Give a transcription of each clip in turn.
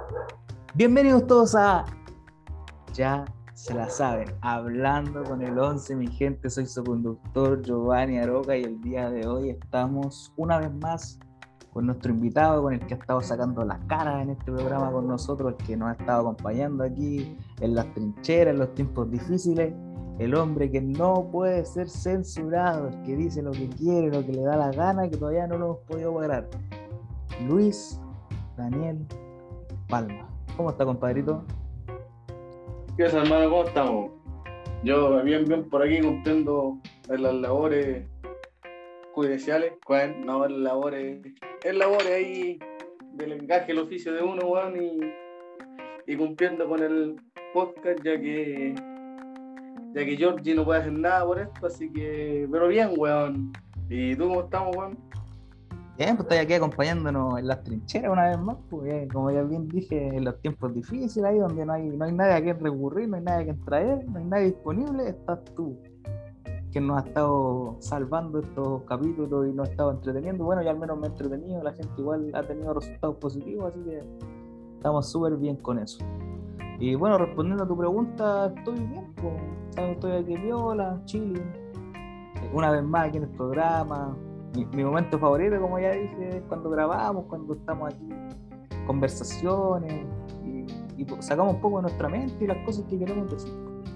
Bienvenidos todos a Ya se la saben, hablando con el 11, mi gente. Soy su conductor Giovanni Aroca y el día de hoy estamos una vez más con nuestro invitado, con el que ha estado sacando la cara en este programa con nosotros, el que nos ha estado acompañando aquí en las trincheras, en los tiempos difíciles, el hombre que no puede ser censurado, el que dice lo que quiere, lo que le da la gana, que todavía no lo hemos podido lograr. Luis Daniel Palma. ¿Cómo está, compadrito? ¿Qué pasa, hermano? ¿Cómo estamos? Yo bien por aquí cumpliendo las labores judiciales, no las labores ahí del encaje del oficio de uno, weón, y cumpliendo con el podcast, ya que Georgie no puede hacer nada por esto, así que, pero bien, weón. ¿Y tú cómo estamos, weón? Bien, pues estoy aquí acompañándonos en las trincheras una vez más, pues, como ya bien dije, en los tiempos difíciles, ahí donde no hay nadie a quien recurrir, no hay nadie a quien traer, no hay nadie disponible, estás tú, quien nos ha estado salvando estos capítulos y nos ha estado entreteniendo. Bueno, yo al menos me he entretenido, la gente igual ha tenido resultados positivos, así que estamos súper bien con eso. Y bueno, respondiendo a tu pregunta, estoy bien, pues, estoy aquí viola, chile, una vez más aquí en el programa. Mi momento favorito, como ya dije, es cuando grabamos, cuando estamos aquí, conversaciones y sacamos un poco de nuestra mente y las cosas que queremos decir.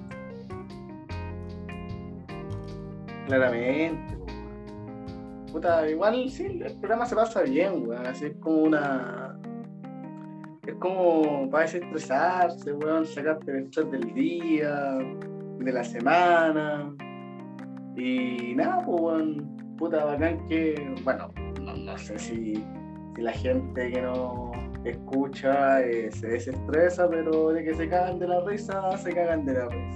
Claramente, weón. Puta, igual sí, el programa se pasa bien, weón, así es como para desestresarse, weón, sacarte el estrés del día, de la semana. Y nada, pues, weón, puta bacán que, bueno, no sé si la gente que no escucha se desestresa, pero de que se cagan de la risa, se cagan de la risa.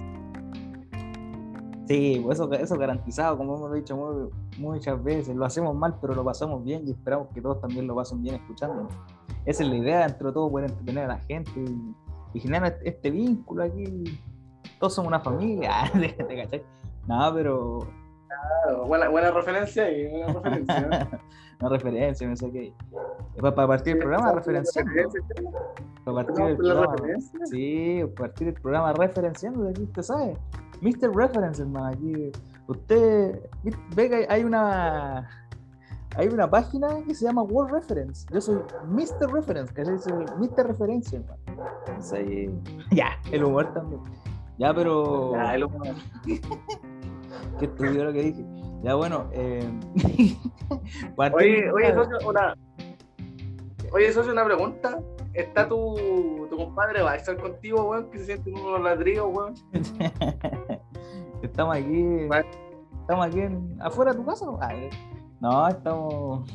Sí, pues eso garantizado, como hemos dicho muchas veces, lo hacemos mal, pero lo pasamos bien y esperamos que todos también lo pasen bien escuchándonos. Esa es la idea, entre todos poder entretener a la gente y generar este vínculo aquí. Todos somos una familia, ¿te cachai? No, pero Claro, buena referencia y buena referencia. una referencia, me saqué. Para partir Sí, el programa empezamos con la referenciando. referencia, Para partir empezamos el con la programa. referencia. Sí, para partir el programa referenciando, de aquí usted sabe. Mr. Reference, hermano. Aquí usted ve que hay una página que se llama World Reference. Yo soy Mr. Reference, que es Mr. Referencia, hermano. Entonces ahí, ya, el humor también. Ya, pero. Ya, Qué estúpido lo que dije. Ya, bueno, Oye, socio, una pregunta. ¿Está tu compadre va a estar contigo, weón, que se siente en unos ladrillos, weón? Estamos aquí. Va- Estamos aquí afuera de tu casa. No, estamos.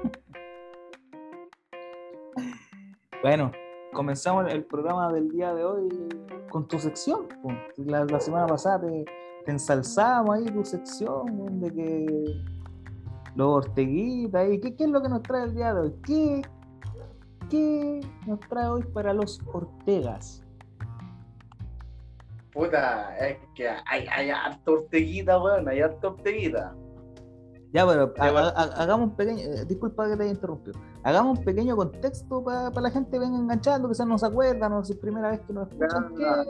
Bueno, comenzamos el programa del día de hoy con tu sección. Po. La semana pasada te ensalzamos ahí tu sección, de que los Orteguitas y ¿qué es lo que nos trae el día de hoy? ¿Qué nos trae hoy para los Ortegas? Puta, es que hay harta orteguita, weón, hay harta orteguita. Ya, pero De part- hagamos un pequeño, disculpa que te haya interrumpido, hagamos un pequeño contexto para la gente que venga enganchando, quizás no se acuerdan, o si es primera vez que nos escuchan,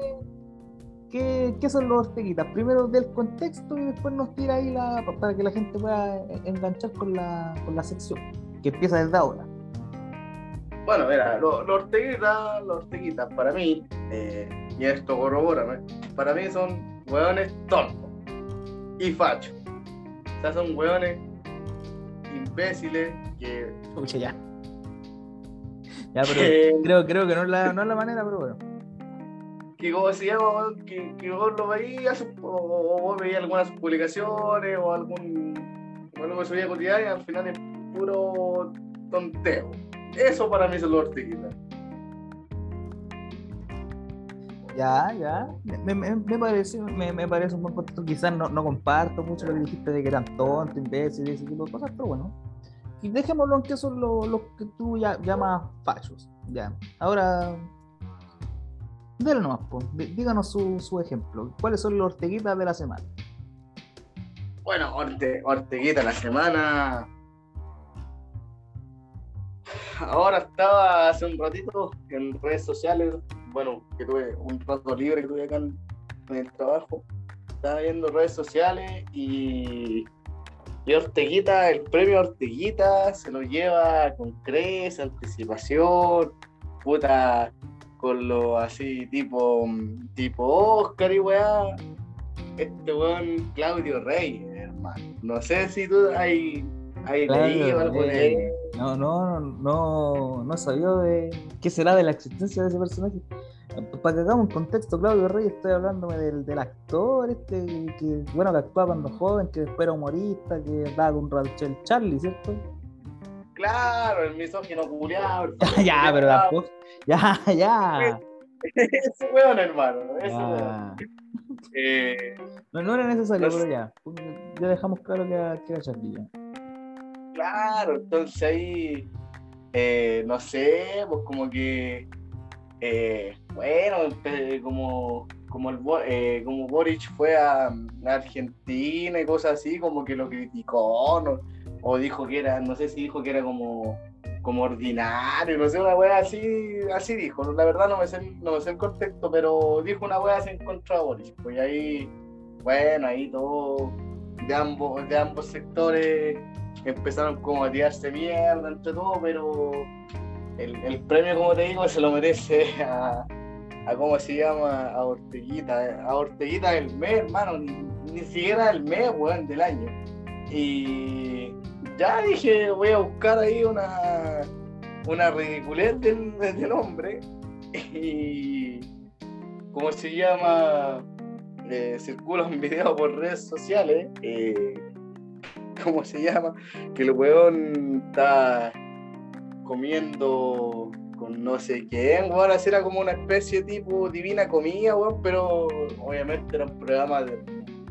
¿qué son los Orteguitas? Primero del contexto y después nos tira ahí para que la gente pueda enganchar con la sección, que empieza desde ahora. Bueno, mira, los orteguitas para mí, y esto corrobórame, para mí son weones tontos y fachos. O sea, son weones imbéciles que... Escucha ya. Ya, pero creo que no es la manera, pero bueno. Que como se llama, weón, que vos lo veías o vos veías algunas publicaciones o algo que subía cotidiana, al final es puro tonteo. Eso para mí son los orteguitas. Ya. Me parece un buen punto. Quizás no comparto mucho lo que dijiste de que eran tontos, imbéciles, ese tipo de cosas, pero bueno. Y dejémoslo en que son los que tú llamas fachos. Ya. Ahora, déle nomás, po. Díganos su ejemplo. ¿Cuáles son los Orteguitas de la semana? Bueno, Orteguita la semana. ahora estaba hace un ratito en redes sociales, bueno, que tuve un rato libre que tuve acá en el trabajo, estaba viendo redes sociales y Orteguita, el premio Orteguita se lo lleva con creces, anticipación, puta, con lo así tipo Oscar y weá. Este weón Claudio Rey, hermano. No sé si tú hay leído Claro, algo de él. no sabía de qué será de la existencia de ese personaje. Para que hagamos un contexto, Claudio Rey, estoy hablándome del actor bueno, que actuaba cuando joven, que después era humorista, que daba un Rachel Charlie, ¿cierto? Claro, el misógino culiado, el Ya, pero culiado. tampoco. Ya. Ese weón, hermano, ese weón. Ya. Eh, No era necesario, no pero sé, ya. Ya dejamos claro que era Charlie. Ya. claro, entonces ahí, no sé, pues como que, bueno, como Boric fue a Argentina y cosas así, como que lo criticó, ¿no? O dijo que era, no sé si dijo que era como ordinario, no sé, una wea así dijo, la verdad no me sé el contexto, pero dijo una wea así en contra de Boric, pues ahí, bueno, ahí todo de ambos sectores empezaron como a tirarse mierda entre todos, pero el premio, como te digo, se lo merece a ¿cómo se llama? A Orteguita del mes, hermano, ni siquiera del mes, weón, del año. Y ya dije, voy a buscar ahí una ridiculez del hombre. Y ¿cómo se llama? Circula un video por redes sociales. ¿Cómo se llama? Que el weón está comiendo con no sé quién, weón, así era como una especie tipo divina comida, weón, pero obviamente era un programa del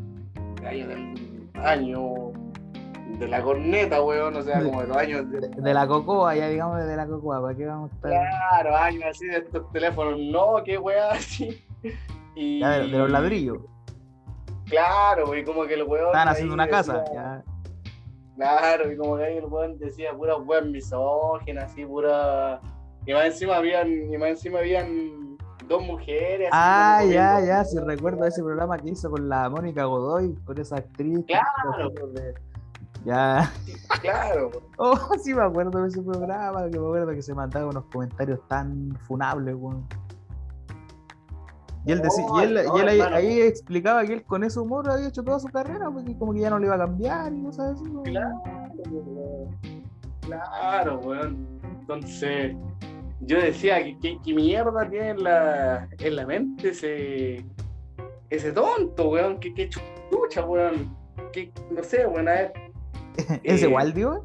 año de la corneta, weón, o sea, como de los años De la cocoa, ya digamos de la cocoa, ¿para qué vamos a estar? claro, años así de estos teléfonos, no, qué weá, así. Ya de los Y ladrillos. claro, y como que el Estaban weón haciendo ahí una decía, casa, ya. claro, y como que ahí el weón decía pura weón misógina, así pura. Y más encima habían dos mujeres así como comiendo. Ya, sí recuerdo ese programa que hizo con la Mónica Godoy, con esa actriz que hizo así Claro, Ya. claro. Oh, sí me acuerdo de ese programa, que me acuerdo que se mandaba unos comentarios tan funables, weón. Y él, decía, No, y no, él hermano, ahí explicaba que él con ese humor había hecho toda su carrera, porque como que ya no le iba a cambiar y cosas así, weón. claro, claro, weón. Entonces, yo decía que mierda tiene en la mente ese tonto, weón, que chucha, weón. Que, no sé, weón, a ver. ¿Es eh, igual, digo?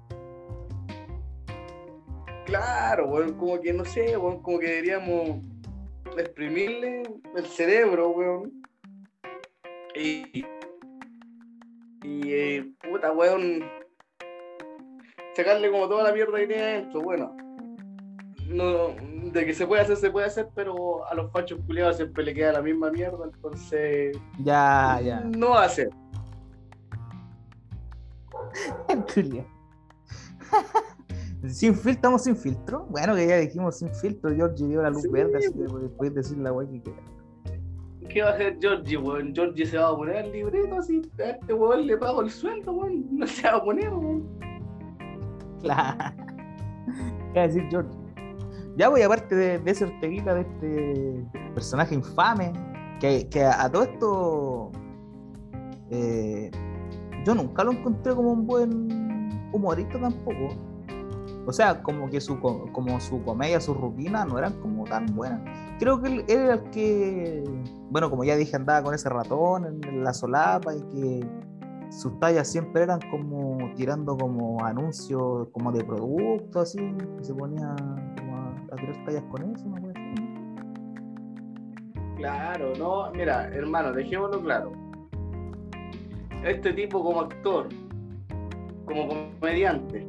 claro, weón, como que no sé, weón, como que deberíamos exprimirle el cerebro, weón. Y, puta, weón, sacarle como toda la mierda que tiene adentro, bueno. No, de que se puede hacer, pero a los fachos culiados siempre le queda la misma mierda, entonces Ya. no va a ser. Culiao. ¿Estamos sin filtro? Bueno, que ya dijimos sin filtro, Georgie dio la luz Sí, verde, así que puedes decir la wey que quieras. ¿qué va a hacer Georgie, weón? Georgie se va a poner el libreto así, a este weón le pago el sueldo, weón, no se va a poner, weón. Claro. ¿Qué va a decir George? Ya voy, aparte de ese Orteguita, de este personaje infame, que a todo esto yo nunca lo encontré como un buen humorista tampoco. O sea, como que como su comedia, su rutina no eran como tan buenas. Creo que él era el que, bueno, como ya dije, andaba con ese ratón en la solapa y que sus tallas siempre eran como tirando como anuncios como de productos, así, que se ponía como a tirar tallas con eso, ¿no? Claro, no, mira, hermano, dejémoslo claro. Este tipo como actor, como comediante,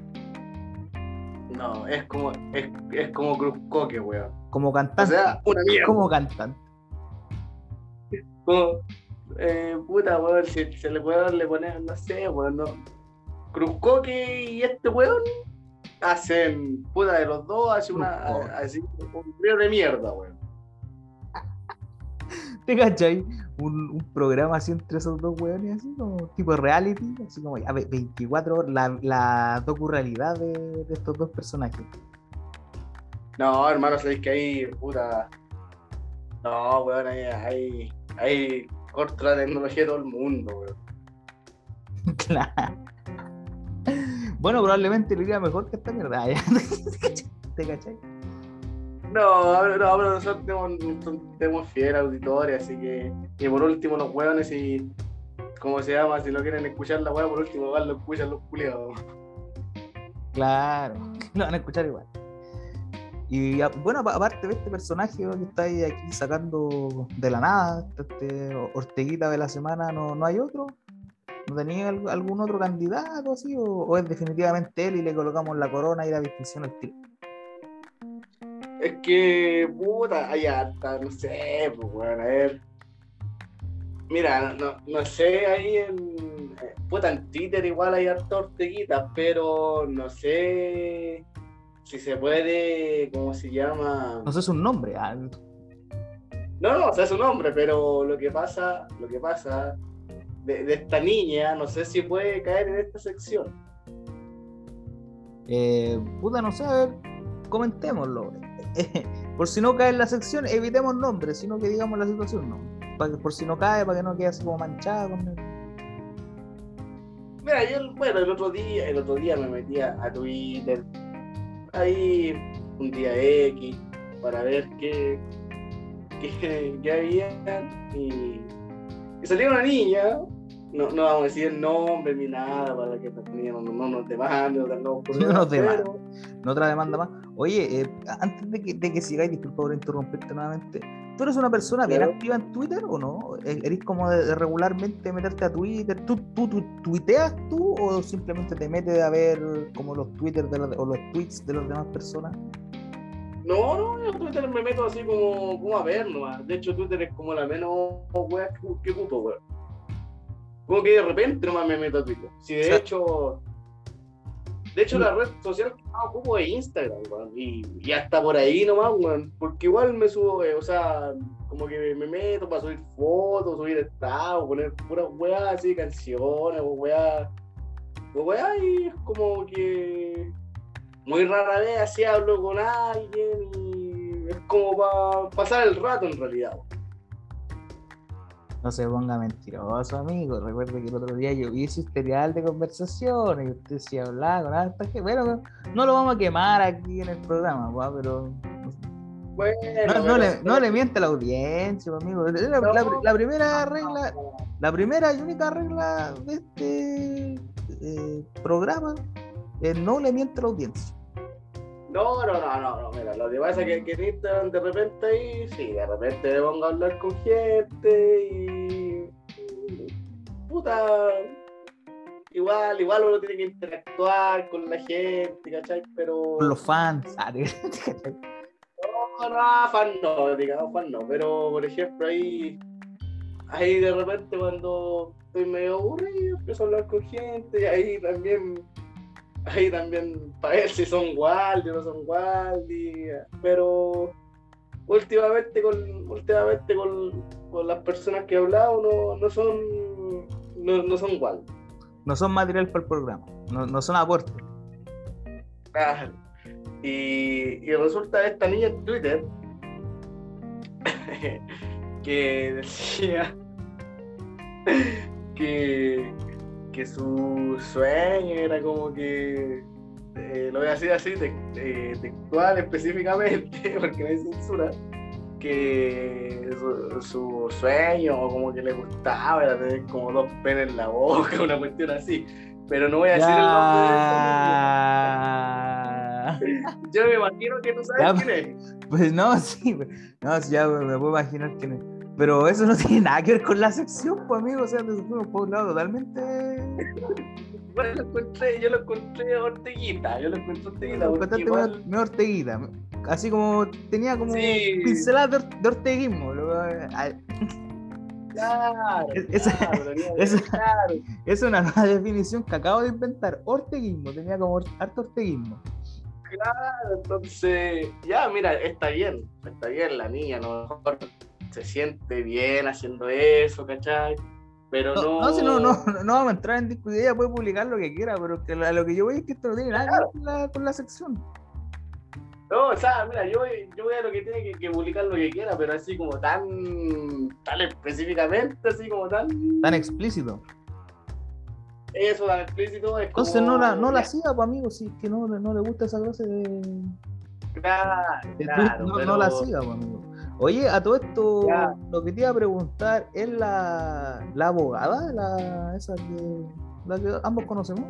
no, es como Cruzcoque, weón. Como O cantante, sea, una mierda. como cantante. Como, puta, weón, si se le puede le poner, no sé, weón, no. Cruzcoque y este weón hacen, puta de los dos, hacen así, un video de mierda, weón. ¿Te cachai? Un programa así entre esos dos weones, así como tipo reality, así como ya, 24 horas, la docu-realidad de estos dos personajes. No, hermano, sabéis que ahí, puta. No, weón, ahí corta la tecnología de todo el mundo, weón. Claro. Bueno, probablemente le iría mejor que esta mierda. ¿Te cachai? No, pero nosotros tenemos fiel auditorio, así que. Y por último, los weones, y. ¿Cómo se llama? Si no quieren escuchar la weá, por último, van, lo escuchan los culiados. Claro, lo van a escuchar igual. Y bueno, aparte de este personaje que está ahí aquí sacando de la nada, este Orteguita de la semana, ¿no hay otro? ¿No tenía algún otro candidato así? ¿O es definitivamente él y le colocamos la corona y la distinción al tiro? Es que, puta, hay harta, no sé, pues, weón, a ver. Mira, no sé, ahí puta, en Twitter igual hay harta Orteguita, pero no sé si se puede, ¿cómo se llama? No sé, es un nombre. No, o sea, es su nombre, pero lo que pasa de esta niña, no sé si puede caer en esta sección. Puta, no sé, a ver, comentémoslo. Por si no cae en la sección, evitemos nombres, sino que digamos la situación, ¿no? Por si no cae, para que no quede así como manchado con él. Mira, bueno, el otro día me metí a Twitter, ahí un día X, para ver qué había, y salió una niña, no vamos a decir el nombre ni nada, para que no nos demanden, No nos demanda, no otra demanda más. Oye, antes de que sigáis, disculpa por interrumpirte nuevamente, ¿tú eres una persona bien activa en Twitter o no? ¿Eres como de regularmente meterte a Twitter? ¿Tú tuiteas tú o simplemente te metes a ver como los Twitter o los tweets de las demás personas? No, yo Twitter me meto así como a ver nomás. De hecho, Twitter es como la menos wea que ocupo, weón. Como que de repente nomás me meto a Twitter. Sí, de hecho, la red social que más ocupo es Instagram, weón. Y hasta por ahí nomás, weón. Porque igual me subo, o sea, como que me meto para subir fotos, subir estados, poner puras weas así, canciones, o weas, y es como que muy rara vez así hablo con alguien y es como para pasar el rato en realidad. No se ponga mentiroso, amigo. Recuerde que el otro día yo vi su historial de conversaciones y usted sí hablaba con harta gente. Bueno, no lo vamos a quemar aquí en el programa, pero Bueno, no le miente a la audiencia, amigo. La primera regla, la primera y única regla de este programa es no le miente a la audiencia. No, mira, lo que pasa es que en Instagram de repente ahí, sí, de repente me pongo a hablar con gente y puta, igual uno tiene que interactuar con la gente, ¿cachai? Pero con los fans, fan no, pero por ejemplo ahí de repente cuando estoy medio aburrido empiezo a hablar con gente y ahí también para ver si son Waldi o no son Waldi, pero últimamente con las personas que he hablado no son Waldi. No son material para el programa, no son aportes. Claro. Y resulta esta niña en Twitter que decía que su sueño era como que, lo voy a decir así, textual específicamente, porque no hay censura, que su sueño, o como que le gustaba, era tener como 2 penes en la boca, una cuestión así. Pero no voy a decir el nombre de esa niña. Yo me imagino que tú sabes quién es. Pues no, sí, ya me puedo imaginar quién es. Pero eso no tiene nada que ver con la sección, pues, amigo. O sea, nos fuimos por un lado totalmente. Bueno, yo lo encontré Orteguita. Me Orteguita. Así como tenía como pinceladas de orteguismo. Claro, es una nueva definición que acabo de inventar. Orteguismo, tenía como harto orteguismo. Claro, entonces, ya, mira, está bien, la niña, a lo mejor se siente bien haciendo eso, ¿cachai? Pero No, si no, no, no vamos a entrar en discusión, ella puede publicar lo que quiera, pero que lo que yo voy es que esto no tiene nada que ver con la sección. no, o sea, mira, yo voy a lo que tiene que publicar lo que quiera, pero así como tan específicamente, así como Tan explícito. eso tan explícito, es como... Entonces no la ya, siga, pues amigo, si es que no le gusta esa clase claro, de tweet, claro, no la pero siga, pues amigo. Oye, a todo ya, esto, lo que te iba a preguntar es la abogada, la que ambos conocemos.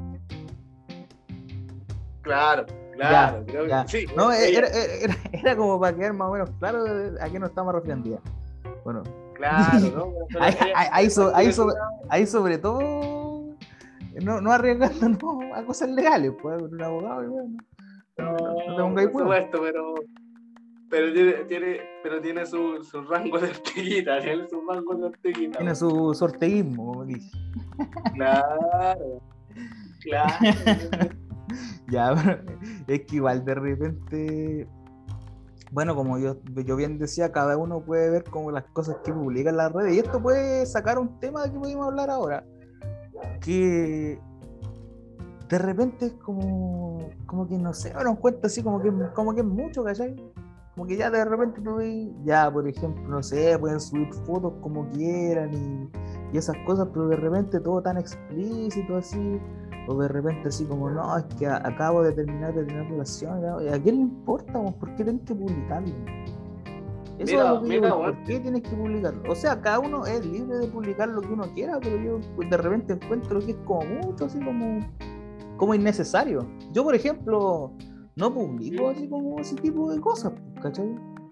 claro, Ya, creo que ya. sí, No, ella, era como para quedar más o menos claro a qué nos estamos refiriendo ya. Bueno, claro, ¿no? Pero ahí, ella, ahí, igual tiene su lado, ahí sobre todo, no arriesgándonos a cosas legales, pues, con un abogado, y bueno, no te no, pongáis por huevo. supuesto, pero tiene su rango de orteguita, tiene su rango de orteguita, Tiene güey. su sorteísmo, como dije. Claro, claro. Ya, pero es que igual de repente, bueno, como yo bien decía, cada uno puede ver como las cosas que publica en las redes, y esto puede sacar un tema de que podemos hablar ahora, que de repente es como que no sé, me das cuenta así como que es mucho, ¿cachai? Como que ya de repente tú ves, ya por ejemplo, no sé, pueden subir fotos como quieran y esas cosas, pero de repente todo tan explícito así, o de repente así como, no, es que acabo de terminar de tener relación, ¿no? ¿Y a quién le importa, vos? ¿Por qué tenés que publicarlo? Eso es lo que yo voy, Bueno, ¿por qué tienes que publicarlo? O sea, cada uno es libre de publicar lo que uno quiera, pero yo pues, de repente encuentro que es como mucho, así como innecesario. Yo, por ejemplo, no publico así como ese tipo de cosas, ¿cachai?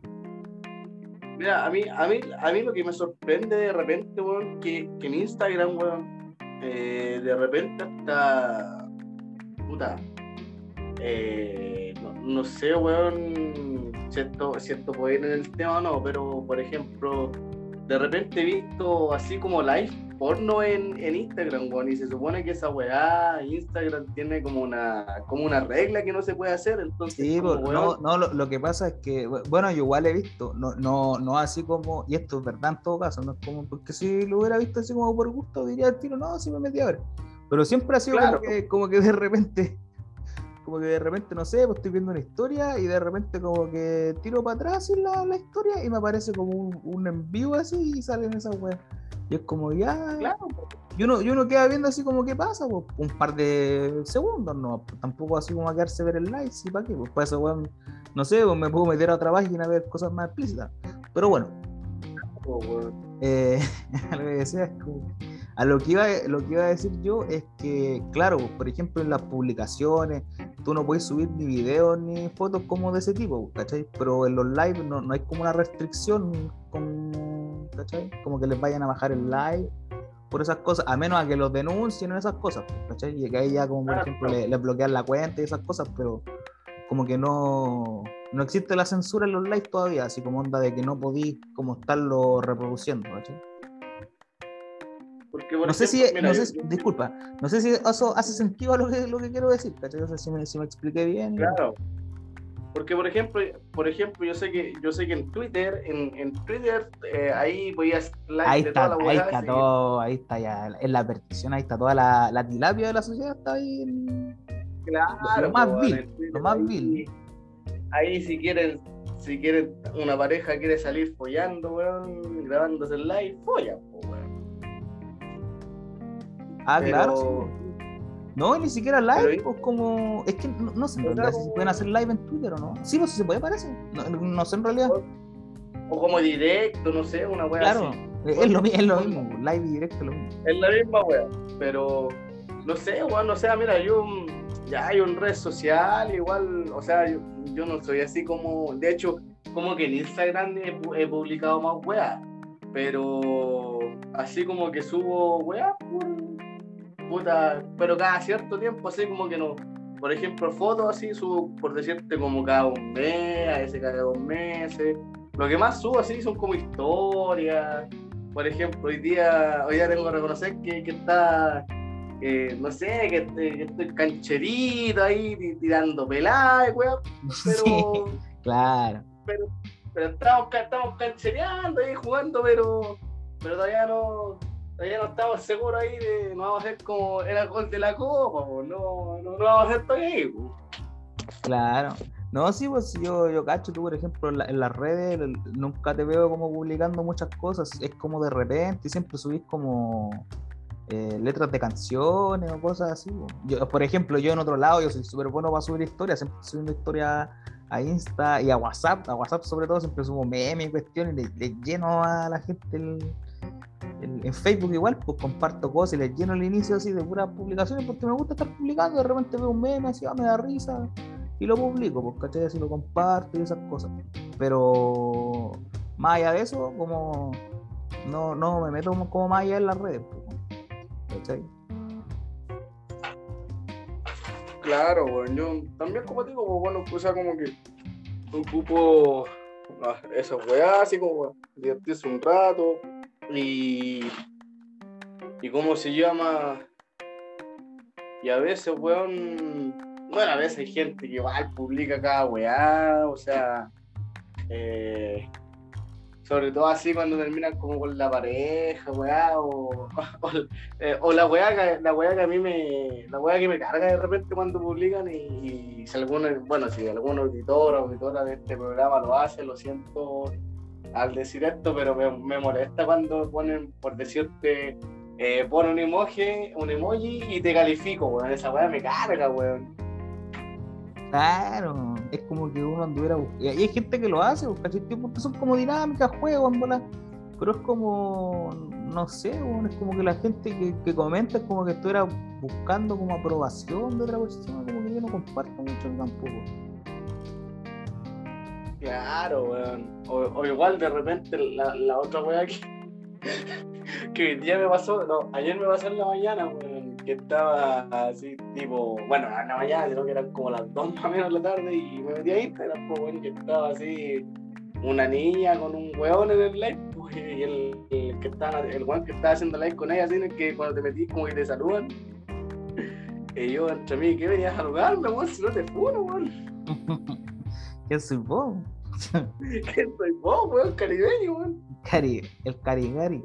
mira, a mí lo que me sorprende de repente, weón, que en Instagram, weón, de repente hasta, puta, no sé, weón, si esto puede ir en el tema o no, pero, por ejemplo, de repente he visto así como live porno en Instagram, weón, y se supone que esa weá, Instagram tiene como una regla que no se puede hacer, entonces Sí, como, weón, lo que pasa es que, bueno, yo igual he visto, no así como, y esto es verdad en todo caso, no es como, porque si lo hubiera visto así como por gusto, diría al tiro, no, sí me metí a ver. Pero siempre ha sido claro, como que de repente, no sé, pues estoy viendo una historia y de repente como que tiro para atrás en la historia y me aparece como un en vivo así y salen esas weas. Y es como ya. claro, Y uno queda viendo así como qué pasa, pues un par de segundos, no, pues, tampoco así como a quedarse a ver el live, sí, para qué, pues para eso, weón, no sé, pues me puedo meter a otra página a ver cosas más explícitas. Pero bueno, weón. a lo que decía es como, lo que iba a decir yo es que, claro, por ejemplo, en las publicaciones, tú no puedes subir ni videos ni fotos como de ese tipo, ¿cachai? Pero en los live no hay como una restricción, ¿cachai? Como que les vayan a bajar el live por esas cosas, a menos a que los denuncien en esas cosas, ¿cachai? Y que ahí ya como por ejemplo les bloquean la cuenta y esas cosas, pero como que no existe la censura en los live todavía, así como onda de que no podís como estarlo reproduciendo, ¿cachai? Porque, por ejemplo, mira, Disculpa, no sé si eso hace sentido a lo que quiero decir, ¿cachai? No sé si me expliqué bien. claro, porque por ejemplo, yo sé que en Twitter, ahí podías live de toda la Ahí weá, está todo, ahí está ya, en la perdición, ahí está toda la tilapia de la sociedad, está ahí lo claro, más pues, vil, en lo Twitter más vil. ahí si quieren, una pareja quiere salir follando, weón, grabándose el live, folla, pues, weón. Ah, claro, sí. Pero, No, ni siquiera pero, live, pues como. Es que no sé en realidad si se pueden hacer live en Twitter o no. Sí, pues sí se puede, parece. No sé en realidad. o como directo, no sé, una weá Claro, así. es lo mismo, live y directo es lo mismo. Es la misma wea, pero no sé, weón, o sea, mira, ya hay un red social, igual, o sea, yo no soy así como, de hecho, como que en Instagram he publicado más weas, pero así como que subo weas, puta, pero cada cierto tiempo, así como que no, por ejemplo, fotos así subo, por decirte, como cada un mes, a veces cada 2 meses, lo que más subo así son como historias. Por ejemplo, hoy día tengo que reconocer que no sé, que estoy cancherito ahí tirando peladas, weón, Sí, claro. pero, pero estamos canchereando ahí, jugando, pero todavía no estamos seguros ahí de no vamos a hacer como el gol de la copa, po, no vamos a hacer todavía ahí, po. Claro. No, sí, pues yo cacho, tú por ejemplo en las redes nunca te veo como publicando muchas cosas, es como de repente y siempre subís como letras de canciones o cosas así. Po. Yo, por ejemplo, yo en otro lado, yo soy súper bueno para subir historias, siempre estoy subiendo historias a Insta y a WhatsApp sobre todo, siempre subo memes y cuestiones, le lleno a la gente en Facebook igual, pues comparto cosas y les lleno el inicio así de puras publicaciones porque me gusta estar publicando, de repente veo un meme así, me da risa y lo publico, pues ¿cachai? Así lo comparto y esas cosas. Pero más allá de eso, como no me meto como más allá en las redes, pues, ¿cachai? Claro, weón, yo también como digo, pues bueno, pues como que ocupo esas weas así como divertirse un rato y cómo se llama, y a veces, weón, bueno, a veces hay gente que igual publica cada weá, o sea, sobre todo así cuando terminan como con la pareja, weá, o la weá que a mí la weá que me carga de repente cuando publican y si alguno, bueno, si algún auditor o auditora de este programa lo hace, lo siento al decir esto, pero me molesta cuando ponen, por decirte, pon un emoji y te califico, weón, esa weá me carga, weón. Claro, es como que uno anduviera buscando. Y hay gente que lo hace, pues, ¿cachai? Porque son como dinámicas, juegos, en bola. Pero es como, no sé, bueno, es como que la gente que comenta es como que estuviera buscando como aprobación de otra persona, como que yo no comparto mucho tampoco. Claro, weón. O igual de repente la otra weá que hoy día me pasó, no, ayer me pasó en la mañana, weón, que estaba así, tipo, bueno, no en la mañana, sino que eran como las 2 más o menos de la tarde y me metí a Instagram, pues, weón, que estaba así una niña con un weón en el live, pues, y el weón que estaba haciendo live con ella, así, en el que cuando te metís como que te saludan, y yo entre mí, ¿qué venías a saludarme, weón? Si no te funo, weón. ¿Quién soy vos? ¿Qué soy vos, weón? Caribeño, weón. El carigari.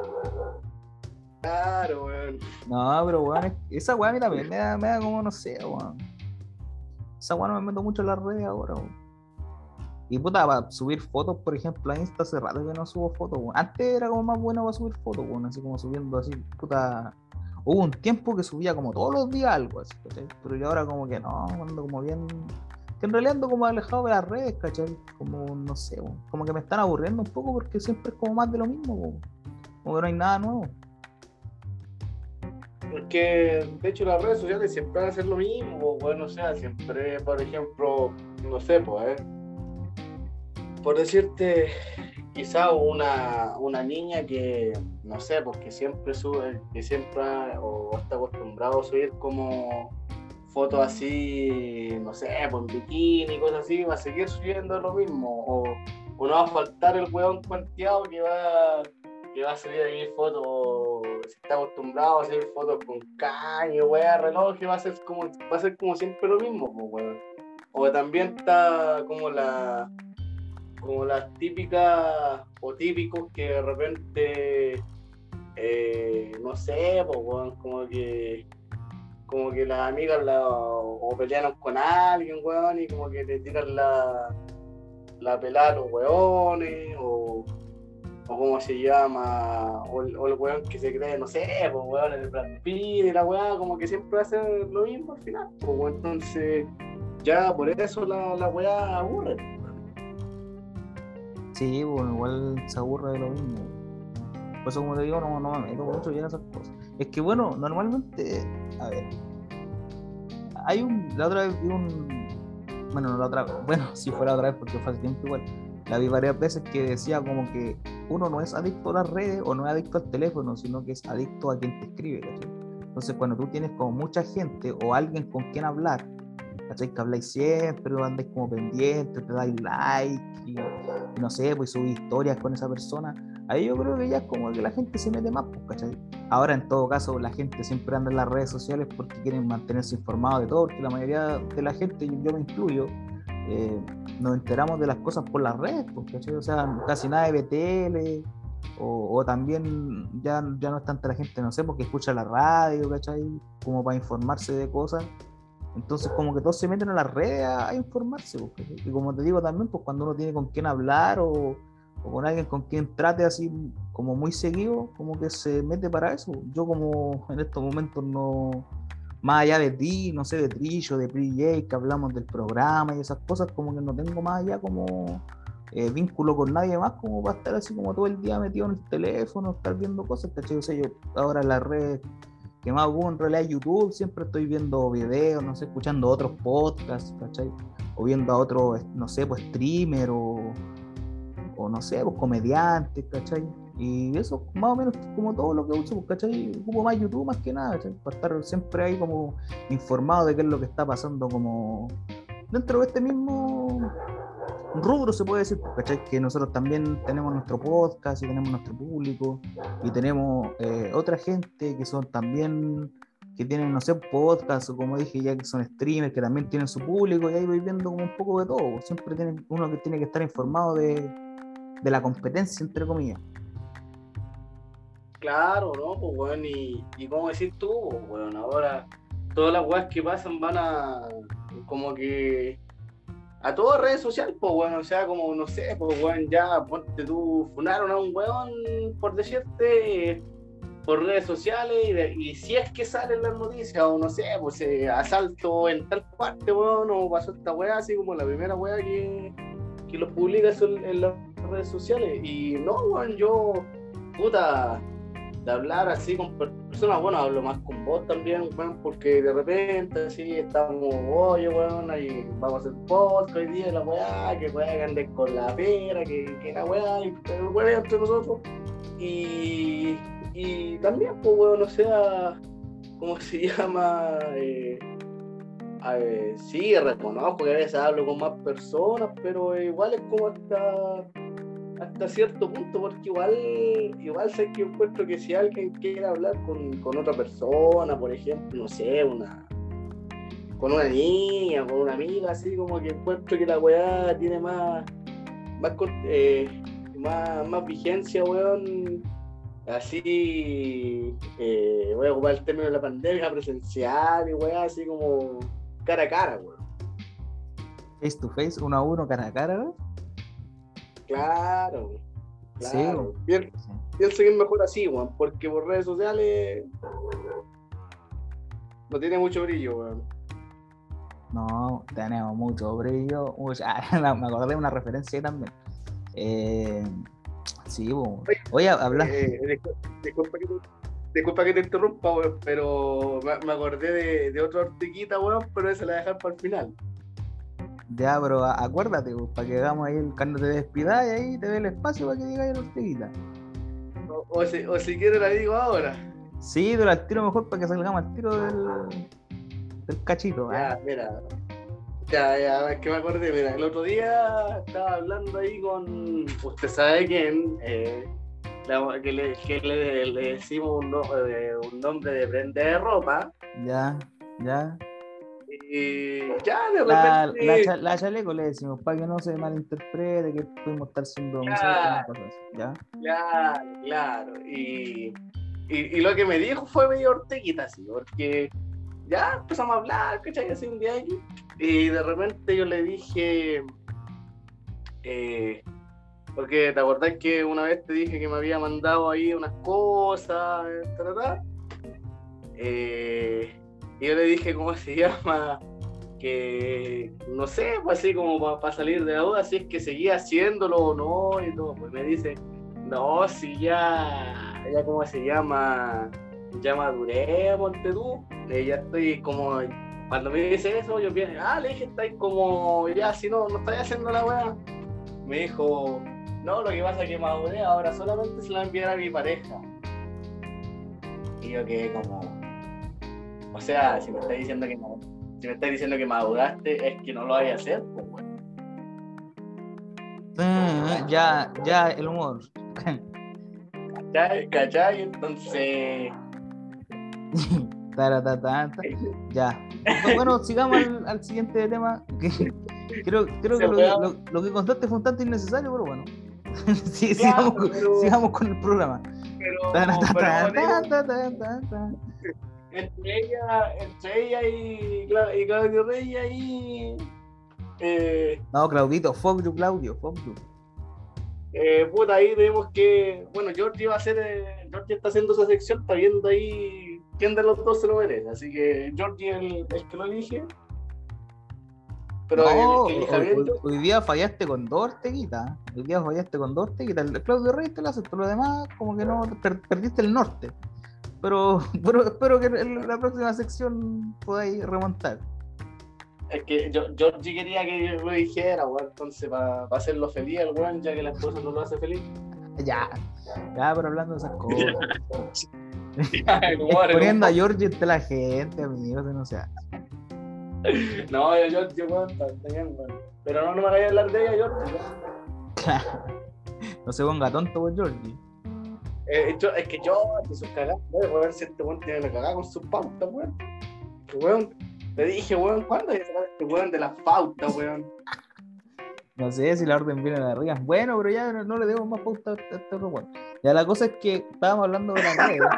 Claro, weón. No, pero weón, esa weá a mí también me da como, no sé, weón. Esa weá no me meto mucho en las redes ahora, weón. Y puta, para subir fotos, por ejemplo, a Insta hace rato que no subo fotos, weón. Antes era como más bueno para subir fotos, weón, así como subiendo así, puta. Hubo un tiempo que subía como todos los días algo así, ¿cachai? Pero yo ahora como que no, ando como bien. Que en realidad ando como alejado de las redes, ¿cachai? Como, no sé, weón. Como que me están aburriendo un poco porque siempre es como más de lo mismo, weón. Como que no hay nada nuevo. Porque, de hecho, las redes sociales siempre van a hacer lo mismo, pues, bueno, o sea, siempre, por ejemplo, no sé, pues, por decirte, quizá una niña que, no sé, pues que siempre sube, que siempre o está acostumbrado a subir como fotos así, no sé, pues en bikini y cosas así, va a seguir subiendo lo mismo, o no va a faltar el hueón cuenteado que va a subir ahí fotos, si está acostumbrado a hacer fotos con caño, weá, reloj, va a ser como siempre lo mismo, pues, weón. O también está como las típicas o típicos que de repente, no sé, pues, weón, como que las amigas o pelearon con alguien, weón, y como que le tiran la pelada a los weones, o cómo se llama, o el weón que se cree, no sé, pues weón, el Brad Pitt y la weá, como que siempre va a ser lo mismo al final, pues weón, entonces ya por eso la weá aburre. Sí, bueno, igual se aburre de lo mismo. Por eso, como te digo, no me meto mucho ya en esas cosas. Es que, bueno, normalmente, a ver, la otra vez vi bueno, no la otra vez, bueno, si fuera otra vez porque fue hace tiempo igual, la vi varias veces que decía como que uno no es adicto a las redes o no es adicto al teléfono, sino que es adicto a quien te escribe, ¿cachai? Entonces, cuando tú tienes como mucha gente o alguien con quien hablar, ¿cachai? Que habláis siempre, o andáis como pendiente, te dais like y no sé, pues subís historias con esa persona. Ahí yo creo que ya es como que la gente se mete más, pues, ¿cachai? Ahora, en todo caso, la gente siempre anda en las redes sociales porque quieren mantenerse informados de todo, porque la mayoría de la gente, yo me incluyo, eh, nos enteramos de las cosas por las redes, pues, ¿cachai? O sea, casi nada de ve tele, o también ya no es tanta la gente, no sé, porque escucha la radio, ¿cachai? Como para informarse de cosas. Entonces, como que todos se meten a las redes a informarse, pues, ¿cachai? Y como te digo también, pues cuando uno tiene con quién hablar o con alguien con quien trate así como muy seguido, como que se mete para eso. Yo como en estos momentos no, más allá de ti, no sé, de Trillo, de PJ, que hablamos del programa y esas cosas, como que no tengo más allá como vínculo con nadie más, como para estar así como todo el día metido en el teléfono, estar viendo cosas, ¿cachai? O sea, yo ahora en las redes que más hubo en realidad YouTube, siempre estoy viendo videos, no sé, escuchando otros podcasts, ¿cachai? O viendo a otros, no sé, pues streamer o no sé, pues comediantes, ¿cachai? Y eso más o menos como todo lo que uso, pues, ¿cachai? Ocupo más YouTube más que nada, ¿cachai? Para estar siempre ahí como informado de qué es lo que está pasando como dentro de este mismo rubro, se puede decir, pues, ¿cachai? Que nosotros también tenemos nuestro podcast y tenemos nuestro público y tenemos otra gente que son también que tienen, no sé, podcast o como dije ya que son streamers que también tienen su público y ahí voy viendo como un poco de todo, pues. Siempre tienen uno que tiene que estar informado de la competencia, entre comillas. Claro, ¿no? Pues, weón, y como decís tú, pues, weón, ahora todas las weas que pasan van a, como que, a todas redes sociales, pues, weón, o sea, como, no sé, pues, weón, ya, ponte tú, funaron a un weón, por decirte, por redes sociales, y si es que salen las noticias, o no sé, pues, asalto en tal parte, weón, o pasó esta wea, así como la primera wea que lo publica en las redes sociales, y no, weón, yo, puta, de hablar así con personas, bueno, hablo más con vos también, bueno, porque de repente así estamos, oye, bueno, ahí vamos a hacer podcast hoy día, la weá, que weá que andes con la pera, que la weá, y el weá entre nosotros. Y también, pues, weón, o sea, ¿cómo se llama? Sí, reconozco que a veces hablo con más personas, pero igual es como hasta cierto punto, porque igual sé que encuentro que si alguien quiere hablar con otra persona, por ejemplo, no sé, con una niña, con una amiga, así como que encuentro que la weá tiene más, más vigencia, weón, así, voy a ocupar el término de la pandemia, presencial y weá, así como cara a cara, weón. Face to face, uno a uno, cara a cara, ¿no? Claro, Sí, claro. Pienso sí. que es mejor así, weón, porque por redes sociales no tiene mucho brillo, weón. No, tenemos mucho brillo. Me acordé de una referencia ahí también. Eh, sí, bo. Oye, Oye, habla. disculpa disculpa que te interrumpa, weón, pero me acordé de otra hortiguita, weón, pero esa la voy a dejar para el final. Ya, pero acuérdate, para que hagamos ahí cuando te despidas y ahí te dé el espacio para que digas la orteguita. O si quieres la digo ahora. Sí, pero al tiro mejor para que salgamos al tiro del cachito. Ya, mira. Ya, es que me acordé, mira, el otro día estaba hablando ahí con, usted sabe quién, que le decimos un nombre de prenda de ropa, Ya, ya. y ya de La repente, chaleco le decimos, para que no se malinterprete, que pudimos estar siendo nosotros, una ya, cosa así. Ya, claro, y lo que me dijo fue medio orteguita, así, porque ya empezamos a hablar, ¿cachai? Así un día aquí, y de repente yo le dije, porque te acordás que una vez te dije que me había mandado ahí unas cosas, y yo le dije, ¿cómo se llama? Que no sé, pues así como para salir de la duda, si es que seguía haciéndolo o no, y todo. Pues me dice, no, si ya ¿cómo se llama? Ya maduré, ponte tú. Ya estoy como, cuando me dice eso, yo pienso, le dije, estáis como, ya, si no estáis haciendo la weá. Me dijo, no, lo que pasa es que maduré, ahora solamente se la enviaré a mi pareja. Y yo quedé como, o sea, si me estáis diciendo que no. Si me estás diciendo que maduraste, es que no lo vayas a hacer, pues, bueno. ya, el humor. ¿Cachai? Entonces. Ya. Bueno, sigamos al siguiente tema. Creo que lo que contaste fue un tanto innecesario, pero bueno. Sí, Claro, sigamos con el programa. Entre ella y Claudio Reyes ahí. No, Claudito, fuck you, Claudio, fuck you. Puta, ahí tenemos que. Bueno, Georgie Georgie está haciendo esa sección, está viendo ahí quién de los dos se lo merece. Así que Georgie es el que lo elige. Pero No, el que elija bien. hoy día fallaste con dos Orteguitas. Hoy día fallaste con dos Orteguitas. El Claudio Reyes te lo hace, todo lo demás, como que no perdiste el norte. Pero espero que en la próxima sección podáis remontar. Es que Georgie quería que yo lo dijera, weón. Entonces, para hacerlo feliz al weón, ya que la esposa no lo hace feliz. Ya, pero hablando de esas cosas. Poniendo a Georgie entre la gente, amigos, no se hace. No, Georgie, weón, está bien, weón. Pero no me vayas a hablar de ella, Georgie. No se ponga tonto, weón, Georgie. Es que Georgie, sus cagadas, weón, si este weón tiene que cagar con sus pautas, weón. Que weón, te dije, weón, ¿cuándo hay que sacar este weón de las pautas, weón? No sé si la orden viene de arriba. Bueno, pero ya no le demos más pauta a este otro weón. Ya la cosa es que estábamos hablando de las redes.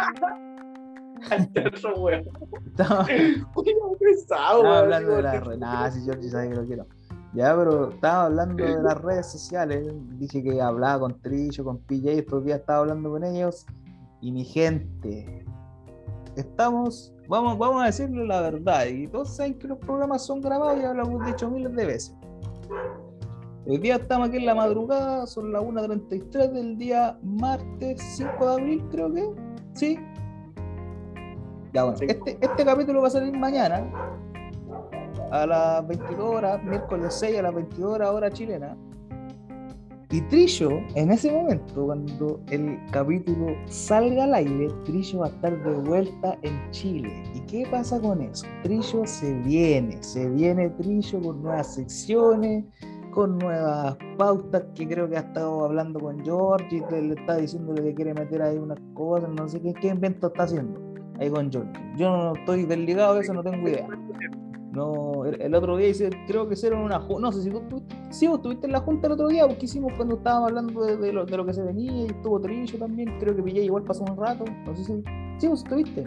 Estábamos hablando de las redes. Nah, si Georgie sabe que lo quiero. Ya, pero estaba hablando de las redes sociales. Dije que hablaba con Trillo, con PJ. Estos días estaba hablando con ellos. Y mi gente, vamos a decirle la verdad. Y todos saben que los programas son grabados, ya lo hemos dicho miles de veces. Hoy día estamos aquí en la madrugada, son las 1:33 del día martes 5 de abril, creo que. Sí. Ya, bueno, este capítulo va a salir mañana a las 22 horas, miércoles 6 a las 22 horas, hora chilena. Y Trillo, en ese momento, cuando el capítulo salga al aire, Trillo va a estar de vuelta en Chile. ¿Y qué pasa con eso? Trillo se viene Trillo con nuevas secciones, con nuevas pautas, que creo que ha estado hablando con Georgie, que le está diciéndole que quiere meter ahí unas cosas, no sé qué invento está haciendo ahí con Georgie. Yo no estoy desligado de eso, no tengo idea. No, el otro día creo que hicieron una junta, no sé si tú estuviste en la junta el otro día, porque hicimos cuando estábamos hablando de lo que se venía, y estuvo Trillo también, creo que PJ igual pasó un rato, no sé si vos estuviste.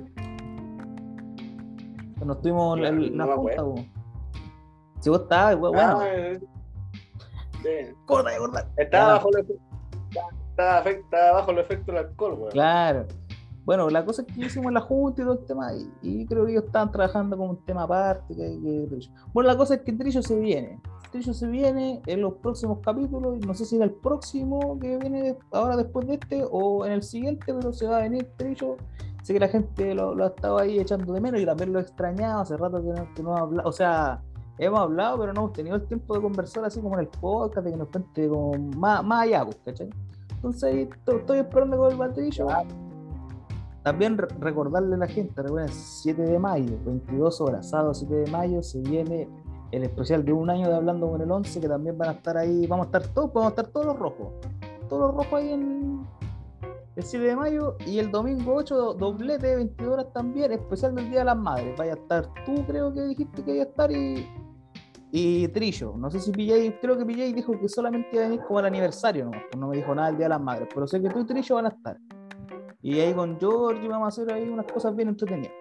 Cuando estuvimos en la junta, vos. Si vos estabas, bueno. Corta. Estaba bajo el efecto del alcohol, weón. Claro. Bueno, la cosa es que hicimos la junta y todo el tema, y creo que ellos estaban trabajando como un tema aparte. Bueno, la cosa es que Trillo se viene en los próximos capítulos, y no sé si era el próximo que viene ahora después de este o en el siguiente, pero se va a venir Trillo. Sé que la gente lo ha estado ahí echando de menos, y también lo he extrañado. Hace rato que no ha hablado, o sea, hemos hablado, pero no hemos tenido el tiempo de conversar así como en el podcast, de que nos cuente como más allá, ¿cachai? Entonces ahí estoy esperando que vuelva Trillo. También recordarle a la gente, recuerden, 7 de mayo, 22 horas, sábado 7 de mayo, se viene el especial de un año de Hablando con el 11, que también van a estar ahí, vamos a estar todos los rojos ahí en el 7 de mayo, y el domingo 8, doblete de 22 horas también, especial del Día de las Madres. Vaya a estar tú, creo que dijiste que iba a estar, y Trillo, no sé si PJ, creo que PJ dijo que solamente iba a venir como el aniversario, no me dijo nada del Día de las Madres, pero sé que tú y Trillo van a estar. Y ahí con Georgie vamos a hacer ahí unas cosas bien entretenidas.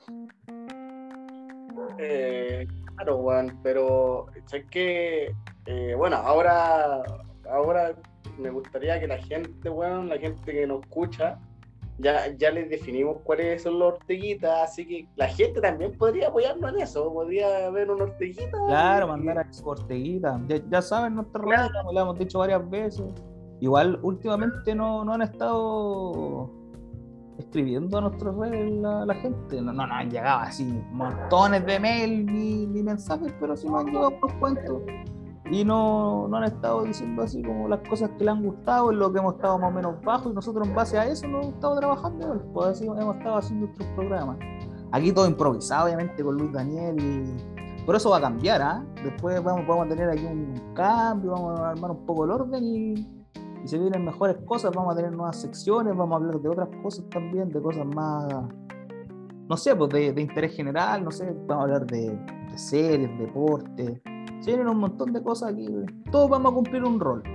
Claro, weón, pero sé que, bueno, ahora me gustaría que la gente, weón, la gente que nos escucha, ya les definimos cuáles son los Orteguitas, así que la gente también podría apoyarnos en eso, podría ver un Orteguita. Claro, mandar a su Orteguita. Ya saben nuestras redes, como le hemos dicho varias veces. Igual últimamente no han estado escribiendo a nuestras redes la gente. No han llegado así montones de mail ni mensajes, pero sí nos han llegado por cuentos. Y no han estado diciendo así como las cosas que le han gustado, en lo que hemos estado más o menos bajo, y nosotros en base a eso nos hemos estado trabajando, pues así hemos estado haciendo nuestros programas. Aquí todo improvisado, obviamente, con Luis Daniel, pero eso va a cambiar, ¿ah? Después vamos a tener aquí un cambio, vamos a armar un poco el orden, y y se vienen mejores cosas, vamos a tener nuevas secciones, vamos a hablar de otras cosas también, de cosas más, no sé, pues de interés general, no sé, vamos a hablar de series, deportes, se vienen un montón de cosas aquí, todos vamos a cumplir un rol.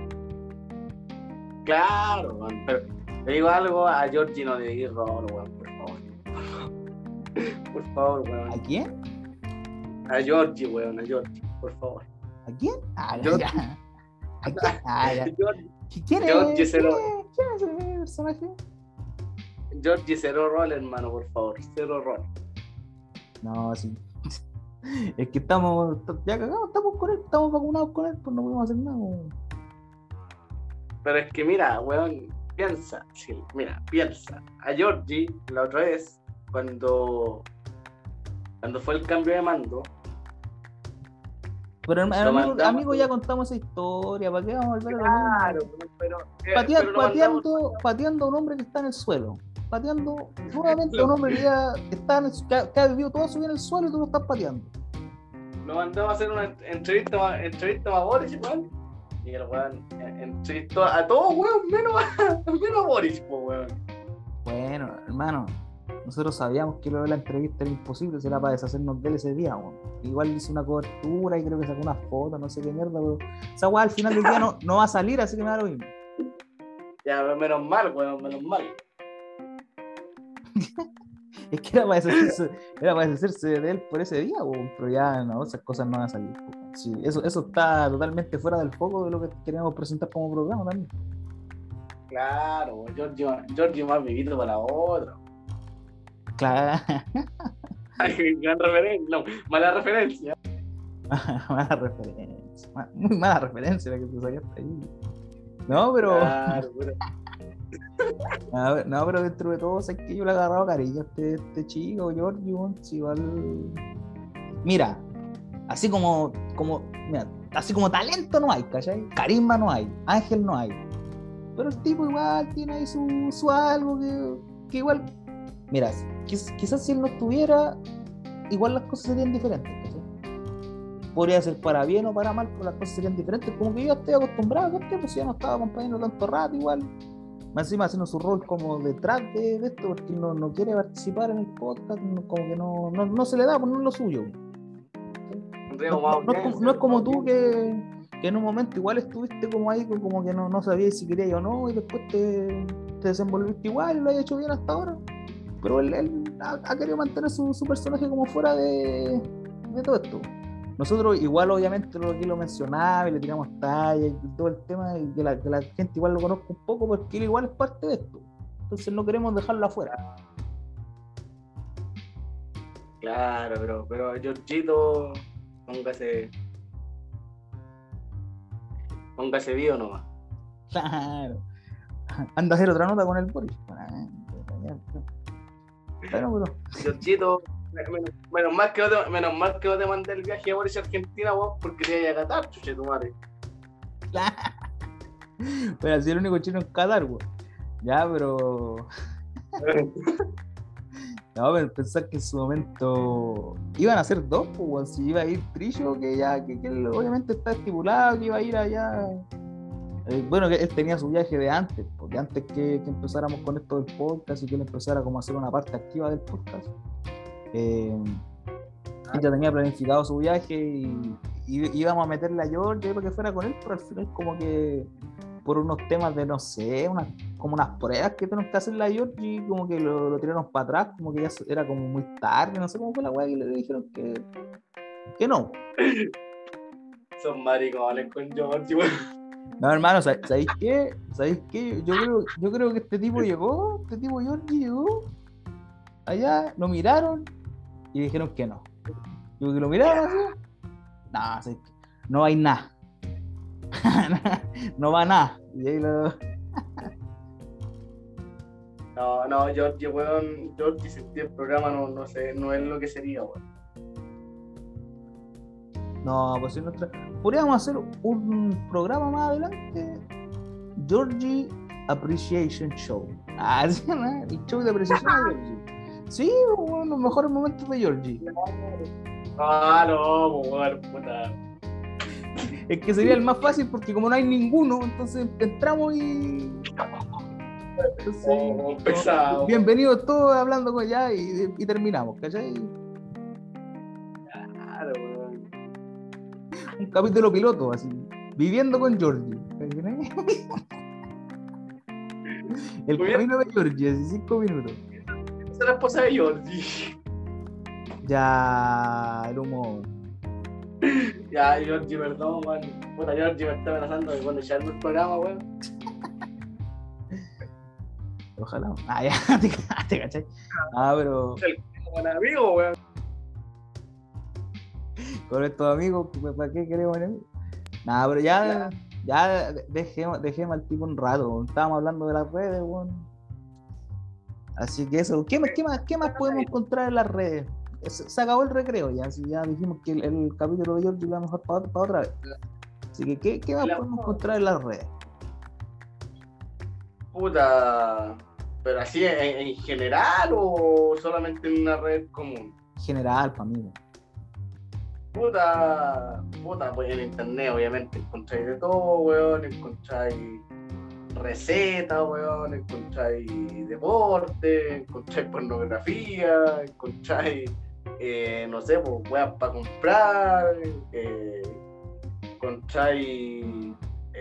Claro, weón, pero te digo algo, a Georgie no le di rol, weón, por favor. Por favor, weón. ¿A quién? A Georgie, weón, a Georgie, por favor. ¿A quién? Ah, Georgie. ya. ¿A quién? Ah, ya. Georgie, ¿Quién Georgie es? cero. ¿Quién es ese personaje? Georgie, cero rol, hermano, por favor, cero rol. No, sí. Es que estamos ya cagados, estamos con él, estamos vacunados con él, pues no podemos hacer nada. Pero es que mira, weón, piensa, sí, mira, piensa. A Georgie, la otra vez, cuando fue el cambio de mando, Pero Lo amigo, mandamos. ya contamos esa historia, ¿para qué vamos a volver a lo claro, mismo? pero Pateando a un hombre que está en el suelo. Pateando nuevamente a un hombre que ya está que ha vivido toda su vida en el suelo y tú lo estás pateando. lo mandamos a hacer una entrevista a Boris, weón. Y el weón entrevistó a todos, weón, menos a Boris, weón. Bueno, hermano, nosotros sabíamos que lo de la entrevista era imposible, será para deshacernos de él ese día, weón. Igual hice una cobertura y creo que sacó una foto, no sé qué mierda, pero esa weá al final del día no va a salir, así que me da lo mismo. Ya, menos mal, weón, menos mal. Es que era para deshacerse de él por ese día, weón, pero ya no, esas cosas no van a salir. Weón. Sí, eso está totalmente fuera del foco de lo que queríamos presentar como programa también. Claro, weón, Georgie más vivido para otro. Claro. Ay, gran referencia, no, mala referencia. Mala referencia. Muy mala referencia la que te sacaste ahí. No, pero. Claro, pero... No, pero dentro de todo, sé que yo le he agarrado cariño a este chico, Georgie, sí, igual. Mira, así como talento no hay, ¿cachai? Carisma no hay, ángel no hay. Pero el tipo igual tiene ahí su algo que igual. Mira, quizás si él no estuviera, igual las cosas serían diferentes, ¿cachai? Podría ser para bien o para mal, pero las cosas serían diferentes. Como que yo estoy acostumbrado a que pues ya no estaba acompañando tanto rato, igual. Más encima haciendo su rol como detrás de esto, porque no quiere participar en el podcast, como que no se le da, pues no es lo suyo. No es como tú que en un momento igual estuviste como ahí, como que no sabías si querías o no, y después te desenvolviste igual y lo has hecho bien hasta ahora. Pero él ha querido mantener su personaje como fuera de todo esto. Nosotros igual obviamente aquí lo mencionaba y le tiramos talla y todo el tema, y que la gente igual lo conozca un poco porque él igual es parte de esto. Entonces no queremos dejarlo afuera. Claro, pero Georgito, póngase vivo nomás. Claro. Anda a hacer otra nota con el Boris. Bueno, pero... Georgito, menos mal que no te mandé el viaje a Boris a Argentina, vos, porque te iba a catar, chuche tu madre. Pero así el único chino en Qatar, güey. Ya, pero... No, pero pensar que en su momento iban a ser dos, pues, si iba a ir Trillo, que él obviamente está estipulado que iba a ir allá. Bueno, que él tenía su viaje de antes, porque antes que empezáramos con esto del podcast y que él empezara como a hacer una parte activa del podcast, él ya tenía planificado su viaje y íbamos a meterle a George para que fuera con él, pero al final como que por unos temas de, no sé, como unas pruebas que tenemos que hacerle a George y como que lo tiraron para atrás, como que ya era como muy tarde, no sé cómo fue la weá, y le dijeron que no. Son maricones con George, weón. No, hermano, ¿sabéis qué? Yo creo que este tipo George llegó allá, lo miraron y dijeron que no. Yo que lo miraron así, no hay nada. No va nada. Y ahí No, George, weón, George, si el programa no sé, no es lo que sería, weón. No, pues si podríamos hacer un programa más adelante, Georgie Appreciation Show. ¿Sí, no? El show de apreciación de Georgie. Sí, bueno, los mejores momentos de Georgie. No, weón, puta. Es que sería el más fácil porque como no hay ninguno, entonces entramos y... Entonces, pesado. bienvenidos todos hablando con ya y terminamos, ¿cachai? Claro, weón. Un capítulo piloto, así, viviendo con Georgie. El Muy bien. camino de Georgie, así 5 minutos. Esa es la esposa de Jordi. Ya, el humor. Ya, Jordi, perdón, weón. Puta, Jordi me está amenazando de cuando echarme el programa, weón. Ojalá. Ah, ya, te cachai. Ah, pero Buen amigo, weón. con estos amigos, ¿para qué queremos enemigos? Nada, pero ya dejemos al tipo un rato. Estábamos hablando de las redes, weón. Así que eso, ¿qué más podemos encontrar en las redes? Se acabó el recreo ya, así ya dijimos que el capítulo de George iba mejor para otra vez. Así que, ¿qué más podemos encontrar en las redes? Puta. ¿Pero así en general o solamente en una red común? General, para mí. Puta, pues en internet obviamente encontráis de todo, weón, encontráis recetas, weón, encontráis deporte, encontráis pornografía, encontráis, no sé, pues weas para comprar, encontráis,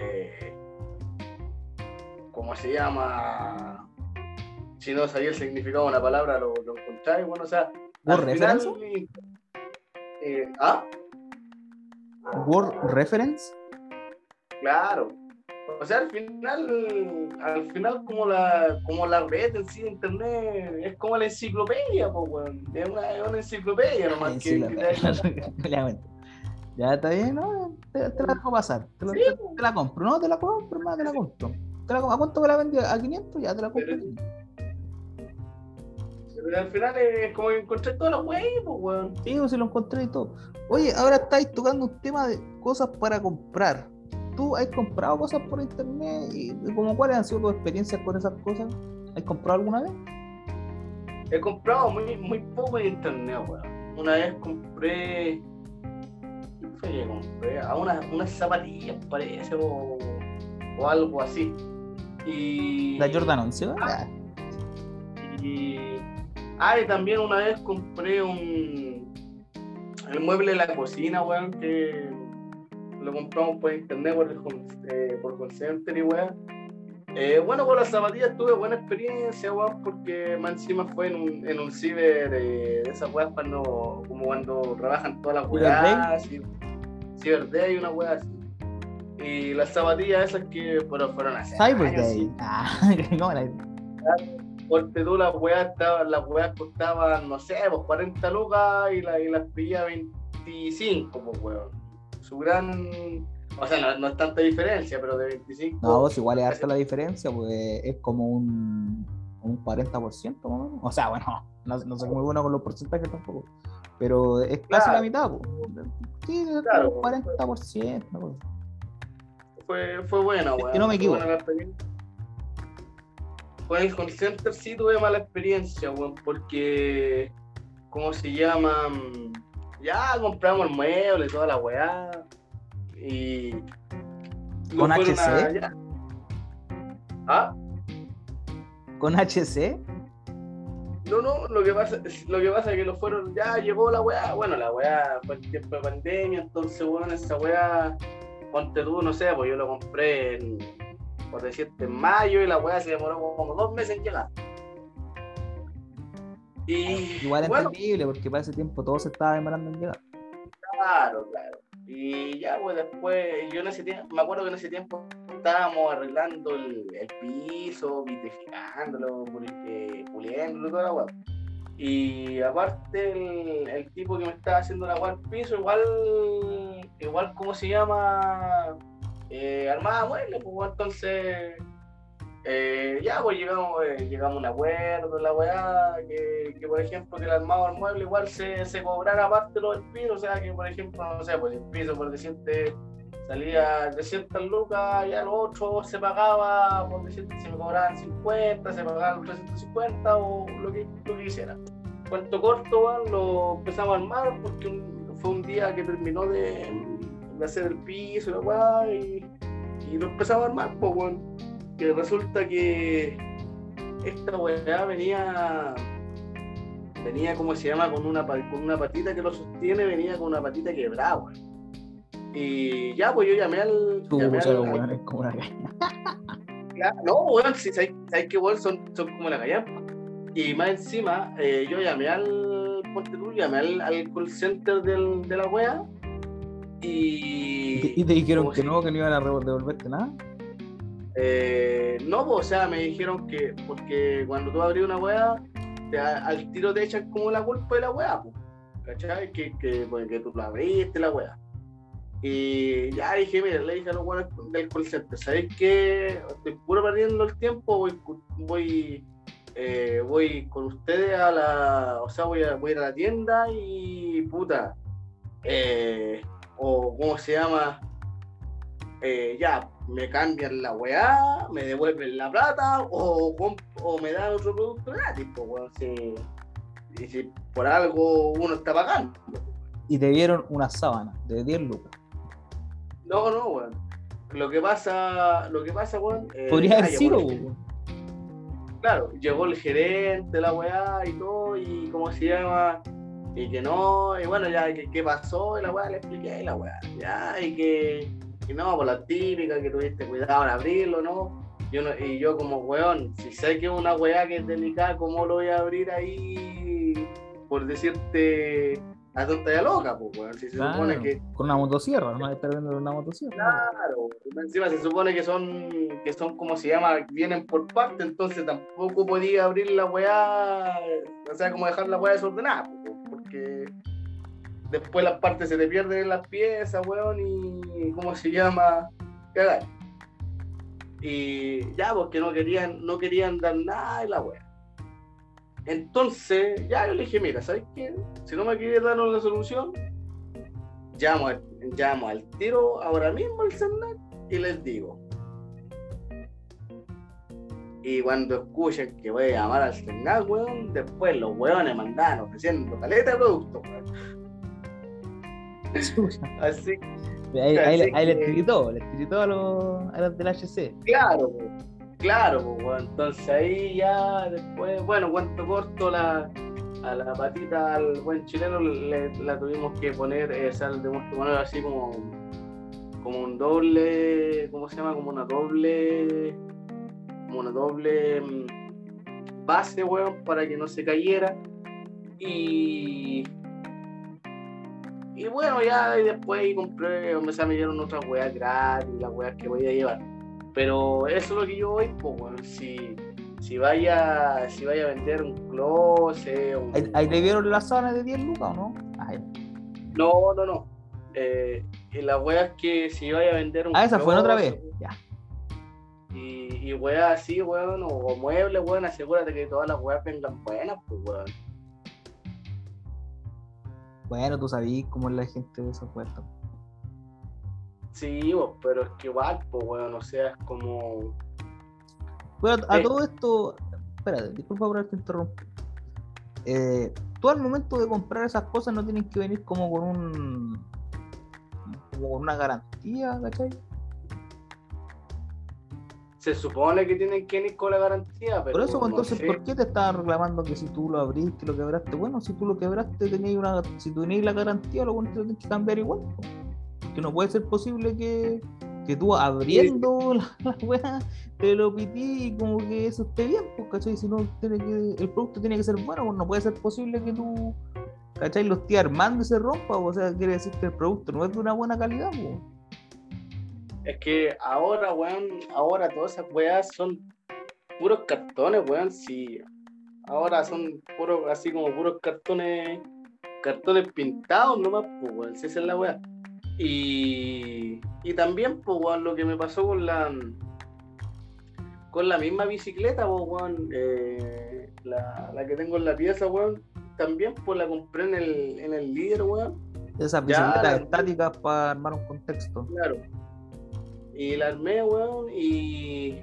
¿cómo se llama? Si no sabía el significado de una palabra, lo encontráis, bueno, o sea, ¿Word al reference? final, ¿Word reference? Claro. O sea, al final como la red en sí de internet es como la enciclopedia, pues, weón. Es una enciclopedia nomás que Realmente. Ya está bien, ¿no? Te la dejo pasar. Sí, Te la compro. No, te la compro, hermano, te la compro. ¿A cuánto me la vendí? ¿A 500? Ya te la compro. pero al final es como que encontré todas las weas, pues, weón. Sí, pues, si lo encontré y todo. Oye, ahora estáis tocando un tema de cosas para comprar. ¿Tú has comprado cosas por internet? ¿Y como cuáles han sido tus experiencias con esas cosas? ¿Has comprado alguna vez? He comprado muy poco en internet, weón. Una vez compré. ¿Qué fue que compré? Unas zapatillas, parece, o algo así. Y. ¿La Jordan 11? ¿Verdad? Y también una vez compré el mueble de la cocina, weón, que lo compramos por internet, por call center y weón. Bueno, con las zapatillas tuve buena experiencia, weón, porque más encima fue en un ciber de esas weas como cuando trabajan todas las weas, Cyber Day, una wea así. Y las zapatillas esas que fueron hace Cyber años, Day. sí. ¿Cómo la Porque tú las weas costaban, no sé, pues 40 lucas y las pillaba 25, pues weón. Su gran. O sea, no es tanta diferencia, pero de 25. No, pues igual es harta la diferencia, pues es como un 40% más o menos. O sea, bueno, no soy muy bueno con los porcentajes tampoco. Pero es casi la mitad, pues. Sí, es Claro, como un 40%. Pues. Fue buena, weón. Si no me equivoco. Buena la experiencia. Con el call center sí tuve mala experiencia, weón, porque, ¿cómo se llama? Ya compramos el mueble, toda la weá, y... ¿Con HC? ¿Ah? ¿Con HC? No, lo que pasa es que lo fueron, ya llegó la weá, bueno, la weá fue el tiempo de pandemia, entonces, bueno, esa weá, ponte tú, no sé, pues yo lo compré por decirte, en mayo y la weá se demoró como 2 meses en llegar. Y Igual bueno, entendible, porque para ese tiempo todo se estaba demorando en llegar. claro. Y ya, pues después, yo en ese tiempo, me acuerdo que en ese tiempo estábamos arreglando el piso, vitrificándolo, puliéndolo, toda la weá. Y aparte el tipo que me estaba haciendo la weá al piso, igual ¿cómo se llama? Armada muebles, pues entonces ya pues llegamos a un acuerdo en la weá, que por ejemplo que el armado del mueble igual se cobrara aparte lo del piso, o sea que por ejemplo, no sé, pues el piso por decirte salía 300 lucas, ya lo otro se pagaba, por decirte, se me cobraban 50, se pagaban 350 o lo que quisiera. Cuento corto, lo empezamos a armar porque fue un día que terminó de de hacer el piso, la weá, y lo empezaba a armar, pues, weón. Que resulta que esta weá venía, ¿cómo se llama? Con una patita que lo sostiene, venía con una patita quebrada, weón. Y ya, pues yo llamé al. Weón, es como una caña. No, weón, si sabes que weón son como la gallampa. Y más encima, yo llamé al call center de la wea. ¿Y te dijeron que no iban a devolverte nada? No, pues, o sea, me dijeron que, porque cuando tú abrís una wea, al tiro te echan como la culpa de la wea, pues, ¿cachai? Pues, que tú la abriste, la wea. Y ya dije, mira, le dije a los buenos del call center, ¿sabéis qué? Estoy puro perdiendo el tiempo, voy con ustedes voy a ir a la tienda y puta, o ¿cómo se llama? Ya, me cambian la weá, me devuelven la plata o me dan otro producto gratis, pues, bueno, si por algo uno está pagando. Y te dieron una sábana de 10 lucas. No, weón. Lo que pasa, weón. Podría haber sido, weón. Claro, llegó el gerente de la weá y todo, y cómo se llama, y que no, y bueno, ya, ¿qué pasó? Y la weá le expliqué, la weá, ya, y no, por la típica, que tuviste cuidado en abrirlo, ¿no? Y yo como weón, si sé que es una weá que es delicada, ¿cómo lo voy a abrir ahí? Por decirte. La tonta ya loca, pues, weón. Si se supone que. Con una motosierra, no estar viendo una motosierra. Claro, encima se supone que son, como se llama, vienen por parte, entonces tampoco podía abrir la weá, o sea, como dejar la weá desordenada, pues, porque después las partes se te pierden en las piezas, weón, y ¿cómo se llama? Cagar. Y ya, porque no querían dar nada de la weá. Entonces, ya yo le dije, mira, ¿sabes qué? Si no me quieres dar una solución, llamo al tiro ahora mismo al CERNAC y les digo. Y cuando escuchen que voy a llamar al CERNAC, weón, después los weones mandan ofreciendo caleta de productos, weón. Así ahí le escribitó a los del HC. Claro, pues, entonces ahí ya después, bueno, cuento corto, a la patita al buen chileno la tuvimos que poner, tenemos que poner así como un doble, ¿cómo se llama? Como una doble base, weón, para que no se cayera. Y bueno, ya y después compré, me dieron otras weas gratis, las weas que voy a llevar. Pero eso es lo que yo voy, pues, bueno, si vaya a vender un closet. ¿Ahí te vieron la sábana de 10 lucas o no? No. Y la wea es que si vaya a vender un esa closet, fue otra vez, ya. Y wea así, weón, o muebles, weón, asegúrate que todas las weas vengan buenas, pues, weón. Bueno, tú sabías cómo es la gente de esos puestos. Sí, pero es que igual, pues, weón, o sea, es como. Bueno, a todo esto, espérate, disculpa por haberte interrumpido. Tú al momento de comprar esas cosas no tienes que venir como con una garantía, ¿cachai? Se supone que tienen que ir con la garantía, pero. Por eso, pues, no entonces, sé. ¿por qué te estaban reclamando que si tú lo abriste y lo quebraste? Bueno, si tú lo quebraste, si tú tenías la garantía, lo tienes que cambiar igual. Que no puede ser posible que tú abriendo la weá te lo pití y como que eso esté bien, pues, ¿cachai? Si no, el producto tiene que ser bueno, pues no puede ser posible que tú, ¿cachai? Lo estés armando y se rompa, o sea, quiere decir que el producto no es de una buena calidad, pues. Es que ahora, weón, todas esas weas son puros cartones, weón, sí. Ahora son puros, así como puros cartones pintados nomás, pues, weón, si esa es la wea. Y también, pues, weón, lo que me pasó con la misma bicicleta, pues, weón, la que tengo en la pieza, weón, también, pues, la compré en el líder, weón. Esas bicicletas estáticas para armar un contexto. Claro. Y la armé, weón, y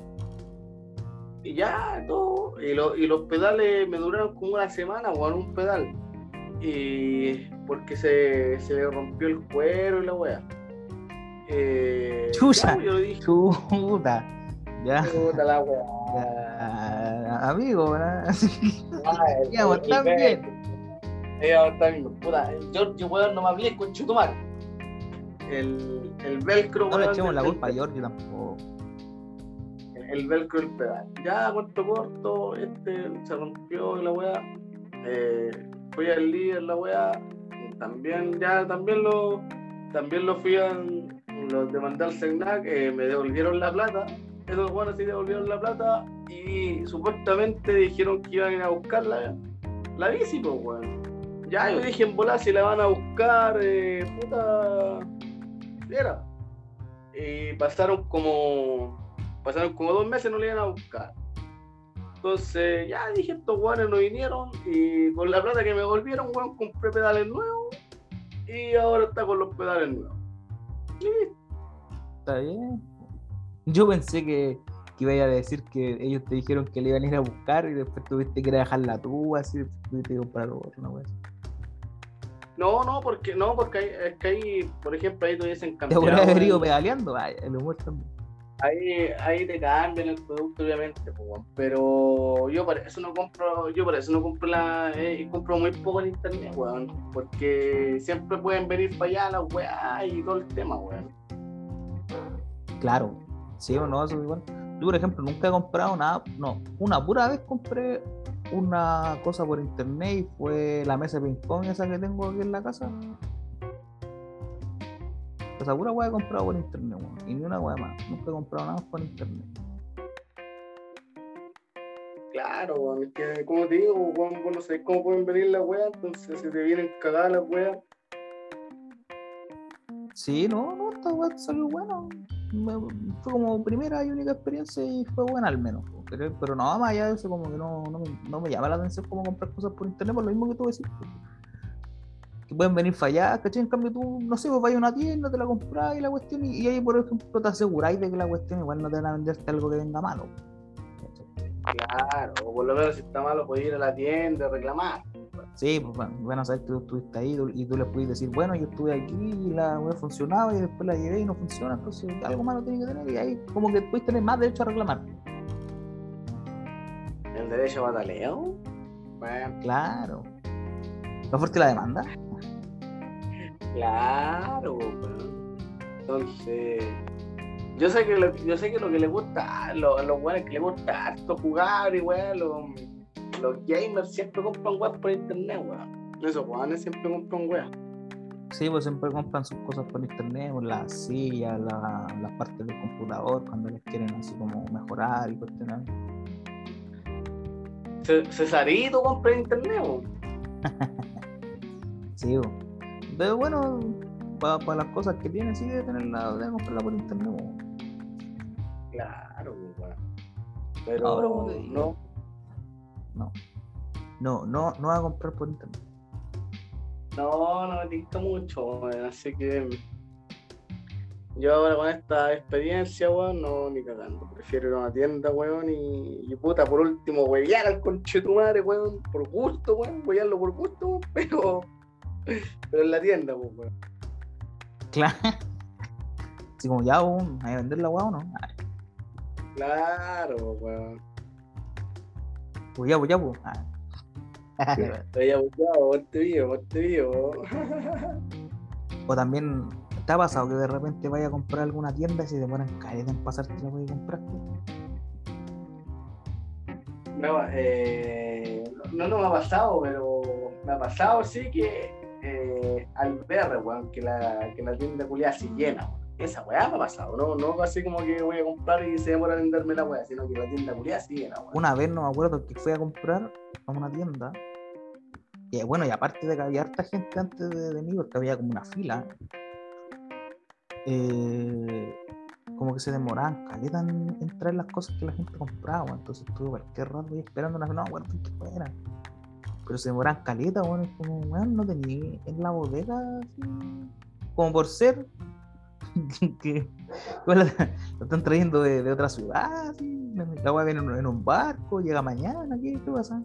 ya, todo. Y los pedales me duraron como una semana, weón, un pedal. Y porque se le rompió el cuero y la weá. Chucha, ya, yo le dije, chuta. Ya, puta la weá. ya, amigo, ¿verdad? El, Íbamos el, tan bien. puta, Giorgio, weón, no me hablé con Chutumar. El velcro, No le weón, echemos la del culpa a Giorgio tampoco. el velcro del pedal. Ya, cuento corto, se rompió la weá. Fui al líder la weá. También lo fui a los demandé al Senac, me devolvieron la plata. Esos weones sí devolvieron la plata y supuestamente dijeron que iban a ir a buscar la bici, pues weón. Ya yo dije en volar si la van a buscar, puta. Era. Y pasaron como 2 meses, no le iban a buscar. Entonces ya dije, estos guanes no vinieron y con la plata que me volvieron, weón, compré pedales nuevos y ahora está con los pedales nuevos. Está bien. Yo pensé que iba a decir que ellos te dijeron que le iban a ir a buscar y después tuviste que ir a dejarla tú, así, tuviste que comprar otro, una wea así. Porque es que ahí, por ejemplo, ahí te hubiesen Te podrías haber ido cambiado. pedaleando, vaya, el humor también. Ahí te cambian el producto, obviamente, pues, weón. Pero yo por eso no compro, compro muy poco en internet, weón, porque siempre pueden venir para allá las weas y todo el tema, weón. Claro, sí o no, eso es igual. Yo, por ejemplo, nunca he comprado nada, no, una pura vez compré una cosa por internet y fue la mesa de ping pong esa que tengo aquí en la casa. Esa pura hueá he comprado por internet, weón. Y ni una hueá más. Nunca he comprado nada más por internet. Claro, weón, es que como te digo, weón, vos no sabés cómo pueden venir las weas, entonces si te vienen cagadas las weas. Sí, no, esta hueá salió buena. Fue como primera y única experiencia y fue buena al menos. Pero no, más allá de eso, como que no me llama la atención como comprar cosas por internet, por lo mismo que tú decís. Que pueden venir falladas, ¿cachai? En cambio tú, no sé, pues vas a una tienda, te la compras y la cuestión, y ahí por ejemplo te aseguráis de que la cuestión igual no te van a venderte algo que venga malo. Claro, o por lo menos si está malo podés ir a la tienda a reclamar. Sí, pues bueno, sabes que tú estuviste ahí y tú les puedes decir, bueno, yo estuve aquí y la web funcionaba y después la llevé y no funciona, entonces algo malo tiene que tener y ahí como que puedes tener más derecho a reclamar. ¿El derecho a bataleo? Bueno, Claro. ¿No fuerte la demanda? claro, weón. Entonces, yo sé que lo que les gusta, a los weones que les gusta harto jugar y weón, los gamers siempre compran weas por internet, weón. Esos weones siempre compran weas. Sí, pues siempre compran sus cosas por internet, pues, las sillas, las partes del computador, cuando les quieren así como mejorar y cuestionar. Cesarito compra en internet, weón. Sí, pues. Pero bueno, para las cosas que tiene, sí debe comprarla por internet, pues. Claro, weón. No, Pero pero como te digo, no va a comprar por internet. no me tinca mucho, weón. Así que yo ahora con esta experiencia, weón, no, ni cagando. Prefiero ir a una tienda, weón, y puta, por último, huevear al conchetumare, weón, por gusto, weón, huevearlo por gusto, weón, pero en la tienda, weón. Claro. Así como ya, weón, ¿hay a vender la weá o no? Ay, Claro, weón. pues ya, pues ya, pues. Ay. Estoy abucheado, ponte vivo. O también, ¿te ha pasado que de repente vayas a comprar alguna tienda y se demoran caleta en pasarte la weá que compraste? No me ha pasado, pero me ha pasado sí que al ver, weón, que la tienda culiada se llena, weón. Esa weá me ha pasado, no así como que voy a comprar y se demoran en darme la weá, sino que la tienda culiada se llena, weón. Una vez no me acuerdo que fui a comprar a una tienda. Y bueno, y aparte de que había harta gente antes de mí, porque había como una fila, como que se demoraban caleta en traer las cosas que la gente compraba, weón. Entonces estuve cualquier rato ahí esperando una fila, no, bueno, qué fuera. Pero se demoraban caleta, weón, es como, weón, no tenía en la bodega, así, como por ser, que igual lo están trayendo de otra ciudad, así, la weá viene en un barco, llega mañana, ¿qué pasa?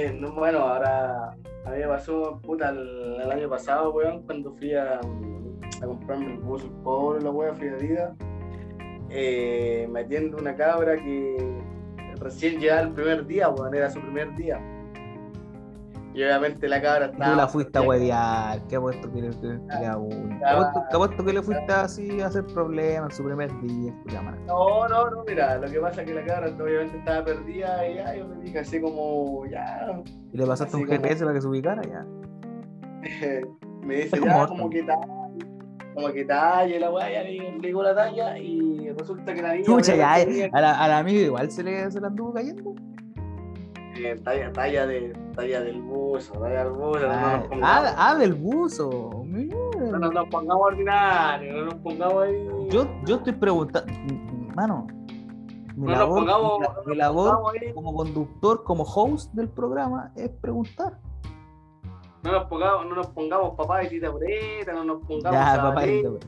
Bueno, ahora a mí me pasó, puta, el año pasado, weón, cuando fui a a comprarme el buzo, el pobre, la wea friadita, me atiende una cabra que recién llegaba el primer día, weón, era su primer día. Y obviamente la cabra Y estaba... tú la fuiste a huevear, qué apuesto que le qué apuesto que le fuiste así a hacer problemas en su primer día. No, mira, lo que pasa es que la cabra obviamente estaba perdida y ya yo le dije así como, ya... Y le pasaste un GPS para que se ubicara, ya. Me dice, Es ya, como como que talla la weá, ya le digo la talla y resulta que la niña... chucha, ya, tenía, a la amiga igual se le anduvo cayendo. talla del buzo, no nos pongamos. Del buzo. Mira. No nos pongamos ordinarios, no nos pongamos ahí. Yo estoy preguntando, mano, mi labor como conductor, como host del programa es preguntar. No nos pongamos papá y tita pureta, no nos pongamos ya, papá y tita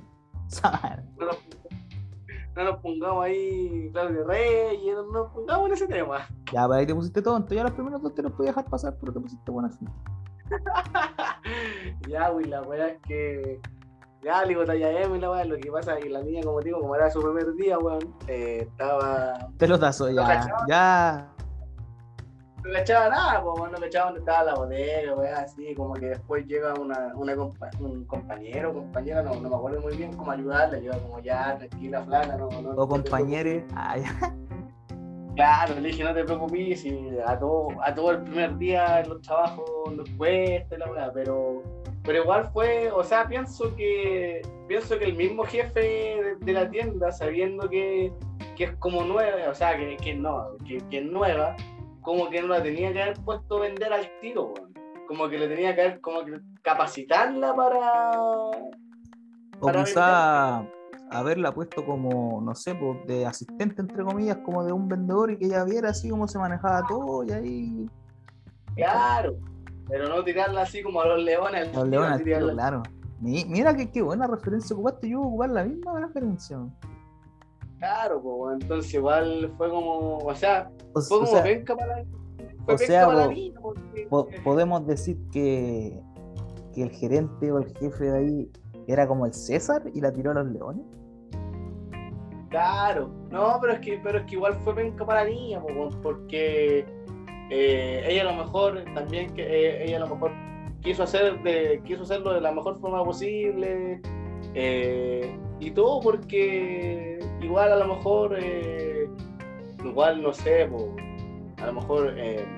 no nos pongamos ahí Claudio Reyes, no nos pongamos en ese tema. Ya, para ahí te pusiste tonto, ya los primeros dos te los podía dejar pasar, pero te pusiste buena fin. Ya, güey, la weá es que ya le digo talla M, la weá, lo que pasa es que la niña, como digo, como era su primer día, weón, estaba... Pelotazo, ya. No cachaba nada, pues, no cachaba dónde estaba la bodega, weá, así, como que después llega un compañero, compañera, no me acuerdo muy bien cómo ayudarle, ayuda como ya, tranquila, flaca, no. O compañeres, ya. Claro, le dije, no te preocupes, y a todo el primer día en los trabajos nos cuesta, la weá, pero igual fue, o sea, pienso que el mismo jefe de la tienda, sabiendo que es como nueva, o sea, que es nueva, como que no la tenía que haber puesto a vender al tiro, weón. Como que le tenía que haber como que capacitarla para o quizá haberla puesto como, no sé, pues, de asistente, entre comillas, como de un vendedor y que ella viera así cómo se manejaba todo y ahí... Claro, pero no tirarla así como a los leones. Los leones al tiro, claro. Mira qué buena referencia ocupaste, yo voy a ocupar la misma referencia. Claro, pues, entonces igual fue como, o sea, penca para la niña. Podemos decir que el gerente o el jefe de ahí era como el César y la tiró a los leones. Claro, no, pero es que igual fue penca para la niña, porque ella a lo mejor también ella a lo mejor quiso hacerlo de la mejor forma posible, y todo porque igual a lo mejor igual no sé, a lo mejor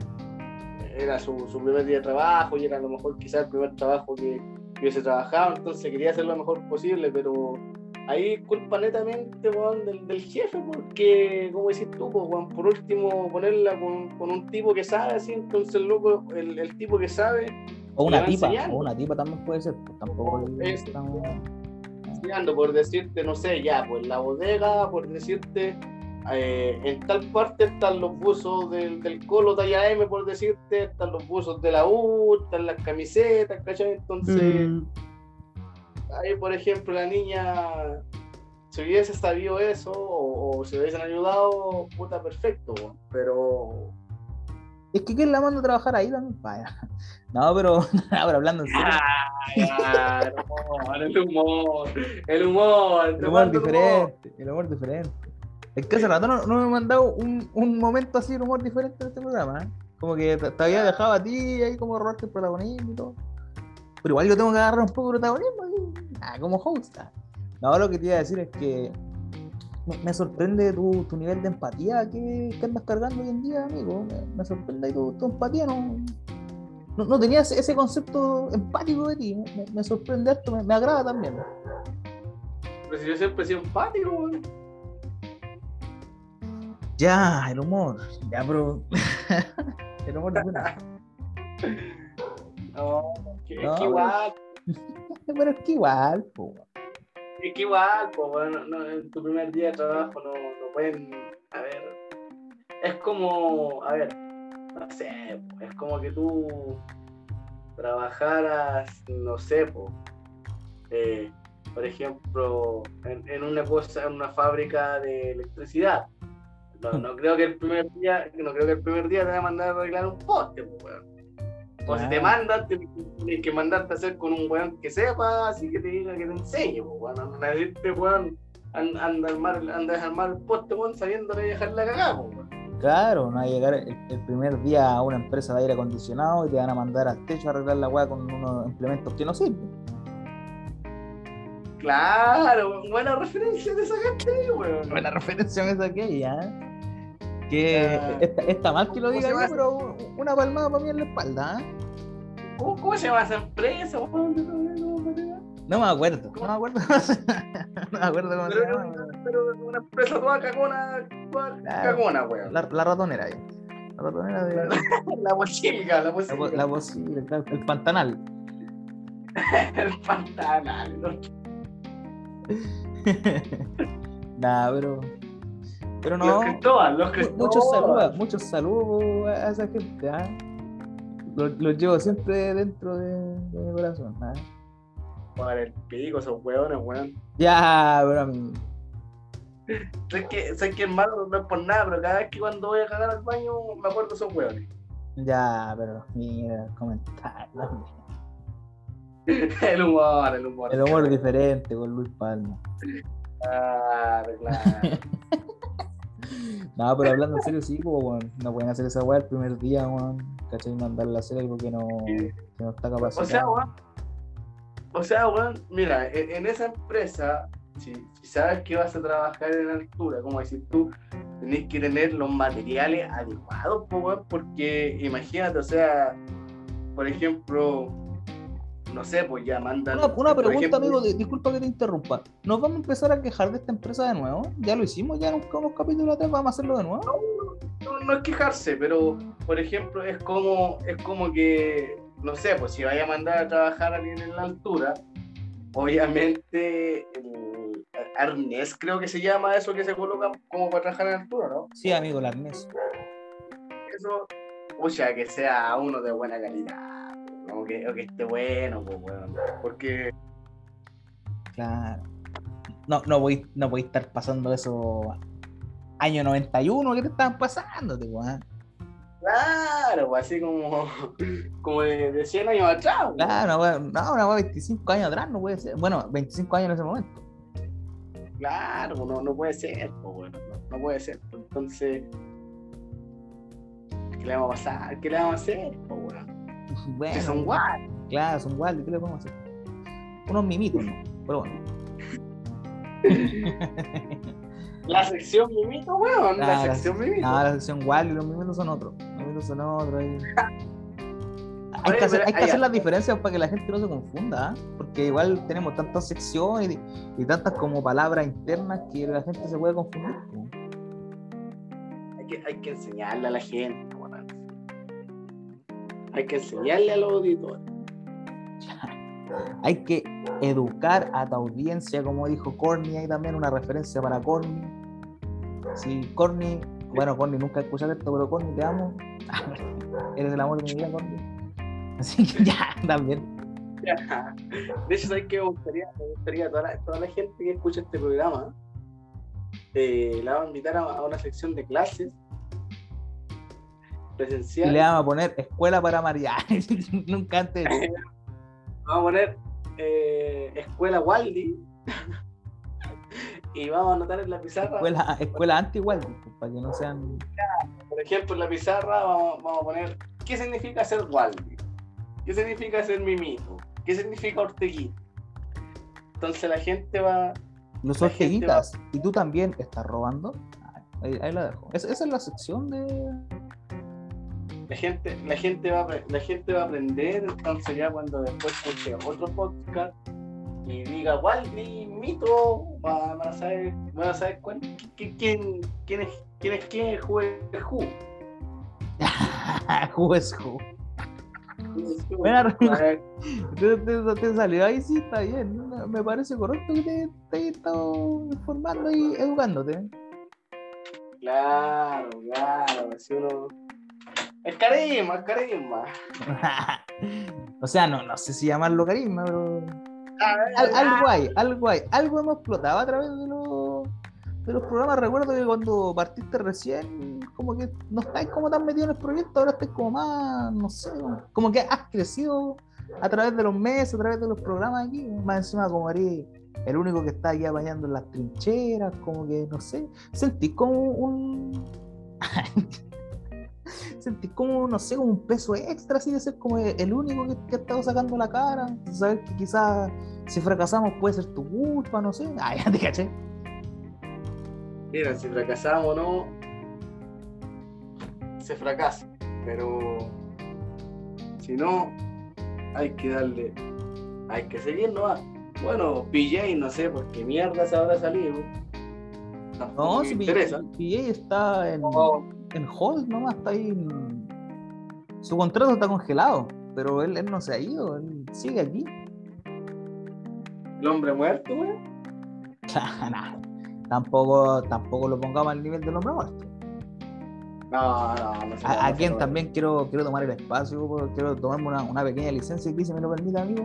era su primer día de trabajo y era a lo mejor quizás el primer trabajo que hubiese trabajado, entonces quería hacer lo mejor posible, pero ahí culpa netamente, del jefe, porque como decís tú, por último ponerla con un tipo que sabe, así, entonces loco, el tipo que sabe, o una tipa también puede ser, pues tampoco estamos enseñando, por decirte, no sé, ya, pues la bodega, por decirte, en tal parte están los buzos del Colo talla M, por decirte, están los buzos de la U, están las camisetas, ¿cachai? Entonces, ahí, por ejemplo, la niña, si hubiese sabido eso, o si hubiesen ayudado, puta, perfecto, pero... Es que ¿quién la manda a trabajar ahí también? Vaya. No, pero hablando en serio. El humor diferente. Es que hace rato no me he mandado un momento así, un humor diferente en este programa, ¿eh? Como que te había dejado a ti ahí como robarte el protagonismo y todo. Pero igual yo tengo que agarrar un poco de protagonismo como host. No, lo que te iba a decir es que me sorprende tu nivel de empatía que andas cargando hoy en día, amigo. Me sorprende ahí tu empatía. No tenías ese concepto empático de ti. Me sorprende esto, me agrada también. Pero si yo siempre he sido empático, güey. Ya, el humor. Ya, pero... el humor es bueno. No, es que igual. Pero es que igual, po. Es que igual, bueno, en tu primer día de trabajo no pueden, a ver, es como, a ver, no sé, es como que tú trabajaras, no sé, por ejemplo, en una cosa, en una fábrica de electricidad. No creo que el primer día te van a mandar a arreglar un poste, weón. O si te mandan, tienes que mandarte a hacer con un weón que sepa, así que te diga que te enseñe, pues, weón. No necesites, weón, anda a armar el poste, weón, sabiendo que dejar la cagada, pues, weón. Claro, no va a llegar el primer día a una empresa de aire acondicionado y te van a mandar al techo a arreglar la weá con unos implementos que no sirven. Claro, buena referencia de esa gente, weón. Buena referencia me saqué ya. Que está mal que lo diga yo, pero una palmada para mí en la espalda. ¿Eh? ¿Cómo se llama esa empresa, weón? No me acuerdo. No me acuerdo cómo se llama. Pero una empresa toda cagona, weón. La ratonera ahí. La ratonera de. La mochilga. La posible, claro, el pantanal. El pantanal, ¿no? Nah, pero no. Los Cristóbal. Muchos saludos a esa gente. ¿Eh? Los llevo siempre dentro de mi corazón. ¿Eh? Para el pico, esos hueones, weón. Ya, pero a mí. Sé que el malo no es por nada, pero cada vez que cuando voy a cagar al baño me acuerdo de esos hueones. Ya, pero mira, comentarios. El humor. El humor diferente con Luis Palma. Claro. No, pero hablando en serio, sí, pues, bueno, no pueden hacer esa weá el primer día, weón. ¿Cachai? Mandarle a hacer algo que no está capacitado. O sea, weón, mira, en esa empresa, si sabes que vas a trabajar en altura, como decir tú, tenés que tener los materiales adecuados, weón, porque imagínate, o sea, por ejemplo, no sé, pues ya mandan... Una pregunta, amigo, disculpa que te interrumpa. ¿Nos vamos a empezar a quejar de esta empresa de nuevo? ¿Ya lo hicimos ya en unos capítulos atrás? ¿Vamos a hacerlo de nuevo? No es quejarse, pero, por ejemplo, es como que, no sé, pues si vaya a mandar a trabajar a alguien en la altura, obviamente el arnés, creo que se llama eso que se coloca como para trabajar en la altura, ¿no? Sí, amigo, el arnés. Eso, o sea, que sea uno de buena calidad. O que esté bueno, pues, bueno, porque... Claro. No voy a estar pasando eso año 91, ¿qué te estaban pasando, weón? Claro, pues así como de 100 años atrás. Claro, una weá 25 años atrás no puede ser. Bueno, 25 años en ese momento. Claro, no puede ser, pues, bueno, no puede ser. Entonces, ¿qué le vamos a pasar? ¿Qué le vamos a hacer, pues, bueno? Bueno, que son guay. Claro, son guay, ¿qué le podemos hacer? Unos mimitos, ¿no? Pero bueno. La sección mimito, weón. La sección mimito. No, la sección guay y los mimitos son otros. Hay que hacer las diferencias para que la gente no se confunda, ¿eh? Porque igual tenemos tantas secciones y tantas como palabras internas que la gente se puede confundir. Hay que enseñarle a la gente, weón. Hay que enseñarle a los auditores. Hay que educar a tu audiencia, como dijo Corny, hay también una referencia para Corny. Sí, Corny, bueno, Corny nunca he escuchado esto, pero Corny, te amo. Eres el amor de mi vida, Corny. Así que ya, también. Ya. De hecho, ¿sabes qué? Me gustaría a toda la gente que escucha este programa, la voy a invitar a una sección de clases presencial. Y le vamos a poner escuela para María. Nunca antes. Vamos a poner escuela Waldi. Y vamos a anotar en la pizarra. Escuela anti-Waldi, para que no sean. Por ejemplo, en la pizarra vamos a poner ¿qué significa ser Waldi? ¿Qué significa ser mimito? ¿Qué significa Orteguita? Entonces la gente va. Los Orteguitas. ¿Y tú también estás robando? Ahí la dejo. Esa es la sección de. La gente va a aprender, entonces ya cuando después escuche otro podcast y diga Waldi, mito, van a saber quién es who es who. Who es who. Bueno, te salió ahí, sí, está bien. Me parece correcto que te hayas estado informando y educándote. Claro, si uno... Es carisma. O sea, no sé si llamarlo carisma, pero algo hemos explotado a través de los programas. Recuerdo que cuando partiste recién como que no estás como tan metido en el proyecto, ahora estás como más, no sé, como que has crecido a través de los meses, a través de los programas aquí, más encima como eres el único que está aquí apañando en las trincheras, como que, no sé, sentís como sentís como, no sé, como un peso extra así de ser como el único que ha estado sacando la cara, saber que quizás si fracasamos puede ser tu culpa, no sé, ya te caché. Mira, si fracasamos o no, se fracasa. Pero si no, hay que darle, hay que seguir nomás. Bueno, PJ, no sé por qué mierda se habrá salido. Tampoco No, me si interesa. PJ está No, en hold nomás, está ahí, su contrato está congelado, pero él no se ha ido, él sigue aquí. el hombre muerto, güey. Nah, tampoco lo pongamos al nivel del hombre muerto. No se lo, A no se quien lo también quiero tomar el espacio, quiero tomarme una pequeña licencia aquí, si me lo permite, amigo.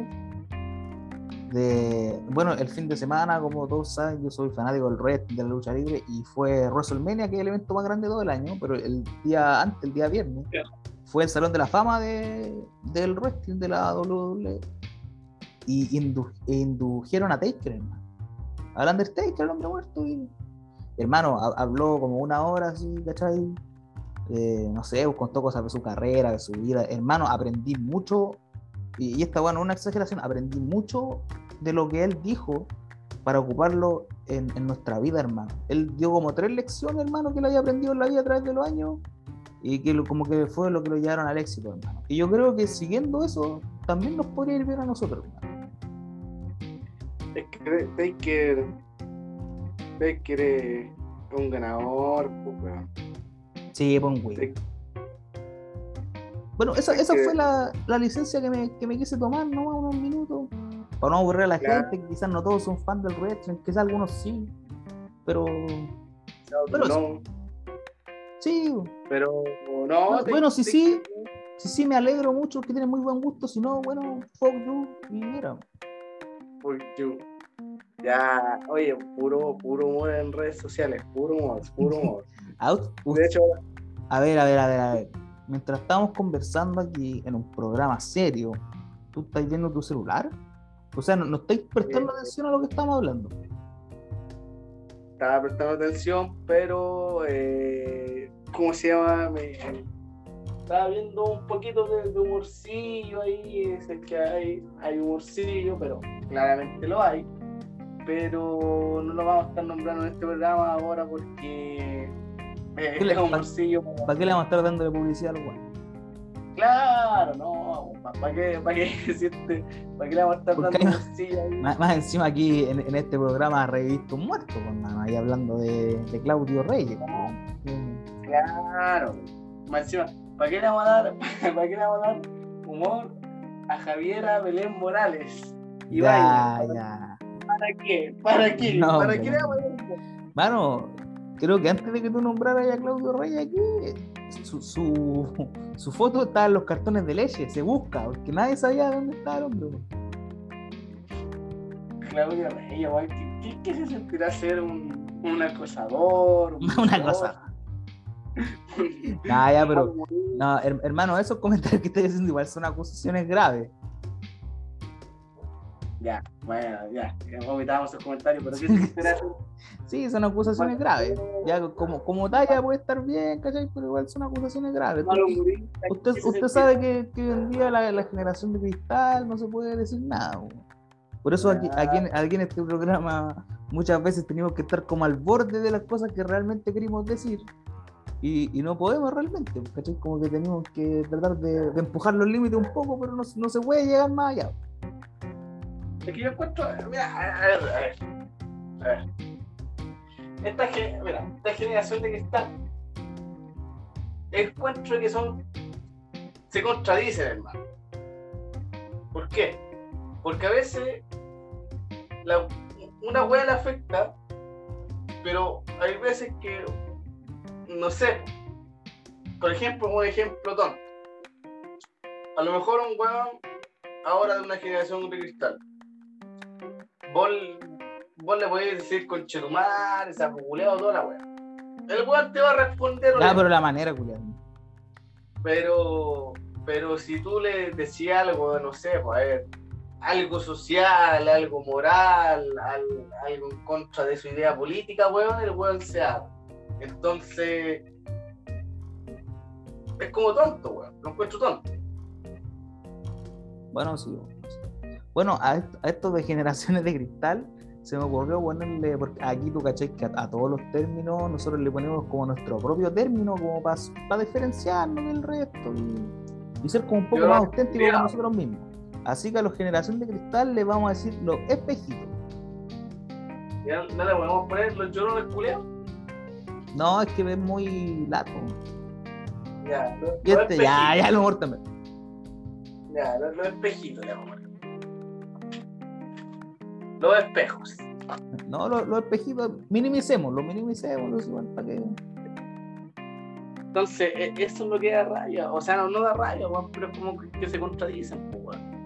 Bueno, el fin de semana, como todos saben, yo soy fanático del wrestling, de la lucha libre, y fue WrestleMania, que es el evento más grande de todo el año, pero el día antes, el día viernes, fue el Salón de la Fama del wrestling de la WWE, y indujeron a Taker, hermano. Al Undertaker, el hombre muerto, y hermano, habló como una hora así, ¿cachai? No sé, contó cosas de su carrera, de su vida. Hermano, aprendí mucho, y esta, bueno, una exageración, aprendí mucho de lo que él dijo para ocuparlo en nuestra vida, hermano. Él dio como 3 lecciones, hermano, que él había aprendido en la vida a través de los años, y que como que fue lo que lo llevaron al éxito, hermano. Y yo creo que siguiendo eso, también nos podría ir bien a nosotros, hermano. Es que Taker es un ganador, pues, weón. Sí, pues, güey. Bueno, esa fue Taker, la licencia que me quise tomar, ¿no? Unos minutos. Para no aburrir a la claro, gente, que quizás no todos son fans del wrestling, quizás algunos sí, pero, otro pero eso, no. sí. Pero no, Bueno, sí, Taker, sí, sí, sí, me alegro mucho que tiene muy buen gusto, si no, bueno, fuck you, y mira. pues yo. Ya, oye, puro humor en redes sociales, puro humor, puro humor. De hecho, A ver. Mientras estamos conversando aquí en un programa serio, ¿tú estás viendo tu celular? O sea, no estáis prestando eh, atención a lo que estamos hablando. estaba prestando atención, pero, ¿cómo se llama? Estaba viendo un poquito de humorcillo ahí, es el que hay humorcillo, pero claramente lo hay. Pero no lo vamos a estar nombrando en este programa ahora porque es humorcillo. ¿Para qué le vamos a estar dándole publicidad a los guanes? Claro, no, ¿para qué decirte? ¿Para qué le vamos a estar Porque dando humorcillo ahí? más encima aquí en este programa revisto un muerto, con ahí hablando de Claudio Reyes. Claro, más encima, ¿para qué le vamos a dar, para qué le vamos a dar humor a Javiera Belén Morales? Y Ya, baile. ya. ¿Para qué? ¿Para qué? No, ¿Para hombre, qué le vamos a dar humor? mano, creo que antes de que tú nombraras a Claudio Reyes aquí, su foto está en los cartones de leche, se busca, porque nadie sabía dónde estaba el hombre. Claudio Reyes, güey, ¿qué se sentirá ser un acosador, un Una misógino? cosa. Nah, ya, pero, no, hermano, esos comentarios que estás diciendo igual son acusaciones graves. Ya, bueno, ya, vomitamos esos comentarios, pero ¿qué se sentirá ser Sí, son acusaciones graves. Ya como talla puede estar bien, ¿cachai? Pero igual son acusaciones graves. malo humorista? ¿Qué se Usted sentirá? sabe que hoy en día la generación de cristal no se puede decir nada. Por eso aquí en este programa muchas veces tenemos que estar como al borde de las cosas que realmente queremos decir. Y no podemos realmente, ¿cachai? Como que tenemos que tratar de empujar los límites un poco, pero no se puede llegar más allá. Es que yo encuentro, mira, a ver. Esta generación de cristal, encuentro que se contradicen, hermano. ¿Por qué? Porque a veces una wea le afecta, pero hay veces que, no sé, por ejemplo, un ejemplo tonto. A lo mejor un weón ahora de una generación de cristal, vos le podés decir conchetumar, sapuculeo, toda la wea. El weón te va a responder Ya, pero la manera, culiado. pero si tú le decías algo, no sé, pues a ver, algo social, algo moral, algo en contra de su idea política, weón, el weón se abre. Entonces, es como tonto, weón, lo encuentro tonto. Bueno, sí. Bueno, a estos de generaciones de cristal se me ocurrió ponerle, porque aquí tú cachai que a todos los términos nosotros le ponemos como nuestro propio término, como para diferenciarnos del resto y ser como un poco más auténticos con nosotros mismos. Así que a los generaciones de cristal le vamos a decir los espejitos. ¿Ya no le podemos poner los llorones culeados? No, es que es muy lato. Ya, y este, ya lo muerto también. Ya, los espejitos le vamos a poner. Los espejos. No, los espejitos, minimicémoslo igual para que. Entonces, eso es lo que da rabia. O sea, no da rabia, weón, pero es como que se contradicen, pues, weón.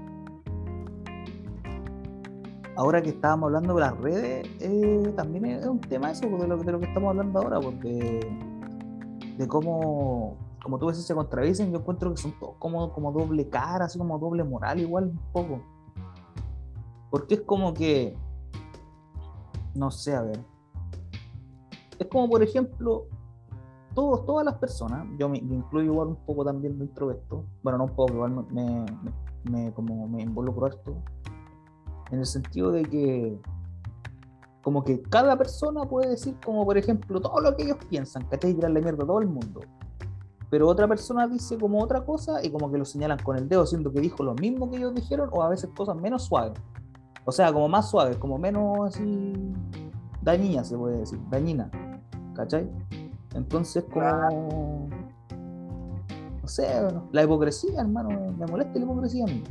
Ahora que estábamos hablando de las redes, también es un tema eso, de lo que estamos hablando ahora, porque de cómo, como tú ves, se contradicen. Yo encuentro que son todos como doble cara, así como doble moral, igual un poco. Porque es como que, no sé, a ver, es como por ejemplo, todas las personas, yo me incluyo igual un poco también dentro de esto, bueno, no un poco, igual me involucro esto, en el sentido de que como que cada persona puede decir como por ejemplo todo lo que ellos piensan, ¿cachai? Y tirarle mierda a todo el mundo, pero otra persona dice como otra cosa y como que lo señalan con el dedo, siendo que dijo lo mismo que ellos dijeron, o a veces cosas menos suaves, o sea, como más suaves, como menos así dañina, se puede decir, dañina, ¿cachai? Entonces como no sé, la hipocresía, hermano, me molesta la hipocresía a mí.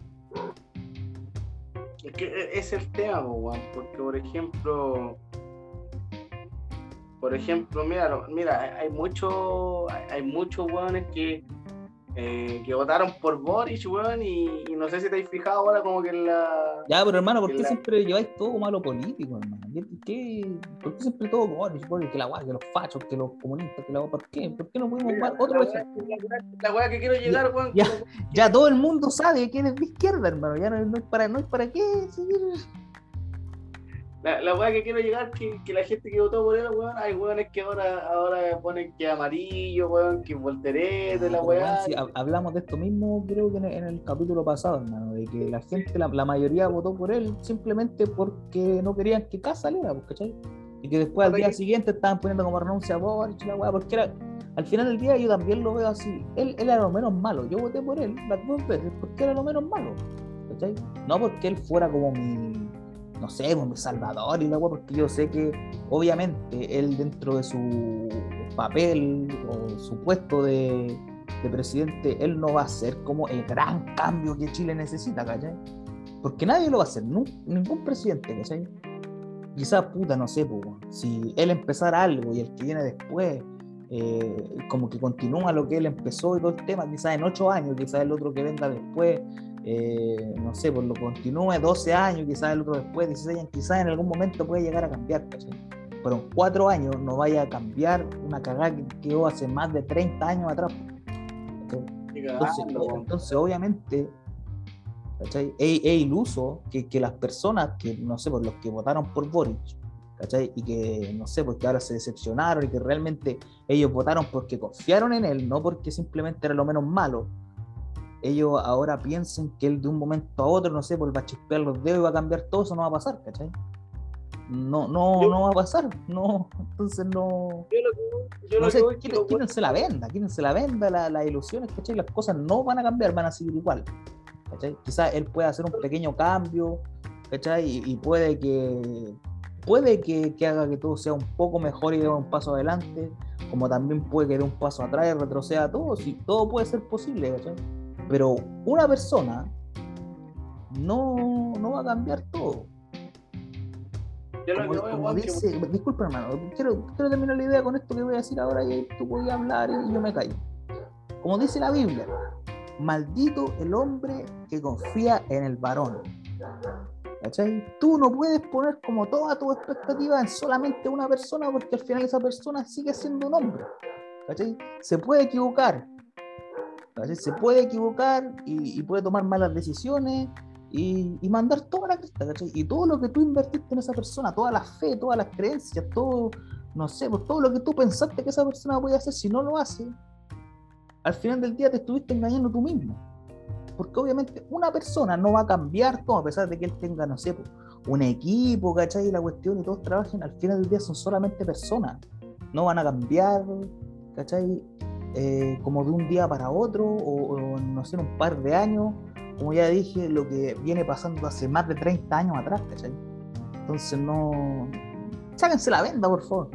Es que es el tema, weón, porque por ejemplo, mira, hay muchos weones que votaron por Boric, weón, y no sé si te has fijado ahora como que en la... Ya, pero hermano, ¿por qué siempre lleváis todo como a lo político, hermano? ¿Por qué siempre todo Boric, que la guay, que los fachos, que los comunistas, que la guay? ¿Por qué no pudimos dar otro ejemplo? La weá que quiero llegar, weón. Ya todo el mundo sabe quién es de izquierda, hermano. Ya no es para qué seguir. La weá que quiero llegar, que la gente que votó por él, weón, hay weones que ahora ponen que amarillo, weón, que volterete, la weá. Si hablamos de esto mismo, creo que en el capítulo pasado, hermano, de que la gente, la mayoría votó por él simplemente porque no querían que Kast saliera, ¿cachai? Y que después al día siguiente estaban poniendo como renuncia a Boric, la weá, porque al final del día yo también lo veo así. Él era lo menos malo. Yo voté por él las 2 veces porque era lo menos malo, ¿cachai? No porque él fuera como no sé, como mi salvador y la weá, porque yo sé que obviamente él dentro de su papel o su puesto de presidente, él no va a ser como el gran cambio que Chile necesita, ¿cachai? Porque nadie lo va a hacer, ningún presidente, ¿cachai? Quizás, puta, no sé, pues, si él empezara algo y el que viene después como que continúa lo que él empezó y todo el tema, quizás en 8 años, quizás el otro que venga después, no sé, pues lo continúe 12 años, quizás el otro después 16 años, quizás en algún momento puede llegar a cambiar, ¿cachai? Pero en 4 años no vaya a cambiar una cagada que quedó hace más de 30 años atrás. Entonces obviamente, ¿cachai? Es iluso que las personas que, no sé, por los que votaron por Boric, ¿cachai? Y que, no sé, porque ahora se decepcionaron y que realmente ellos votaron porque confiaron en él, no porque simplemente era lo menos malo. Ellos ahora piensen que él de un momento a otro, no sé, pues va a chispear los dedos y va a cambiar todo, eso no va a pasar, ¿cachai? No va a pasar, no, entonces no. No sé, quítense la venda, las ilusiones, ¿cachai? Las cosas no van a cambiar, van a seguir igual, ¿cachai? Quizás él pueda hacer un pequeño cambio, ¿cachai? Y puede que haga que todo sea un poco mejor y dé un paso adelante, como también puede que dé un paso atrás y retroceda todo, sí, todo puede ser posible, ¿cachai? Pero una persona no va a cambiar todo. Como dice, disculpa hermano, quiero terminar la idea con esto que voy a decir ahora y tú voy a hablar y yo me callo. Como dice la Biblia, maldito el hombre que confía en el varón. ¿cachai? Tú no puedes poner como toda tu expectativa en solamente una persona porque al final esa persona sigue siendo un hombre, ¿cachai? Se puede equivocar, ¿cachai? Se puede equivocar y puede tomar malas decisiones y mandar toda la cresta, ¿cachai? Y todo lo que tú invertiste en esa persona, toda la fe, todas las creencias, todo, no sé, pues todo lo que tú pensaste que esa persona podía hacer, si no lo hace, al final del día te estuviste engañando tú mismo. Porque obviamente una persona no va a cambiar todo, a pesar de que él tenga, no sé, un equipo, ¿cachai? Y la cuestión y todos trabajen, al final del día son solamente personas. No van a cambiar, ¿cachai? Como de un día para otro, o no sé, en un par de años, como ya dije, lo que viene pasando hace más de 30 años atrás, ¿cachai? Entonces no... Sáquense la venda, por favor.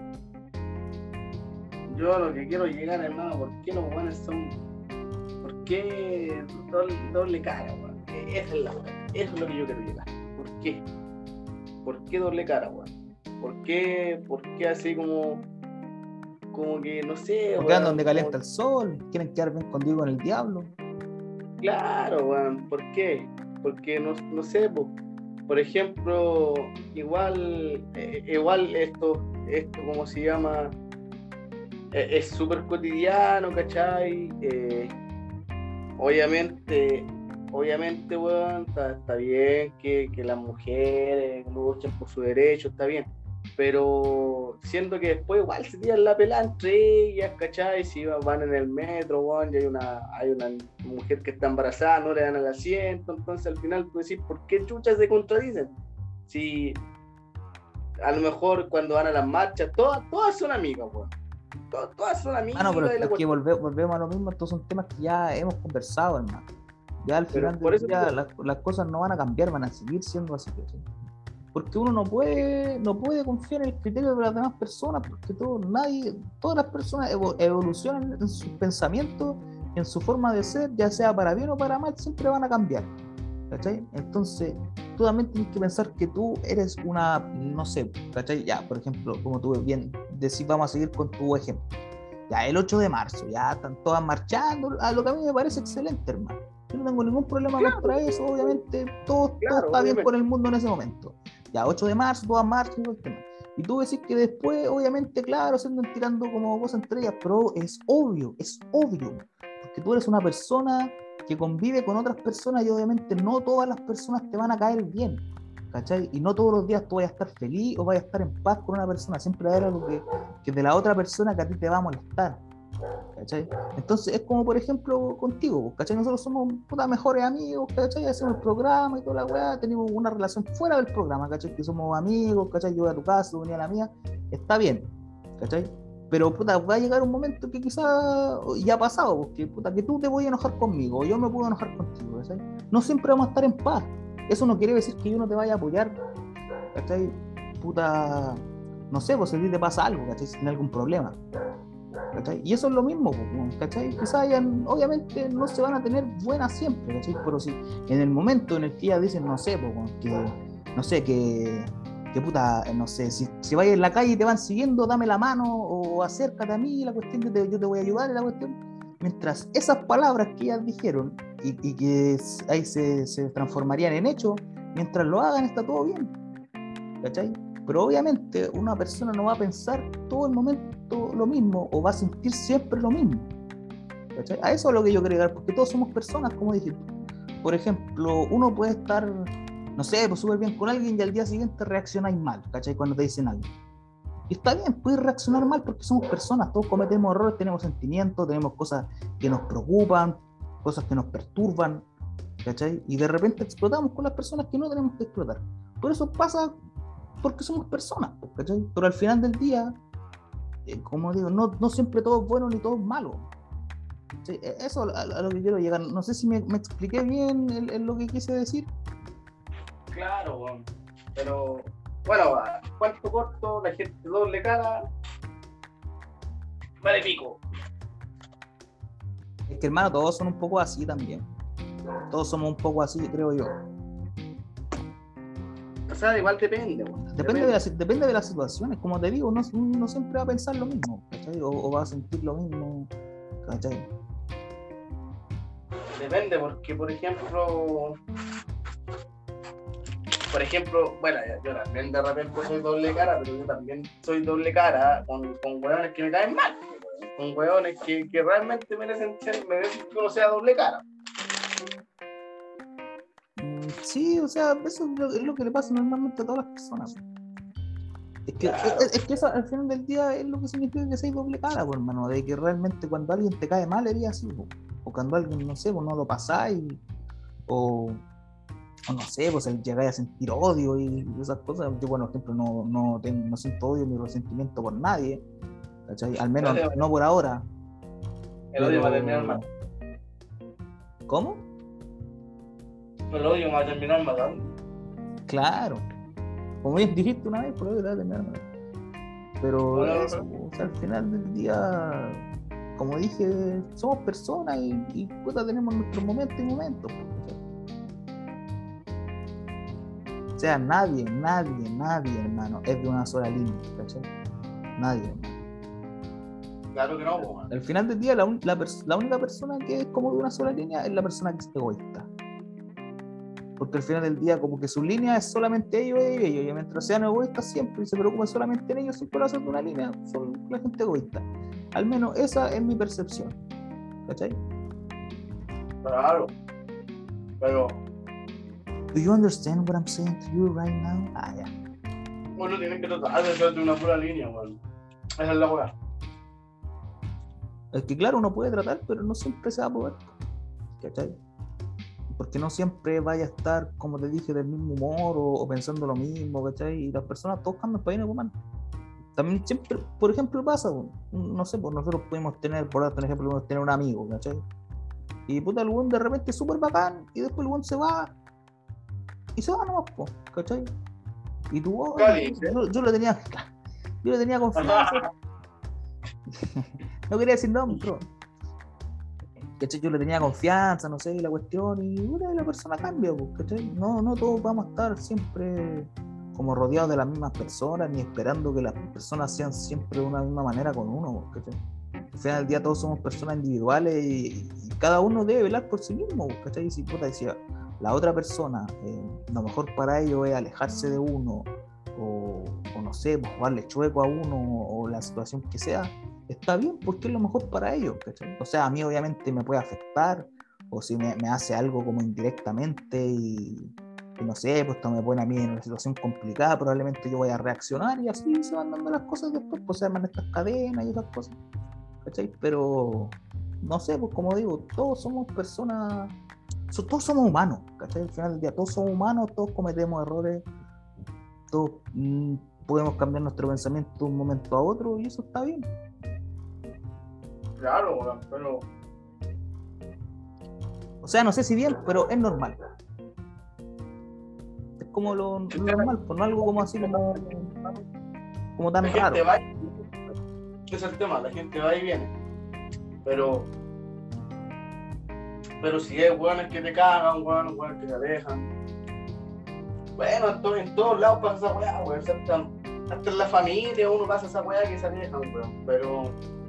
Yo lo que quiero llegar, hermano, ¿por qué los buenos son? ¿Por qué doble cara, weón? Esa es la weón. Eso es lo que yo quiero llegar. ¿Por qué? ¿Por qué doble cara, weón? ¿Por qué así como que no sé, Porque andan weón? donde calienta el sol, quieren quedar bien contigo con el diablo. Claro, weón. ¿Por qué? Porque no sé, por ejemplo, igual esto, ¿cómo se llama? Es súper cotidiano, ¿cachai? Obviamente, weón, está bien que las mujeres luchen por su derecho, está bien, pero siento que después igual se tiran la pelada entre ellas, ¿cachai? Si van en el metro, weón, y hay una mujer que está embarazada, no le dan el asiento, entonces al final tú decís, ¿por qué chuchas se contradicen? Si a lo mejor cuando van a las marchas, todas son amigas, weón. Todas son amigas. Pero es que volvemos a lo mismo, estos son temas que ya hemos conversado, hermano. Ya al final del día las cosas no van a cambiar, van a seguir siendo así, ¿sí? Porque uno no puede confiar en el criterio de las demás personas, porque todas las personas evolucionan en sus pensamientos, en su forma de ser, ya sea para bien o para mal, siempre van a cambiar, ¿cachai? Entonces, tú también tienes que pensar que tú eres una, no sé, ¿cachai? Ya, por ejemplo, como tú bien decís, vamos a seguir con tu ejemplo. Ya, el 8 de marzo, ya están todas marchando, a lo que a mí me parece excelente, hermano. Yo no tengo ningún problema contra eso, obviamente, todo está bien con el mundo en ese momento. Ya, 8 de marzo, todas marchan, y tú decís que después, obviamente, claro, se andan tirando como cosas entre ellas, pero es obvio, porque tú eres una persona que convive con otras personas y obviamente no todas las personas te van a caer bien, ¿cachai? Y no todos los días tú vayas a estar feliz o vayas a estar en paz con una persona, siempre va a haber algo que de la otra persona que a ti te va a molestar, ¿cachai? Entonces es como por ejemplo contigo, ¿cachai? Nosotros somos mejores amigos, ¿cachai? Hacemos el programa y toda la weá, tenemos una relación fuera del programa, ¿cachai? Que somos amigos, ¿cachai? Yo voy a tu casa, tú venís a la mía, está bien, ¿cachai? Pero va a llegar un momento que quizá ya ha pasado, porque que tú te voy a enojar conmigo, o yo me puedo enojar contigo, ¿cachai? No siempre vamos a estar en paz. Eso no quiere decir que yo no te vaya a apoyar, ¿cachai? No sé, pues si a ti te pasa algo, ¿cachai? Si tienes algún problema, ¿cachai? Y eso es lo mismo, ¿cachai? Quizá obviamente no se van a tener buenas siempre, ¿cachai? Pero si en el momento en el que ya dicen, no sé, no sé, si vayas en la calle y te van siguiendo, dame la mano o acércate a mí, la cuestión, yo te voy a ayudar en la cuestión. Mientras esas palabras que ellas dijeron y que ahí se transformarían en hechos, mientras lo hagan está todo bien, ¿cachai? Pero obviamente una persona no va a pensar todo el momento lo mismo o va a sentir siempre lo mismo, ¿cachai? A eso es lo que yo quiero llegar, porque todos somos personas, como dije. Por ejemplo, uno puede estar, no sé, pues súper bien con alguien y al día siguiente reaccionáis mal, ¿cachai? Cuando te dicen algo. Y está bien, puedes reaccionar mal porque somos personas, todos cometemos errores, tenemos sentimientos, tenemos cosas que nos preocupan, cosas que nos perturban, ¿cachai? Y de repente explotamos con las personas que no tenemos que explotar. Por eso pasa porque somos personas, ¿cachai? Pero al final del día, como digo, no siempre todo es bueno ni todo es malo. ¿Sí? Eso a lo que quiero llegar. No sé si me expliqué bien en lo que quise decir. Claro, bueno, pero bueno, cuánto corto, la gente doble cara, vale pico. Es que hermano, todos son un poco así también. Todos somos un poco así, creo yo. O sea, igual depende, bueno. Depende de las situaciones, como te digo, no siempre va a pensar lo mismo, ¿cachai? O va a sentir lo mismo, ¿cachai? Depende, porque por ejemplo, por ejemplo, bueno, yo también de repente soy doble cara, pero yo también soy doble cara con hueones que me caen mal, con hueones que realmente merecen que uno sea doble cara. Sí, o sea, eso es lo que le pasa normalmente a todas las personas. Es que, Claro. es que eso al final del día es lo que significa que seas doble cara, pues, hermano, de que realmente cuando alguien te cae mal eres así, pues. O cuando alguien, no sé, pues no lo pasáis, o no sé, pues llegáis a sentir odio y esas cosas. Yo, por ejemplo, no siento odio ni resentimiento por nadie, ¿cachai? Al menos no por ahora. El odio va a terminar mal. ¿Cómo? El odio va a terminar matando. Claro. Como bien dijiste una vez, por el odio te va a terminar mal. Pero Bueno, eso, o sea, al final del día, como dije, somos personas y puta, tenemos nuestros momentos y momentos. O sea, nadie, hermano, es de una sola línea, ¿cachai? Nadie, hermano. Claro que no, pues. Al final del día, la única persona que es como de una sola línea es la persona que es egoísta. Porque al final del día, como que su línea es solamente ellos, y mientras sean egoístas siempre y se preocupen solamente en ellos, siempre lo hacen de una línea, son la gente egoísta. Al menos esa es mi percepción, ¿cachai? Claro, pero Do you understand what I'm saying to you right now? Ah, ya. uno tiene que tratar de ser de una pura línea, weón. Esa es la weá. Es que claro, uno puede tratar, pero no siempre se va a poder, ¿cachai? Porque no siempre vaya a estar, como te dije, del mismo humor o pensando lo mismo, ¿cachai? Y las personas todos cambian para bien o para mal. También siempre, por ejemplo, pasa, no sé, pues nosotros podemos tener, por ejemplo, podemos tener un amigo, ¿cachai? Y puta, el weón de repente es súper bacán y después el weón se va y se va nomás, ¿cachai? Y tú, oh, yo le tenía confianza. No quería decir nombre, pero ¿cachai? Yo le tenía confianza, no sé, la cuestión, y la persona cambia, ¿cachai? No todos vamos a estar siempre como rodeados de las mismas personas, ni esperando que las personas sean siempre de una misma manera con uno, ¿cachai? Al final del día todos somos personas individuales y cada uno debe velar por sí mismo, ¿cachai? Y si puta decía, la otra persona, lo mejor para ellos es alejarse de uno, o no sé, pues jugarle chueco a uno, o la situación que sea, está bien porque es lo mejor para ellos, ¿cachai? O sea, a mí obviamente me puede afectar, o si me hace algo como indirectamente y no sé, pues esto me pone a mí en una situación complicada, probablemente yo voy a reaccionar y así se van dando las cosas después, pues se arman estas cadenas y esas cosas, ¿cachai? Pero, no sé, pues como digo, todos somos personas, todos somos humanos, ¿cachai? Al final del día todos somos humanos, todos cometemos errores, todos podemos cambiar nuestro pensamiento de un momento a otro y eso está bien. Claro, pero... O sea, no sé si bien, pero es normal. Es como lo normal, pues no algo como así como tan raro. La gente va y... Ese es el tema, la gente va y viene. Pero si hay hueones que te cagan, hueones que te alejan. Bueno, en todos lados pasa esa weá, weón. Hasta en la familia uno pasa esa weá que se alejan, weón. Pero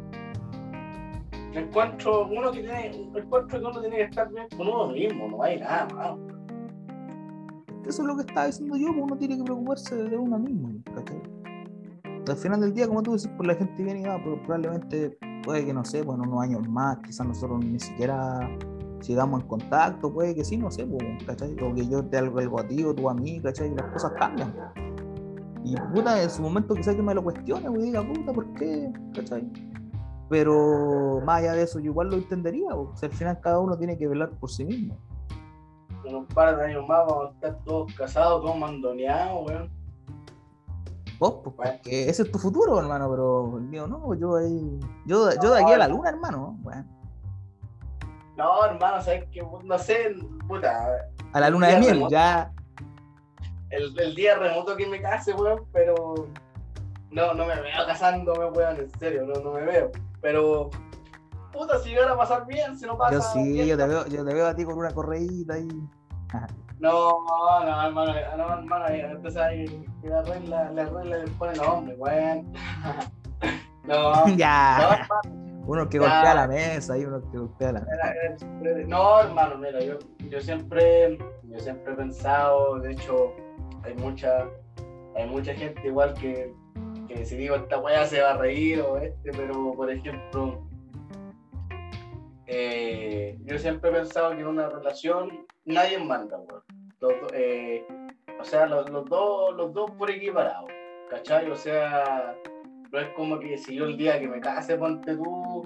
encuentro que uno tiene que estar bien con uno mismo, no hay nada más. Eso es lo que estaba diciendo yo, pues uno tiene que preocuparse de uno mismo, ¿cachai? Al final del día, como tú decís, pues la gente viene y va, pero probablemente puede que no sé, pues en unos años más, quizás nosotros ni siquiera sigamos en contacto, puede que sí, no sé, pues, ¿cachai? O que yo te algo a ti o tú a mí, ¿cachai? Y las cosas cambian. Y puta, en su momento quizás que me lo cuestione, pues diga, puta, ¿por qué? ¿Cachai? Pero más allá de eso, yo igual lo entendería, porque al final cada uno tiene que velar por sí mismo. En un par de años más vamos a estar todos casados, todos mandoneados, weón. Vos, pues, porque ese es tu futuro, hermano, pero el mío no, yo de aquí a la luna, hermano, bueno. No, hermano, sabes que no sé, puta. A la luna de miel, remoto, ya. El día remoto que me case, weón, pero no me veo casándome, weón, en serio, no me veo. Pero, puta, si llegara a pasar bien, si no pasa. Yo sí, bien, yo te veo a ti con una correíta ahí. No, hermano, entonces ahí le arregla le pone los hombres, weón. No, ya. No, uno que golpea la mesa, y uno que golpea la mesa. No, hermano, mira, yo siempre he pensado, de hecho, hay mucha gente igual que si digo esta weá se va a reír o pero por ejemplo, yo siempre he pensado que en una relación nadie manda, weón. O sea, los dos por equiparado, ¿cachai? O sea, no es como que si yo el día que me case, ponte tú,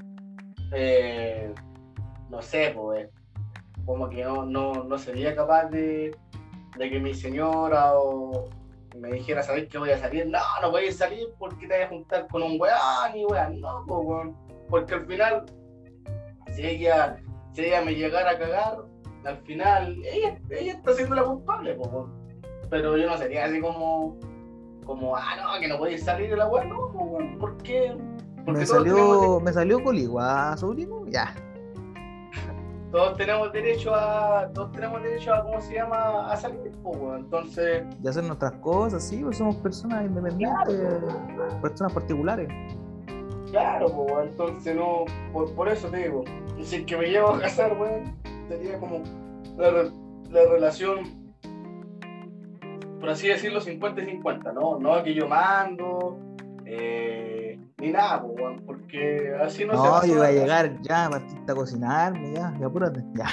no sé, pues, como que no sería capaz de que mi señora o me dijera, ¿sabes qué voy a salir? No voy a salir porque te voy a juntar con un weón y weón, no, pues, weón. Porque al final, si ella me llegara a cagar, al final, ella está siendo la culpable, pues, weón. Pero yo no sería así como, no, que no podéis salir de la weón, no, pues, weón. ¿Por qué? Porque me salió coligua, sobrino, ya. Todos tenemos derecho a, ¿cómo se llama? A salir, pues, weón. Entonces. Y hacer nuestras cosas, sí, pues somos personas independientes, claro. Personas particulares. Claro, pues, entonces no, por eso te digo, si es que me llevo a casar, weón, sería como la relación, por así decirlo, 50 y 50, ¿no? Que yo mando, ni nada, pues, weón, porque así no se va a yo iba a llegar ya, partiste a cocinarme, ya, apúrate, ya.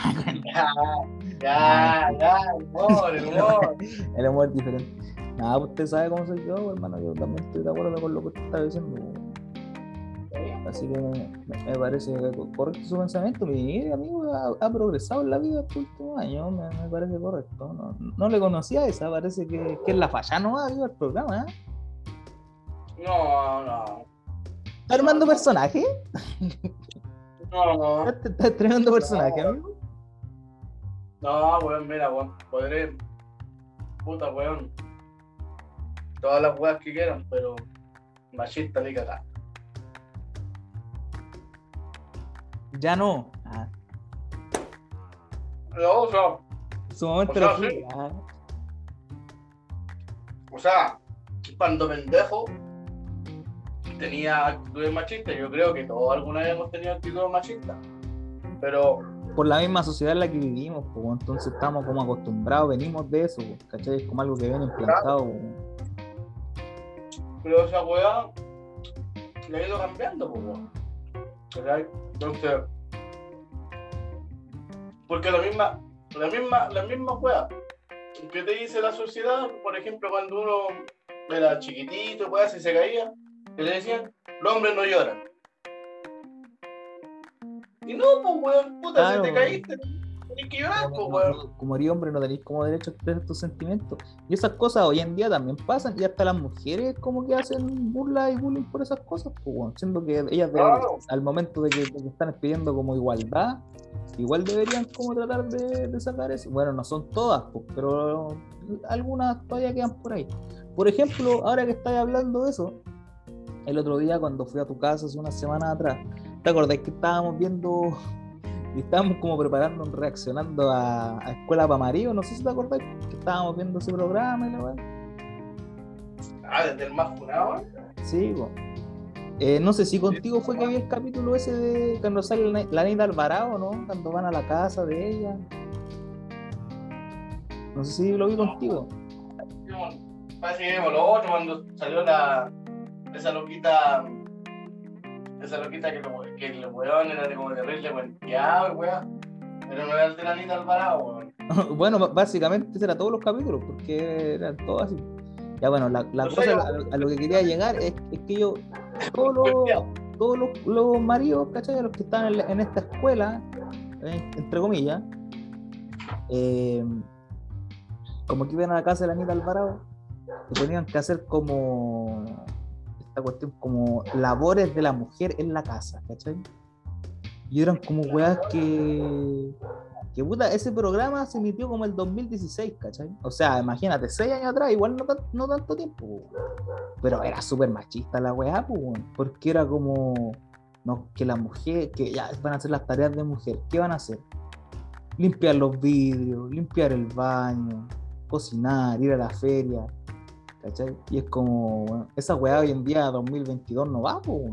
Ya, el humor. El humor es diferente. Nada, pues usted sabe cómo soy yo, hermano, yo también estoy de acuerdo con lo que usted está diciendo. Así que me parece correcto su pensamiento. Mi amigo ha progresado en la vida estos últimos años, me parece correcto. No le conocía esa, parece que es la falla, no ha habido el programa, ¿eh? No. ¿Está armando personaje? No. ¿Está estrenando personaje, amigo? No, weón, mira, weón, podré. Puta, weón. Todas las weas que quieran, pero machista ni cagada. Ya no. No, o sea. Su momento era fui. Sí. O sea, cuando pendejo tenía actitudes machistas, yo creo que todos alguna vez hemos tenido actitudes machistas. Pero. Por la misma sociedad en la que vivimos, pues, entonces estamos como acostumbrados, venimos de eso, ¿cachai? Es como algo que viene implantado. Claro. Pero esa weá le ha ido cambiando, pues, weón. Entonces, porque la misma weá que te dice la sociedad, por ejemplo, cuando uno era chiquitito, weá, si se caía, que le decían, los hombres no lloran. Y no, pues, weón, puta, claro, si te caíste, tenés que llorar, pues, weón. Como eres hombre, no tenés como derecho a expresar tus sentimientos. Y esas cosas hoy en día también pasan, y hasta las mujeres como que hacen burla y bullying por esas cosas, pues, weón. Siendo que ellas, claro, al momento de que están pidiendo como igualdad, igual deberían como tratar de sacar eso. Bueno, no son todas, pues, pero algunas todavía quedan por ahí. Por ejemplo, ahora que estás hablando de eso, el otro día cuando fui a tu casa hace unas semanas atrás, ¿te acordás que estábamos viendo y estábamos como preparando, reaccionando a Escuela para Marido? No sé si te acordás que estábamos viendo ese programa y la verdad. Desde el más funado. Sí, pues. No sé si contigo fue que vi el capítulo ese de cuando sale la Anita Alvarado, ¿no? Cuando van a la casa de ella. No sé si lo vi contigo. Parece que vimos lo otro cuando salió esa loquita que el weón era de como terrible cuenteado, weón. Pero no era el de la Anita Alvarado, weón. Bueno, básicamente ese era todos los capítulos, porque eran todos así. Ya bueno, la cosa a lo que quería llegar es que yo, todos los maridos, ¿cachai? Los que están en esta escuela, entre comillas, como que iban a la casa de la Anita Alvarado, que tenían que hacer como esta cuestión, como labores de la mujer en la casa, ¿cachai? Y eran como weas que puta, ese programa se emitió como el 2016, ¿cachai? O sea, imagínate, 6 años atrás, igual no tanto tiempo, pero era súper machista la wea, porque era como, no, que la mujer, que ya van a hacer las tareas de mujer, ¿qué van a hacer? Limpiar los vidrios, limpiar el baño, cocinar, ir a la feria, ¿cachai? Y es como, bueno, esa weá hoy en día 2022 no va, pues.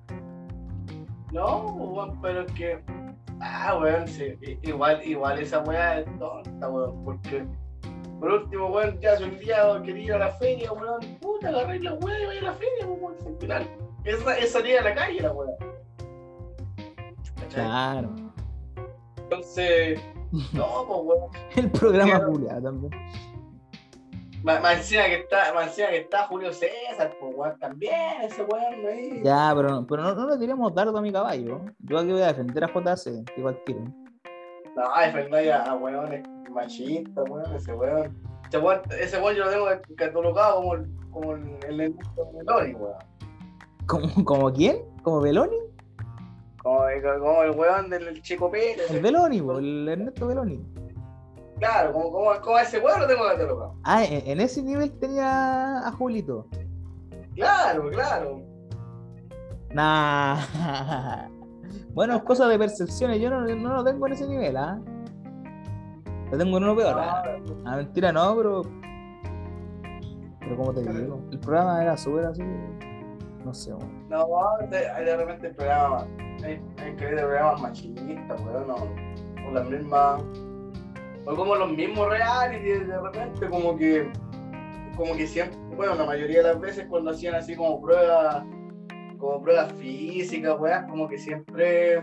No, weón, pero es que, weón, sí, igual esa weá es tonta, weón, porque Por último, weón, ya si un día quería ir a la feria, weón, puta, agarré la weá y vaya a la feria, weón, al final. Es salir a la calle, la weá. ¿Cachai? Claro. Entonces, no, pues weón. El programa culiado también. Más encima que está Julio César, pues weón, también, ese weón ahí. Ya, pero no le tiremos dardo a mi caballo. Yo aquí voy a defender a JC, igual tiro. No, defender a weones machistas, weón, ese weón. Ese weón yo lo tengo catalogado como el Ernesto Meloni, weón. ¿Como quién? ¿Como Beloni? Como el weón del Chico Pérez. El Beloni, el Ernesto Beloni. Claro, como a ese weón lo tengo catalogado. Ah, en ese nivel tenía a Julito. Claro. Nah. Bueno, es cosa de percepciones. Yo no lo tengo en ese nivel, ¿ah? Lo tengo en uno peor. Ah, mentira, no, pero como te digo, el programa era súper así. No sé, weón. No, de repente el programa. Hay que ver programas machistas, weón, no. Con las mismas. O como los mismos reality, de repente, como que siempre, bueno, la mayoría de las veces cuando hacían así como pruebas físicas, weón, como que siempre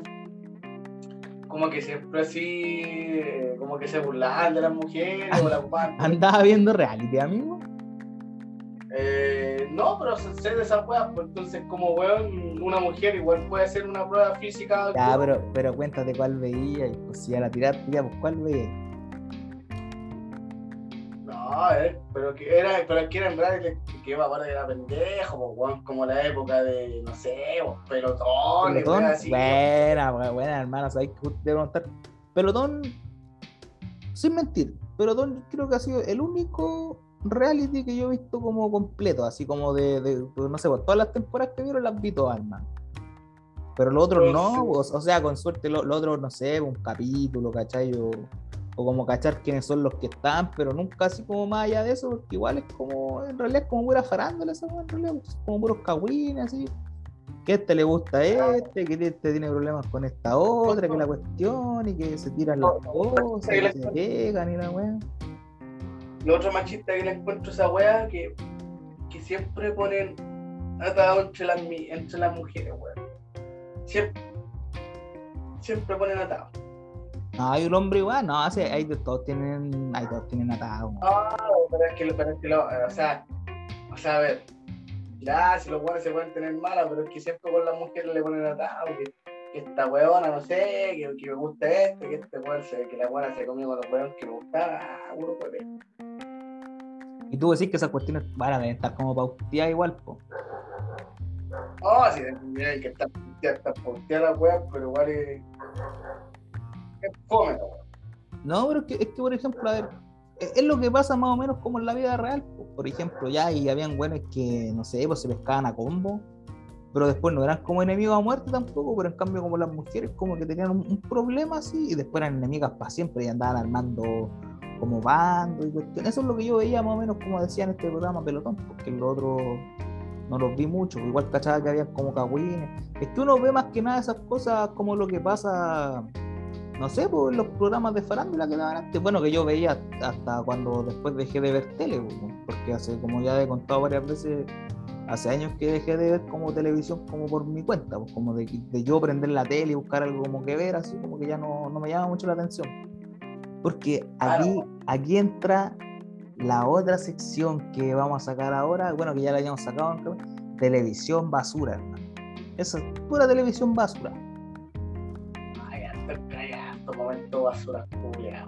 así, como que se burlaban de las mujeres o la ocupaban. ¿Andaba viendo reality, amigo? No, pero sé de esas weas, pues entonces como weón, una mujer igual puede hacer una prueba física. Ya, pero cuéntate cuál veía, y pues si ya la tiraste, ya, pues cuál veía. No, pero es que era en realidad que iba a era pendejo, pues, weón, como la época de, no sé, Pelotón, ¿Pelotón? así. Buena, hermano, sabéis que usted debe preguntar. Pelotón, sin mentir, Pelotón creo que ha sido el único reality que yo he visto como completo, así como de no sé, pues, todas las temporadas que vieron las vi todas, hermano. Pero los otros no, o sea, con suerte los otros, no sé, un capítulo, ¿cachai? O como cachar quiénes son los que están, pero nunca así como más allá de eso, porque igual es como, en realidad es como pura farándula esa, en realidad, pues, como puros cagüines, así. Que a este le gusta que este tiene problemas con esta otra, que la cuestión, y que se tiran las cosas, que se pegan y la weá. Lo otro machista que le encuentro a esa weá, que siempre ponen atado entre las mujeres, weón. Siempre ponen atado. No, hay un hombre igual, no, todos tienen atados. Pero es que o sea, a ver, ya, si los buenos se pueden tener malas, pero es que siempre con las mujeres le ponen atado, que esta weona, no sé, que me gusta que este weón que la buena se comió con los weones que me gustaba, uno puede. Y tú decís que esas cuestiones van a estar como pauteadas igual, po. No, sí, hay que estar pauteada la weá, pero igual es fome, weón. No, pero es que, por ejemplo, a ver, es lo que pasa más o menos como en la vida real, po. Por ejemplo, ya, y habían buenos que, no sé, pues se pescaban a combo, pero después no eran como enemigos a muerte tampoco, pero en cambio como las mujeres como que tenían un problema así, y después eran enemigas para siempre y andaban armando como bando y cuestiones. Eso es lo que yo veía más o menos como decía en este programa Pelotón, porque los otros no los vi mucho, igual cachaba que había como cagüines. Es que uno ve más que nada esas cosas como lo que pasa, no sé, pues en los programas de farándula que daban antes, bueno, que yo veía hasta cuando después dejé de ver tele, porque hace, como ya he contado varias veces, hace años que dejé de ver como televisión como por mi cuenta, pues como de yo prender la tele y buscar algo como que ver, así como que ya no me llama mucho la atención. Porque aquí entra la otra sección que vamos a sacar ahora, bueno, que ya la hayamos sacado, televisión basura, hermano. Esa es pura televisión basura. Ay, harto momento basura, culiao.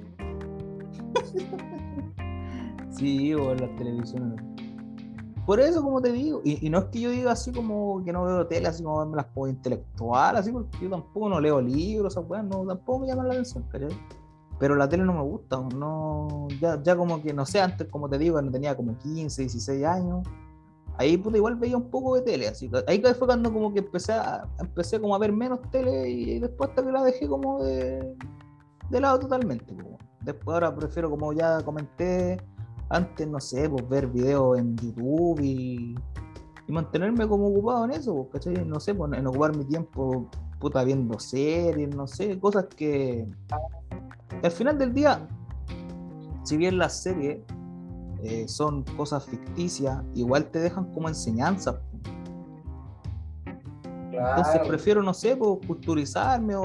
Sí, o las televisiones. Por eso, como te digo, y no es que yo diga así como que no veo tele, así como verme las como intelectual, así, porque yo tampoco no leo libros, esas weas, no, tampoco me llaman la atención, ¿cachai? Pero la tele no me gusta, no, ya como que, no sé, antes, como te digo, cuando tenía como 15, 16 años, ahí puta, igual veía un poco de tele, así que ahí fue cuando como que empecé como a ver menos tele y después hasta que la dejé como de lado totalmente. Como. Después ahora prefiero, como ya comenté antes, no sé, pues ver videos en YouTube y mantenerme como ocupado en eso, ¿cachai? No sé, pues, en ocupar mi tiempo puta viendo series, no sé, cosas que al final del día si bien las series son cosas ficticias, igual te dejan como enseñanzas. Entonces Claro. prefiero, no sé, pues, culturizarme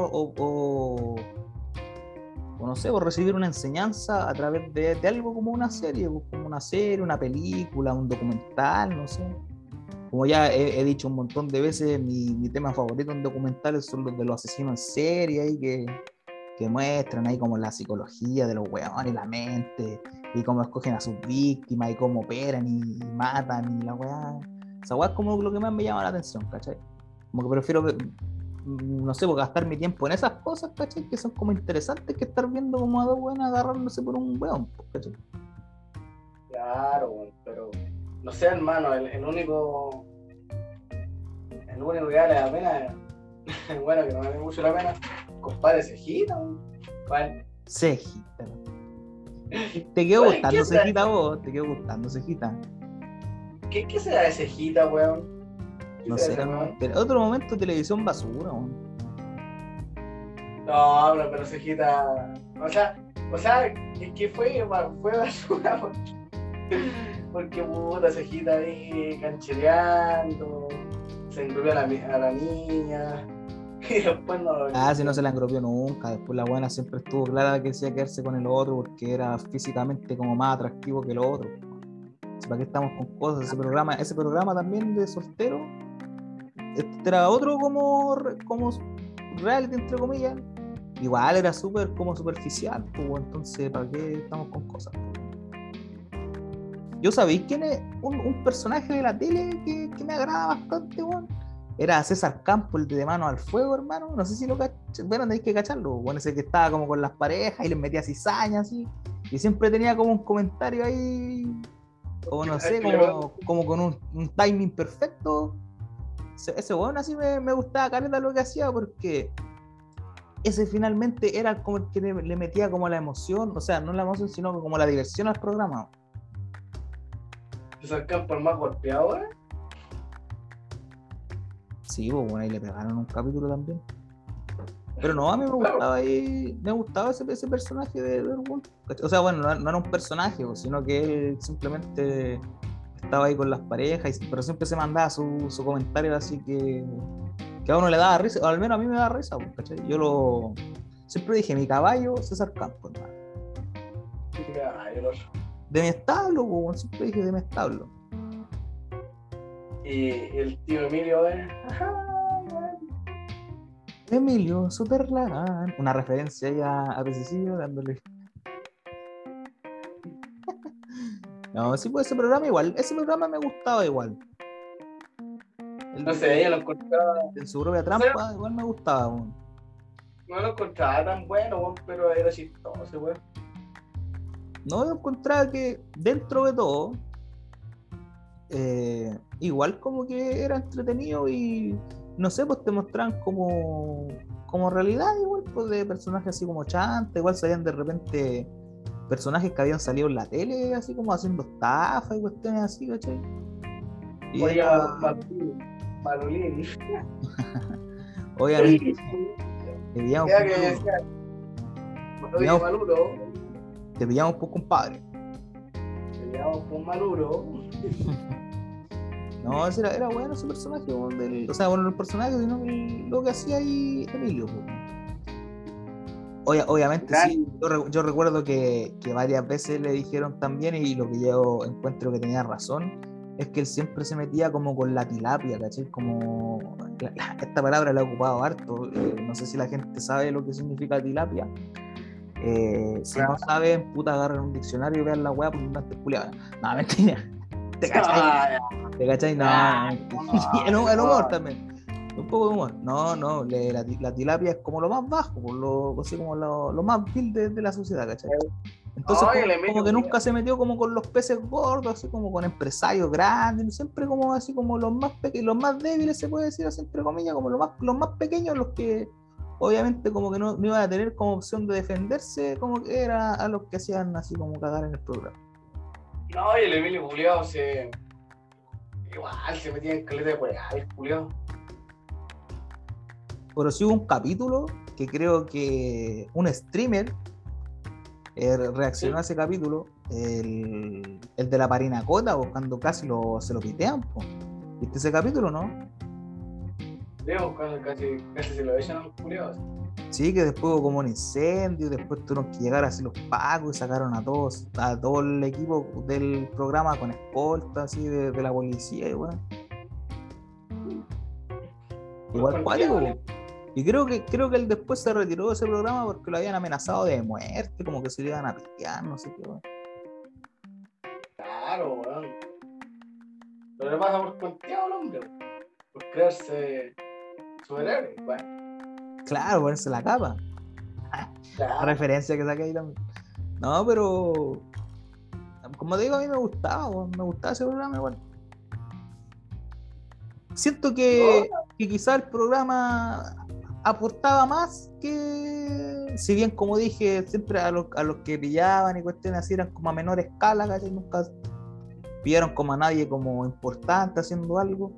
o no sé, por recibir una enseñanza a través de algo como una serie, pues, como una serie, una película, un documental, no sé. Como ya he dicho un montón de veces, mi tema favorito en documentales son los de los asesinos en serie, ahí que muestran ahí como la psicología de los weones, la mente, y cómo escogen a sus víctimas, y cómo operan y matan, y la weá. Esa weá es como lo que más me llama la atención, ¿cachai? Como que prefiero, no sé, pues, gastar mi tiempo en esas cosas, ¿cachai? Que son como interesantes que estar viendo como a dos weones agarrándose por un weón, ¿cachai? Claro, weón, pero no sé, hermano, el único que vale la pena, bueno, que no vale mucho la pena, compadre Cejita, weón. ¿Cuál? Cejita. ¿Te quedó Güey, ¿qué gustando será? Cejita vos? ¿Te quedó gustando Cejita? ¿Qué será de Cejita, weón? ¿Qué No será sé, ese hermano. weón? Otro momento televisión basura, weón. No, pero Cejita, o sea, es que fue basura, porque puta Cejita ahí canchereando, se engrupió a la niña, y después no lo Ah, si no hizo. se la engropió nunca. Después la buena siempre estuvo clara que decía quedarse con el otro porque era físicamente como más atractivo que el otro. ¿Para qué estamos con cosas? Ese programa también de soltero, este era otro como reality, entre comillas. Igual era súper como superficial, pues, entonces, ¿para qué estamos con cosas? Yo sabéis quién es un personaje de la tele que me agrada bastante, weón. Era César Campos, el de Manos al Fuego, hermano. No sé si lo cachas. Bueno, tenéis que cacharlo. Bueno, ese que estaba como con las parejas y les metía cizañas así. Y siempre tenía como un comentario ahí, o no Es sé, que le como con un timing perfecto. Ese weón así me gustaba caleta lo que hacía porque ese finalmente era como el que le metía como la emoción, o sea, no la emoción, sino como la diversión al programa. se sacan por más golpeadores. Sí, pues bueno, ahí le pegaron un capítulo también. Pero no, a mí me gustaba ahí, me gustaba ese personaje de Werewolf. O sea, bueno, no era un personaje, sino que él simplemente estaba ahí con las parejas, pero siempre se mandaba su comentario así que a uno le daba risa, o al menos a mí me daba risa, ¿cachai? Siempre dije, mi caballo, César Campos, hermano. Ay, el otro. De mi establo, pues, siempre dije de mi establo. Y el tío Emilio, Emilio Superlagán. Una referencia ahí a Pececillo dándole. No, sí, pues ese programa igual. Ese programa me gustaba igual. El no sé, yo de lo encontraba, en su propia o sea, trampa, igual me gustaba, weón. no lo encontraba tan bueno, weón, pero era chistoso, weón. No, yo encontraba que dentro de todo, igual como que era entretenido y no sé, pues te mostraban como realidad igual, pues de personajes así como chanta, igual salían de repente personajes que habían salido en la tele, así como haciendo estafa y cuestiones así, ¿cachai? Y Oye, era, Marulín. obviamente, te pillamos Ya por que Maduro, decía, oye, te Maluro, pillamos por compadre. te llamo con Maluro. No, ese era bueno ese personaje, o sea, bueno, el personaje, sino lo que hacía ahí Emilio, pues. Obviamente sí, Gran, yo recuerdo que varias veces le dijeron también, y lo que yo encuentro que tenía razón, es que él siempre se metía como con la tilapia, ¿cachai? Como esta palabra la he ocupado harto, no sé si la gente sabe lo que significa tilapia. Si no gran. saben, puta, agarren un diccionario y vean la weá porque no te culiaban. No, mentira. ¿Te cachai? Ah, ¿Te cachai? No, ah, no. no, El humor no. también. Un poco de humor. No, la tilapia es como lo más bajo, así como lo más vil de la sociedad, ¿cachai? Entonces Oye, el como Emilio, que nunca se metió como con los peces gordos, así como con empresarios grandes, siempre como así como los más pequeños, los más débiles se puede decir así entre comillas, como los más pequeños, los que obviamente como que no iban a tener como opción de defenderse, como que era a los que hacían así como cagar en el programa. no, y el Emilio Juliado igual se metía en caleta de weá, el Juliado. Pero sí hubo un capítulo que creo que un streamer reaccionó a ese capítulo, el de la parinacota, buscando casi se lo pitean, po. ¿Viste ese capítulo, no? Digo, cuando casi se lo echan a los culiados. Sí, que después hubo como un incendio, después tuvieron que llegar así los pacos y sacaron a todo el equipo del programa con escolta así de la policía, y bueno. Igual cuático. Y creo que él después se retiró de ese programa porque lo habían amenazado de muerte, como que se le iban a pitear, no sé qué, weón. Claro, weón. Pero le pasa por conteado al hombre, por creerse superhéroe, bueno. Claro, ponerse la capa. Claro. La referencia que saqué ahí también. No, pero como te digo, a mí me gustaba, weón, me gustaba ese programa igual. Siento que quizá el programa aportaba más que, si bien como dije, siempre a los que pillaban y cuestiones así eran como a menor escala, ¿cachai? Nunca pillaron como a nadie como importante haciendo algo.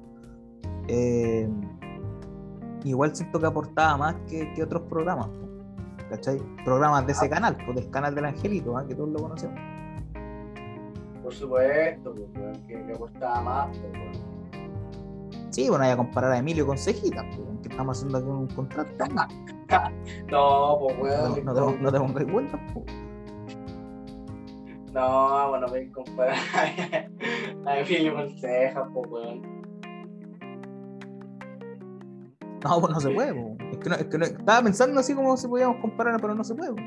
Igual siento que aportaba más que otros programas, ¿cachai? Programas de ese canal, pues del canal del Angelito, que todos lo conocemos. Por supuesto, pues, que aportaba más, pues. Sí, bueno, hay a comparar a Emilio con Cejita, pues, que estamos haciendo aquí un contrato. No, pues weón. No te pongas cuenta, pues. No, bueno, voy a comparar a Emilio con Cejas, pues weón. No, pues no se puede, pues. Es que no, estaba pensando así como si podíamos comparar, pero no se puede, pues.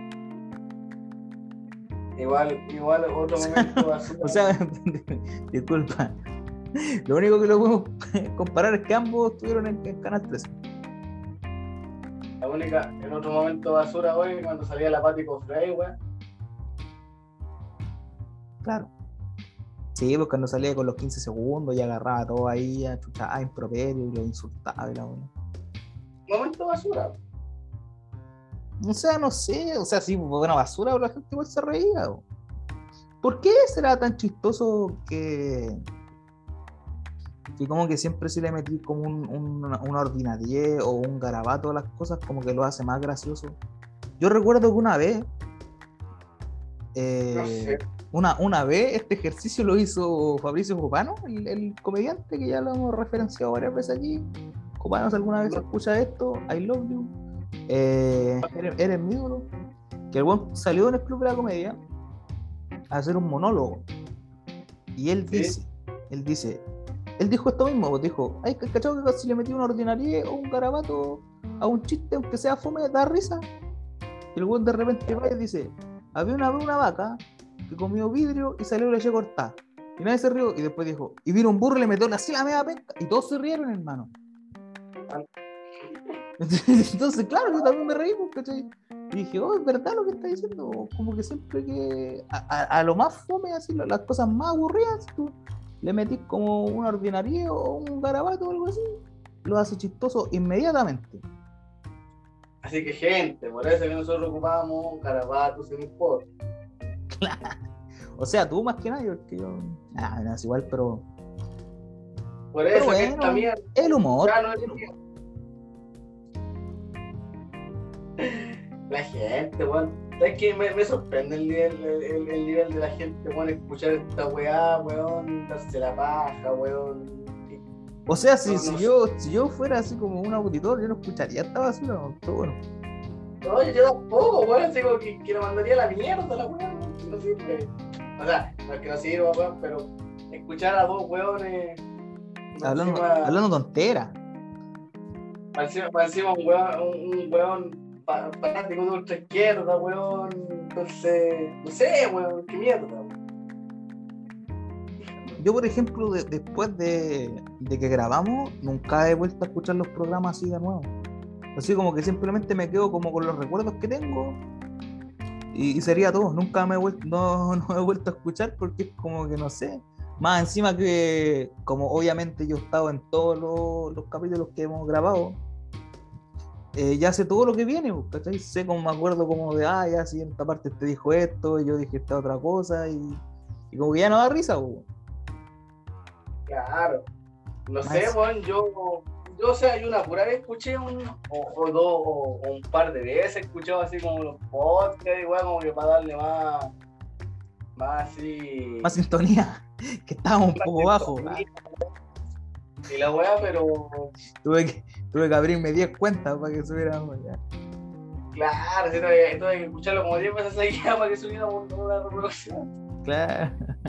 Igual otro momento basura. O sea, disculpa. Lo único que lo podemos comparar es que ambos estuvieron en Canal 13. El otro momento basura hoy cuando salía la Pati Cofrey, weón. Claro. Sí, pues cuando salía con los 15 segundos y agarraba todo ahí, a improperio y lo insultaba y la weón. Momento basura. O sea, no sé, o sea, sí, buena basura, pero la gente igual se reía. ¿Por qué será tan chistoso que como que siempre se le metí como una ordinariedad o un garabato a las cosas, como que lo hace más gracioso? Yo recuerdo que una vez, No sé. una vez este ejercicio lo hizo Fabricio Copano, el comediante que ya lo hemos referenciado varias veces aquí. Copano, si alguna vez escucha esto, I love you, eres mi ídolo. Que el buen salió en el Club de la Comedia a hacer un monólogo y él dijo esto mismo, pues dijo, ay, ¿cachado que si le metí una ordinaria o un garabato a un chiste, aunque sea fome, da risa? Y el buen de repente va y dice, había una vaca que comió vidrio y salió leche cortada y nadie se rió, y después dijo, y vino un burro y le metió así la media penca y todos se rieron, hermano. Entonces, claro, yo también me reí, ¿cachai? Y dije, oh, es verdad lo que está diciendo. Como que siempre que a lo más fome, así, las cosas más aburridas, tú le metís como una ordinaria o un garabato o algo así, lo hace chistoso inmediatamente. Así que, gente, por eso que nosotros ocupamos garabatos en el podcast. Claro. O sea, tú más que nadie, porque yo. No es igual, pero. Por eso bueno, que esta mierda. El humor. La gente, weón. ¿Sabes qué? Me sorprende el nivel de la gente, weón, escuchar esta weá, weón, darse la paja, weón. O sea, si yo fuera así como un auditor, yo no escucharía esta basura, pero bueno. Oye, yo tampoco, weón, así como que lo mandaría a la mierda, la weá, no sirve. O sea, no es que no sirva, weón, pero escuchar a dos weones hablando tontera. Para encima un weón fanático de ultra izquierda, weón. Entonces, no sé, weón, qué mierda, weón. Yo, por ejemplo, después de que grabamos, nunca he vuelto a escuchar los programas así de nuevo. Así como que simplemente me quedo como con los recuerdos que tengo y sería todo. Nunca me he vuelto, no he vuelto a escuchar porque es como que no sé. Más encima que, como obviamente yo he estado en todos los capítulos que hemos grabado, ya sé todo lo que viene, ¿cachai? Sé como me acuerdo como de, ya si en esta parte te dijo esto, y yo dije esta otra cosa, y como que ya no da risa, Claro. No sé, weón, yo yo, o sea, yo una pura vez escuché o dos, o un par de veces he escuchado así como los podcasts, igual como que para darle más así. Más sintonía, que estábamos un más poco bajo. sintonía y la weá, pero Tuve que abrirme 10 cuentas para que subiéramos ya. claro, sí, tuve que escucharlo como 10 veces seguidas para que subiera una reproducción. Claro.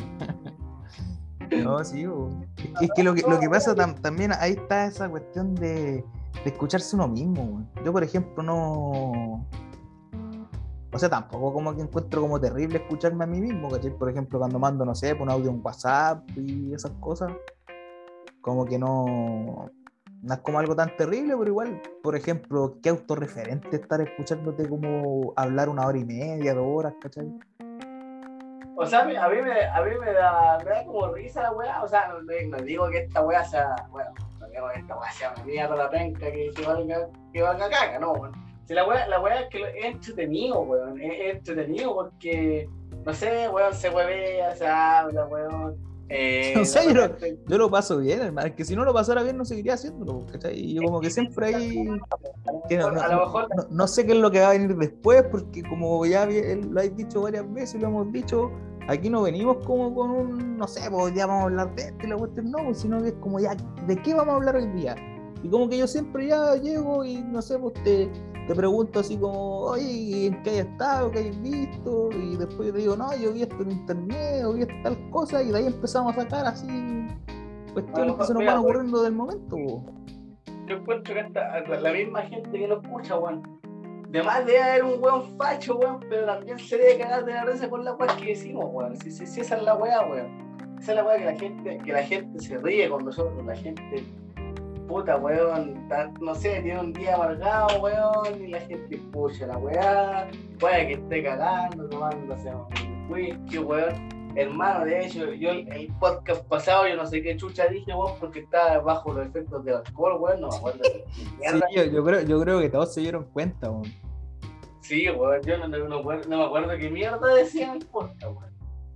No, sí, es que lo que pasa también, ahí está esa cuestión de escucharse uno mismo, weón. Yo, por ejemplo, no. O sea, tampoco como que encuentro como terrible escucharme a mí mismo, ¿cachai? Por ejemplo, cuando mando, no sé, un audio en WhatsApp y esas cosas, como que no es como algo tan terrible, pero igual, por ejemplo, qué autorreferente estar escuchándote como hablar 1 hora y media, 2 horas, ¿cachai? O sea, me da como risa la weá. O sea, no digo que esta weá sea, bueno, no digo que esta weá sea una mierda la penca que valga caca, no, weón. Si la weá es que es entretenido, weón. Es entretenido porque, no sé, weón, se huevea, se habla, weón. No sé, De repente, yo lo paso bien, hermano. Es que si no lo pasara bien, no seguiría haciéndolo, ¿cachai? Y yo como que siempre ahí. Que a lo mejor no sé qué es lo que va a venir después, porque como ya lo habéis dicho varias veces, lo hemos dicho, aquí no venimos como con un, no sé, pues ya vamos a hablar de esto y la cuestión no, pues, sino que es como ya, ¿de qué vamos a hablar hoy día? Y como que yo siempre ya llego y no sé, pues te pregunto así como, oye, ¿en qué hay estado? ¿Qué hay visto? Y después yo te digo, no, yo vi esto en internet, o vi esta tal cosa, y de ahí empezamos a sacar así a lo cuestiones que mejor, se nos mira, van weón, ocurriendo del momento, po. yo encuentro que la misma gente que lo escucha, weón. Además de haber un weón facho, weón, pero también se debe cagar de la risa con la weá que decimos, weón. Si esa es la weá, weón. Esa es la weá que la gente se ríe con nosotros, la gente, puta, weón, no sé, tiene un día amargado, weón, y la gente escucha la weá, puede que esté cagando, tomándose un whisky, weón. Hermano, de hecho, yo el podcast pasado, yo no sé qué chucha dije, weón, porque estaba bajo los efectos del alcohol, weón, no me acuerdo de Sí, mierda. yo creo que todos se dieron cuenta, weón. Sí, weón, yo no me acuerdo qué mierda decía en el podcast, weón.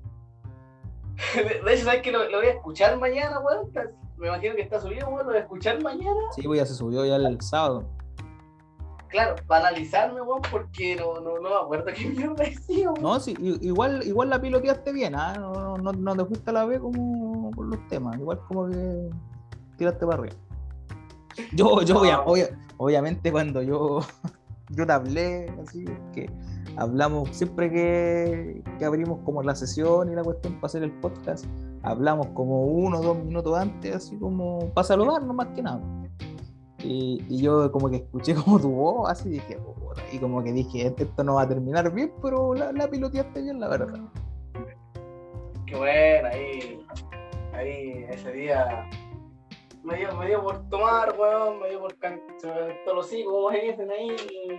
De hecho, ¿sabes que lo voy a escuchar mañana, weón? Me imagino que está subido, weón, lo voy a escuchar mañana. Sí, pues ya se subió ya el sábado. Claro, para analizarme, weón, porque no me acuerdo qué mierda decía, weón. No, sí, igual la piloteaste bien, ¿ah? No te fuiste a la B como por los temas, igual como que tiraste para arriba. Yo No, obviamente cuando yo te hablé, así que hablamos siempre que abrimos como la sesión y la cuestión para hacer el podcast, hablamos como 1 o 2 minutos antes, así como para saludarnos más que nada. Y yo como que escuché como tu voz, así dije, puta, y como que dije, esto no va a terminar bien, pero la piloteaste bien, la verdad. qué bueno, ahí ese día me dio por tomar, weón, me dio por todos los hijos, como se dicen ahí.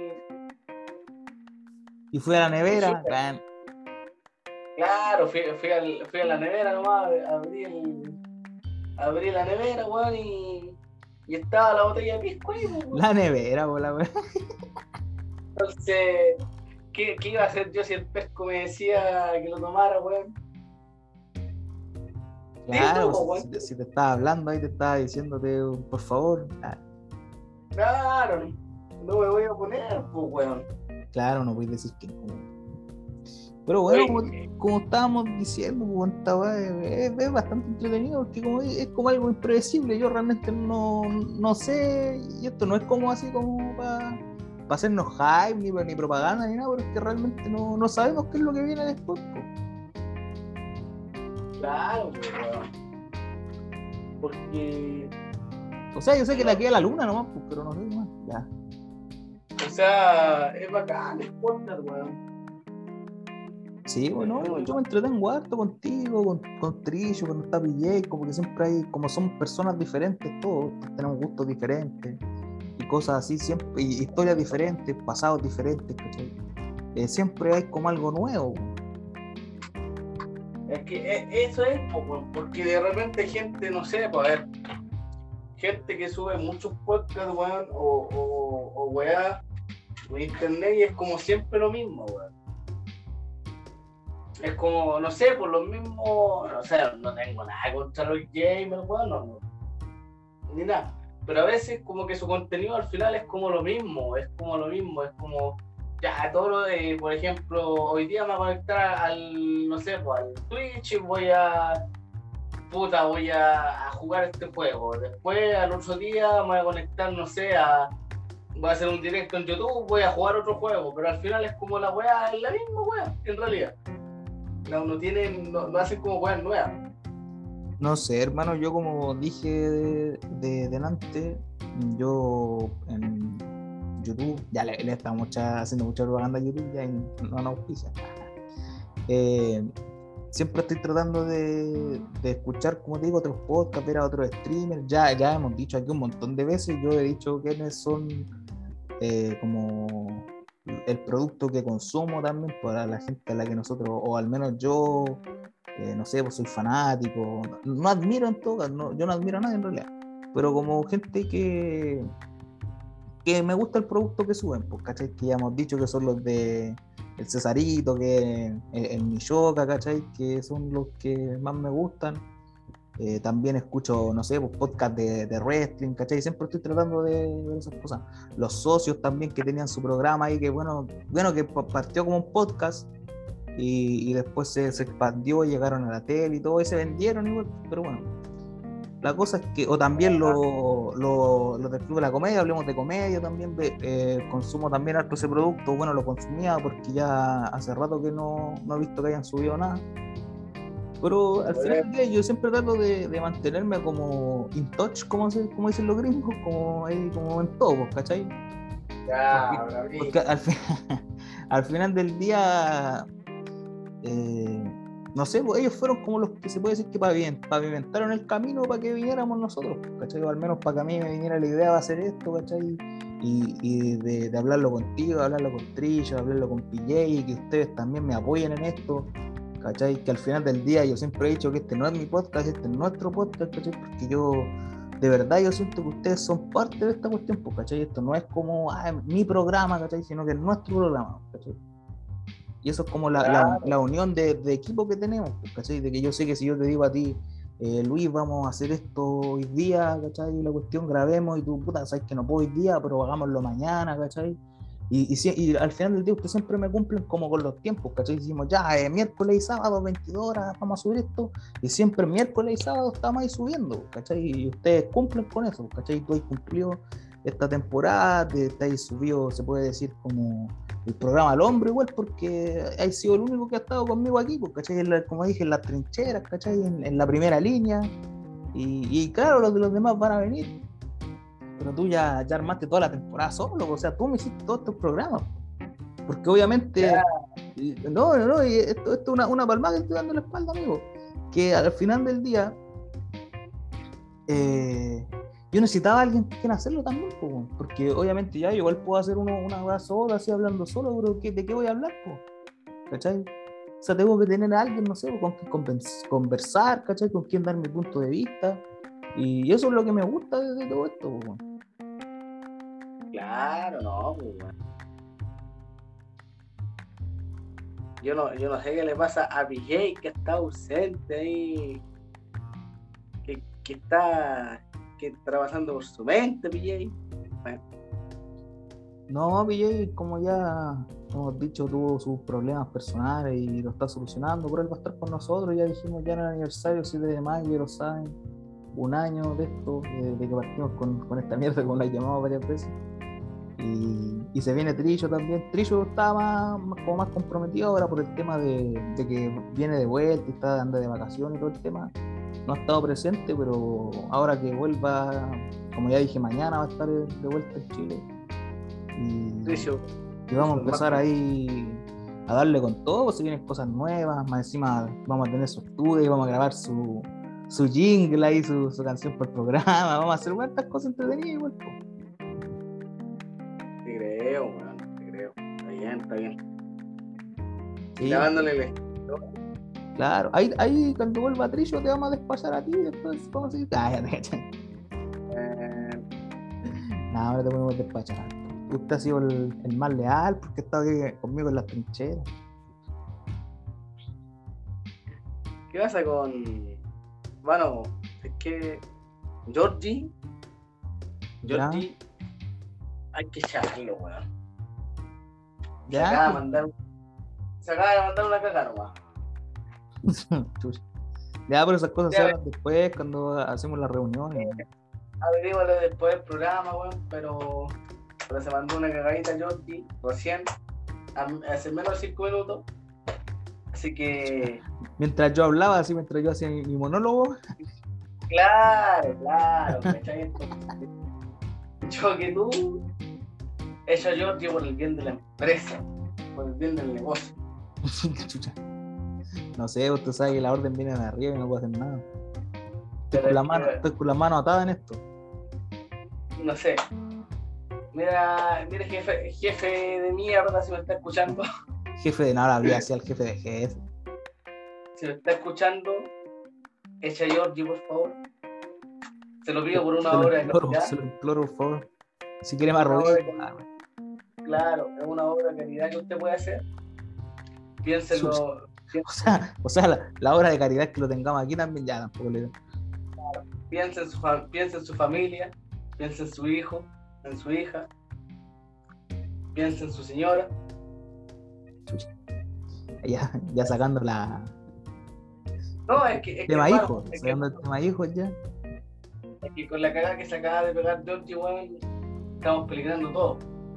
Y fui a la nevera, Claro, fui a la nevera nomás, abrí la nevera, weón, y estaba la botella de pisco ahí, weón. la nevera, bola, weón. Entonces, ¿qué iba a hacer yo si el pesco me decía que lo tomara, weón? Claro, Dilo, weón. si te estaba hablando ahí, te estaba diciéndote, por favor. Claro, no me voy a poner, pues, weón. Claro, no puedes decir que no. Pero bueno, Oye, como estábamos diciendo, pues, esta weá es bastante entretenido porque es como algo impredecible. Yo realmente no sé, y esto no es como así como para hacernos hype, ni propaganda, ni nada, pero es que realmente no sabemos qué es lo que viene después, pues. claro, pues, weón. Porque, O sea, yo sé que la queda la luna nomás, pues, pero no sé más. Ya. o sea, es bacán el podcast, weón. Sí, bueno, yo me entretengo harto contigo, con Trillo, con el Tapi J, como que siempre hay, como somos personas diferentes, todos tenemos gustos diferentes y cosas así, siempre, y historias diferentes, pasados diferentes, ¿cachai? Siempre hay como algo nuevo. Es que eso es, pues, weón, porque de repente hay gente, no sé, pues, a ver, gente que sube muchos podcasts, weón, o weá, por internet y es como siempre lo mismo, weón. Es como, no sé, por lo mismo, no sé, no tengo nada contra los gamers, weón, ni nada. pero a veces como que su contenido al final es como lo mismo, es como, ya, todo, por ejemplo, hoy día me voy a conectar al, no sé, pues, al Twitch y voy a jugar este juego. Después, al otro día, me voy a conectar, no sé, voy a hacer un directo en YouTube, voy a jugar otro juego, pero al final es como la weá, es la misma weá, en realidad. No hacen como weas nuevas. No sé, hermano, yo como dije de delante, yo en YouTube, ya le estamos haciendo mucha propaganda a YouTube, ya no nos auspicia. Eh, Siempre estoy tratando de escuchar, como te digo, otros podcasts, ver a otros streamers. Ya hemos dicho aquí un montón de veces, yo he dicho quiénes son como el producto que consumo también para la gente a la que nosotros, o al menos yo, no sé, pues soy fanático, no admiro en todo caso, yo no admiro a nadie en realidad, pero como gente que me gusta el producto que suben, pues, ¿cachai? Que ya hemos dicho que son los de el Cesarito, que el Michoca, ¿cachai? Que son los que más me gustan. También escucho, no sé, pues, podcast de wrestling, ¿cachai? Siempre estoy tratando de ver esas cosas. Los socios también que tenían su programa ahí, que bueno que partió como un podcast y después se expandió, llegaron a la tele y todo, y se vendieron igual, pero bueno. La cosa es que, o también los del Club de la Comedia, hablemos de comedia también, consumo también harto ese producto, bueno, lo consumía porque ya hace rato que no he visto que hayan subido nada, pero al final del día yo siempre trato de mantenerme como in touch, como dicen los gringos, como en todo, pues, ¿cachai? Ya, Porque al final del día, no sé, pues ellos fueron como los que se puede decir que pavimentaron el camino para que viniéramos nosotros, ¿cachai? O al menos para que a mí me viniera la idea de hacer esto, ¿cachai? Y de hablarlo contigo, hablarlo con Trillo, hablarlo con PJ, y que ustedes también me apoyen en esto, ¿cachai? Que al final del día yo siempre he dicho que este no es mi podcast, este es nuestro podcast, ¿cachai? Porque de verdad yo siento que ustedes son parte de esta cuestión, pues, ¿cachai? Esto no es como mi programa, ¿cachai? Sino que es nuestro programa, ¿cachai? Y eso es como claro. la unión de equipo que tenemos, pues, ¿cachai? De que yo sé que si yo te digo a ti, Luis, vamos a hacer esto hoy día, ¿cachai? La cuestión grabemos y tú, puta, sabes que no puedo hoy día, pero hagámoslo mañana, ¿cachai? Y al final del día ustedes siempre me cumplen como con los tiempos, ¿cachai? Decimos, ya, miércoles y sábado, 22 horas, vamos a subir esto, y siempre miércoles y sábado estamos ahí subiendo, ¿cachai? Y ustedes cumplen con eso, ¿cachai? Tú has cumplido esta temporada, te has subido, se puede decir, como el programa al hombro igual, porque has sido el único que ha estado conmigo aquí, pues, ¿cachai? Como dije, en las trincheras, ¿cachai? En la primera línea, y claro, los demás van a venir, pero tú ya armaste toda la temporada solo, o sea, tú me hiciste todos estos programas, porque obviamente, Ya, no, y esto es una palmada que estoy dando en la espalda, amigo, que al final del día, yo necesitaba a alguien que hacerlo también, po, porque obviamente ya yo igual puedo hacer una hora sola, así hablando solo, pero ¿de qué voy a hablar, po? ¿Cachai? O sea, tengo que tener a alguien, no sé, con quien conversar, ¿cachai? Con quien dar mi punto de vista, y eso es lo que me gusta de todo esto, po. claro, no, pues, bueno. Yo no sé qué le pasa a PJ que está ausente ahí, que está pasando por su mente, PJ. Bueno, No, PJ, como ya hemos dicho, tuvo sus problemas personales y lo está solucionando, pero él va a estar con nosotros. Ya dijimos ya en el aniversario 7 de mayo, ya lo saben, un año de esto, de que partimos con esta mierda, como la llamamos varias veces. Y se viene Trillo también. Trillo está como más comprometido ahora por el tema de que viene de vuelta y está anda de vacaciones y todo el tema. No ha estado presente, pero ahora que vuelva, como ya dije, mañana va a estar de vuelta en Chile. Tricio, Y vamos a más empezar ahí a darle con todo, si vienen cosas nuevas, más encima vamos a tener su estudio y vamos a grabar su jingle ahí, su canción por programa, vamos a hacer tantas cosas entretenidas igual, po. te creo, weón, te creo. Está bien, está bien. Y Sí, lavándole el claro. Ahí cuando vuelva Trillo te vamos a despachar a ti y después vamos a seguir. Ah, ya te caché. Nada, ahora te podemos despachar. Usted ha sido el más leal porque está aquí conmigo en las trincheras. ¿qué pasa con. Bueno, es que Georgie Ya, Georgie, hay que echarlo, weón. Se ya. acaba de mandar una cagada nomás. Chucha. Ya, pero esas cosas se Ya, hablan después cuando hacemos las reuniones. averígualo después del programa, weón, pero se mandó una cagadita Jordi recién, hace menos de 5 minutos. Así que, Mientras yo hablaba, así mientras yo hacía mi monólogo, claro, ¿cachai? Yo que tú, eso Jordi por el bien de la empresa, por el bien del negocio. chucha. No sé, usted sabe que la orden viene de arriba y no puedo hacer nada. Pero es que, Estoy con la mano atada en esto. no sé. Mira, jefe de mierda, si me está escuchando. Jefe de nada, habría sido el jefe de jefe. Si me está escuchando, echa a Jordi, por favor. Se lo pido por una hora de calidad. Se lo imploro, por favor. Si quiere más Una hora de rodillas. calidad. Claro, es una obra de calidad que usted puede hacer. Piénsenlo. O sea, la hora de caridad que lo tengamos aquí también ya tampoco le. Piensa en su familia, piensa en su hijo, en su hija, piensa en su señora. Ya sacando la. No, es que Tema hermano, hijo, sacando el tema hijos ya. es que con la cagada que se acaba de pegar Georgie, weón, estamos peligrando todo.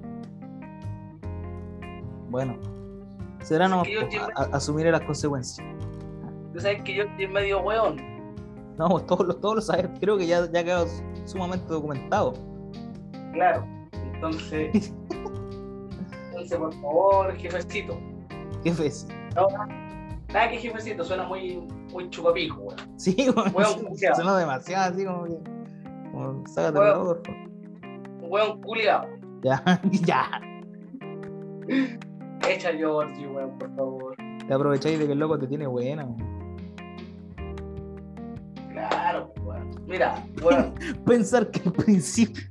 Bueno, será no que yo asumiré las consecuencias. Tú sabes que Georgie es medio weón. No, todos lo sabemos, creo que ya quedó sumamente documentado. Claro, entonces, por favor, jefecito. Jefe, sí. No, nada que jefecito, suena muy chupapico, weón. Sí, suena demasiado así como que. Como, sácate por favor. Weón culiado. Ya, ya. Echa a Georgie, weón, por favor. Te aprovecháis de que el loco te tiene buena, weón. Claro, weón. Mira, weón. Pensar que al principio,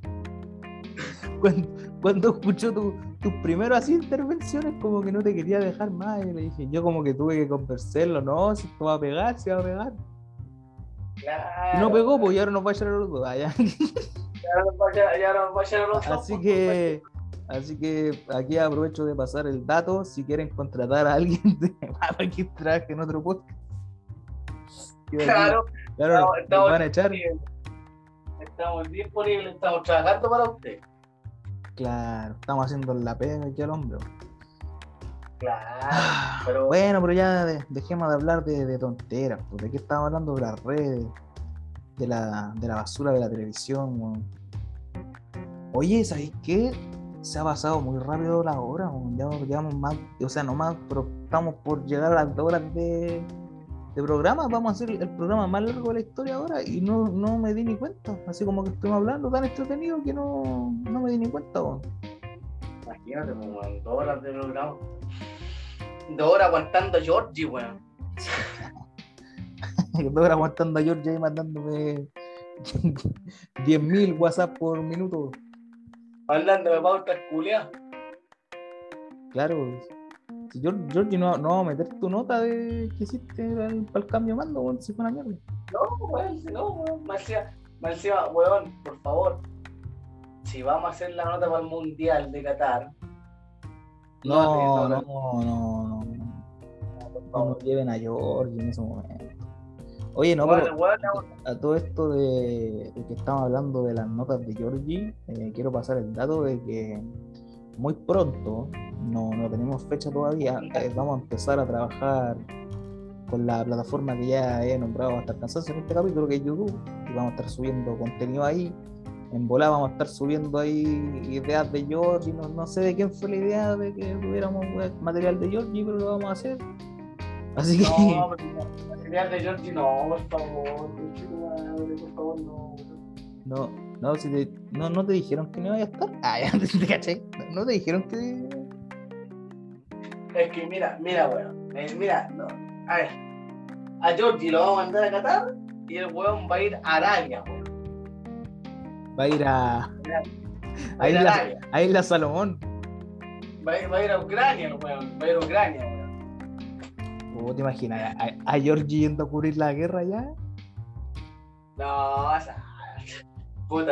cuando escuchó tus primeras así intervenciones, como que no te quería dejar más. Y le dije, yo como que tuve que convencerlo, no, si esto va a pegar, se va a pegar. Claro. Y no pegó, pues y ahora nos va a echar a los dos allá. Ya nos va a echar a los dos. Así que aquí aprovecho de pasar el dato. Si quieren contratar a alguien para que trabaje en otro podcast. Claro, nos van a echar. Estamos disponibles, estamos trabajando para usted. Claro, estamos haciendo la pega aquí al hombre. Claro, pero... Bueno, pero ya dejemos de hablar de tonteras. ¿De qué estamos hablando? De las redes, de la basura de la televisión. ¿No? Oye, ¿sabéis qué? Se ha pasado muy rápido la hora. Ya llevamos más, o sea, no más, pero estamos por llegar a las 2 horas de programa. Vamos a hacer el programa más largo de la historia ahora y no me di ni cuenta. Así como que estuvimos hablando tan entretenido que no me di ni cuenta. Imagínate, como 2 horas de programa. 2 horas aguantando a Georgie, weón. 2 horas aguantando a George ahí mandándome 10.000 WhatsApp por minuto. Hablando de pautas culiadas. Claro. Si Georgie no va a meter tu nota de que hiciste para el cambio de mando, weón, si fue una mierda. No, weón. Marcia, weón, por favor. Si vamos a hacer la nota para el Mundial de Qatar. No nos lleven a Georgie en ese momento. Oye, no, bueno, pero a todo esto de que estamos hablando de las notas de Georgie, quiero pasar el dato de que muy pronto, no tenemos fecha todavía, vamos a empezar a trabajar con la plataforma que ya he nombrado hasta el cansancio en este capítulo, que es YouTube, y vamos a estar subiendo contenido ahí. En volada vamos a estar subiendo ahí ideas de Georgie, no sé de quién fue la idea de que tuviéramos material de Georgie, pero lo vamos a hacer. Así que... No, material de Georgie no, por favor, no. No, si no te dijeron que no iba a estar. Ya te caché. No te dijeron que... Es que mira, weón. No. A ver, a Georgie lo vamos a mandar a Qatar y el weón va a ir a Arabia, weón. Va a ir a Isla Salomón. Va a ir a Ucrania, weón. Va a ir a Ucrania, weón. ¿Cómo te imaginas? ¿A Georgie yendo a cubrir la guerra ya? No, o sea, puta.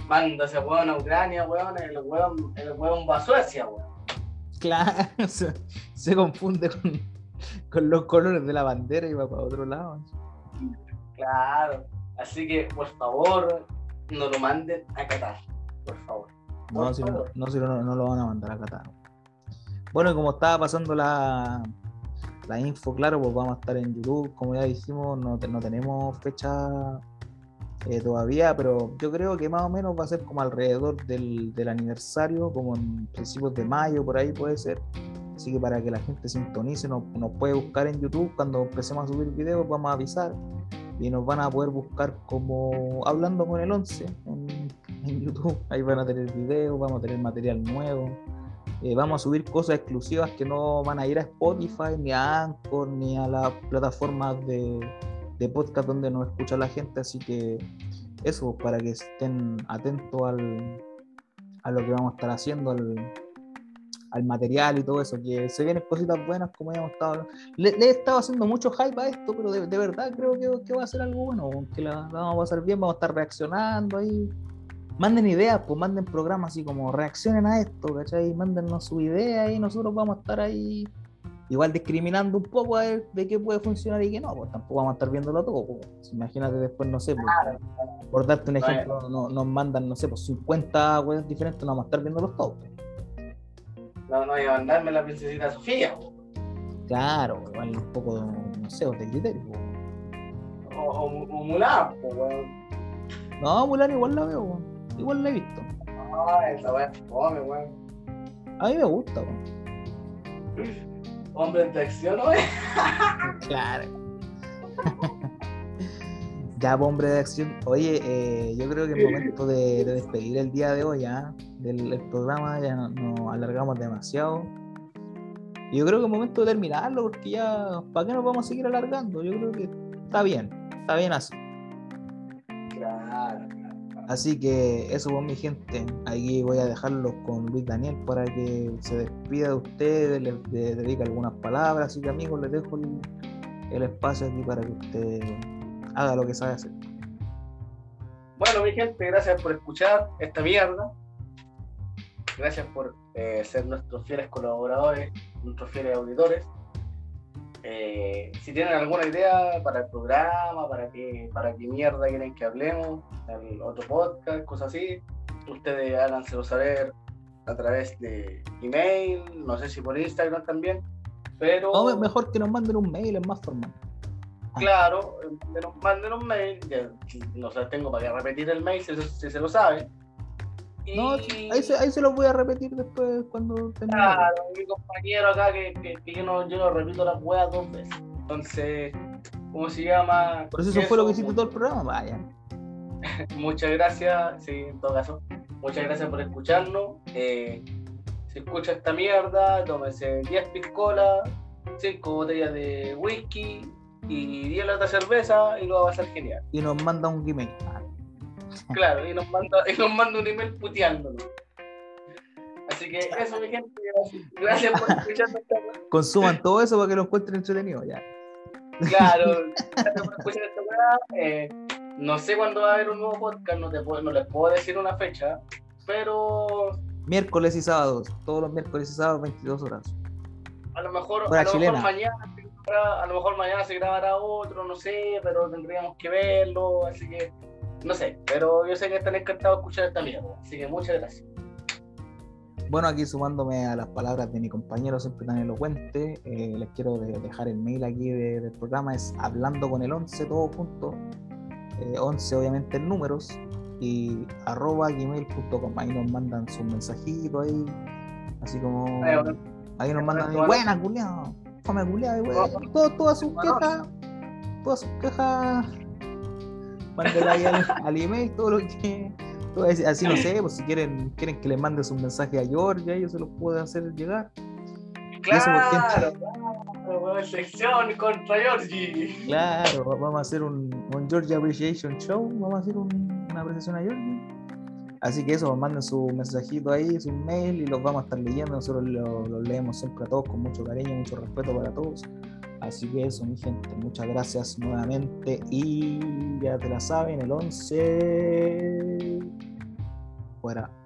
manda ese weón a Ucrania, weón, el weón va a Suecia, weón. Claro, se confunde con los colores de la bandera y va para otro lado. Claro, así que por favor, no lo manden a Qatar, por favor. No, si no lo van a mandar a Qatar. Bueno, y como estaba pasando la info, claro, pues vamos a estar en YouTube, como ya dijimos, no tenemos fecha todavía, pero yo creo que más o menos va a ser como alrededor del aniversario, como en principios de mayo, por ahí puede ser. Así que para que la gente sintonice, nos puede buscar en YouTube. Cuando empecemos a subir videos vamos a avisar y nos van a poder buscar como Hablando con el 11 en YouTube. Ahí van a tener videos, vamos a tener material nuevo. Vamos a subir cosas exclusivas que no van a ir a Spotify, ni a Anchor, ni a las plataformas de podcast donde nos escucha la gente. Así que eso, para que estén atentos a lo que vamos a estar haciendo, al material y todo eso, que se vienen cositas buenas, como ya hemos estado hablando. Le he estado haciendo mucho hype a esto, pero de verdad creo que va a ser algo bueno, que la vamos a pasar bien, vamos a estar reaccionando ahí. Manden ideas, pues manden programas así como reaccionen a esto, ¿cachai? Mándennos su idea y nosotros vamos a estar ahí igual discriminando un poco a ver de qué puede funcionar y qué no, pues tampoco vamos a estar viéndolo todo, pues. Imagínate después, no sé, pues, por darte un ejemplo, nos mandan, no sé, pues 50 webs diferentes, no vamos a estar viéndolos todos. No voy a mandarme la princesita Sofía, po. Claro, igual un poco, no sé, de criterio. O Mulan, po, weón. No, Mulan igual la veo, weón. Igual la he visto. Esa weón es fome, weón. A mí me gusta, weón. Hombres de acción, ¿no? Claro. Ya, hombre de acción. Oye, yo creo que es momento de despedir el día de hoy, ¿ya? Del programa, ya nos alargamos demasiado. Y yo creo que es momento de terminarlo, porque ya, ¿para qué nos vamos a seguir alargando? Yo creo que está bien así. Claro. Así que eso, pues, mi gente. Aquí voy a dejarlos con Luis Daniel para que se despida de ustedes, les dedique algunas palabras. Así que, amigos, les dejo el espacio aquí para que usted haga lo que sabe hacer. Bueno, mi gente, gracias por escuchar esta mierda. Gracias por ser nuestros fieles colaboradores, nuestros fieles auditores. Si tienen alguna idea para el programa, para qué mierda quieren que hablemos, el otro podcast, cosas así, ustedes háganselo saber a través de email, no sé si por Instagram también, pero... No, mejor que nos manden un mail, es más formal. Claro, manden un mail, ya, no sé, tengo para que repetir el mail si se lo saben. Y... No, ahí se los voy a repetir después cuando termine. Claro, mi compañero acá que yo no repito las weas 2 veces. Entonces, ¿cómo se llama? Por eso fue lo que hiciste todo el programa, vaya. Muchas gracias, sí, en todo caso. Muchas gracias por escucharnos. Si escucha esta mierda, tómese 10 piscolas, 5 botellas de whisky y 10 latas de cerveza y lo va a pasar genial. Y nos manda un Gmail. Claro, y nos manda un email puteándolo. Así que eso, mi gente, gracias por escucharnos. Consuman todo eso para que lo encuentren entretenido, ya. Claro, gracias por escuchar esta weá. No sé cuándo va a haber un nuevo podcast, no les puedo decir una fecha, pero... Miércoles y sábados, todos los miércoles y sábados, 22 horas. A lo mejor mañana se grabará otro, no sé, pero tendríamos que verlo, así que no sé, pero yo sé que están encantados de escuchar esta mierda, así que muchas gracias. Bueno, aquí sumándome a las palabras de mi compañero siempre tan elocuente, les quiero dejar el mail aquí del programa, es hablando con el 11, todo junto, 11 obviamente en números, y @gmail.com, ahí nos mandan sus mensajitos ahí, así como, ahí nos mandan, buena culiao, fome culiao, todas sus quejas, mándenla ahí al email, todo lo que... Así, no sé, pues si quieren que les mande un mensaje a Georgia, ellos se los pueden hacer llegar. Claro, sección contra Georgie. Claro, vamos a hacer un Georgia Appreciation Show, vamos a hacer una apreciación a Georgia. Así que eso, manden su mensajito ahí, su mail, y los vamos a estar leyendo. Nosotros los leemos siempre a todos con mucho cariño, mucho respeto para todos. Así que eso, mi gente, muchas gracias nuevamente y ya te la saben, el 11 fuera.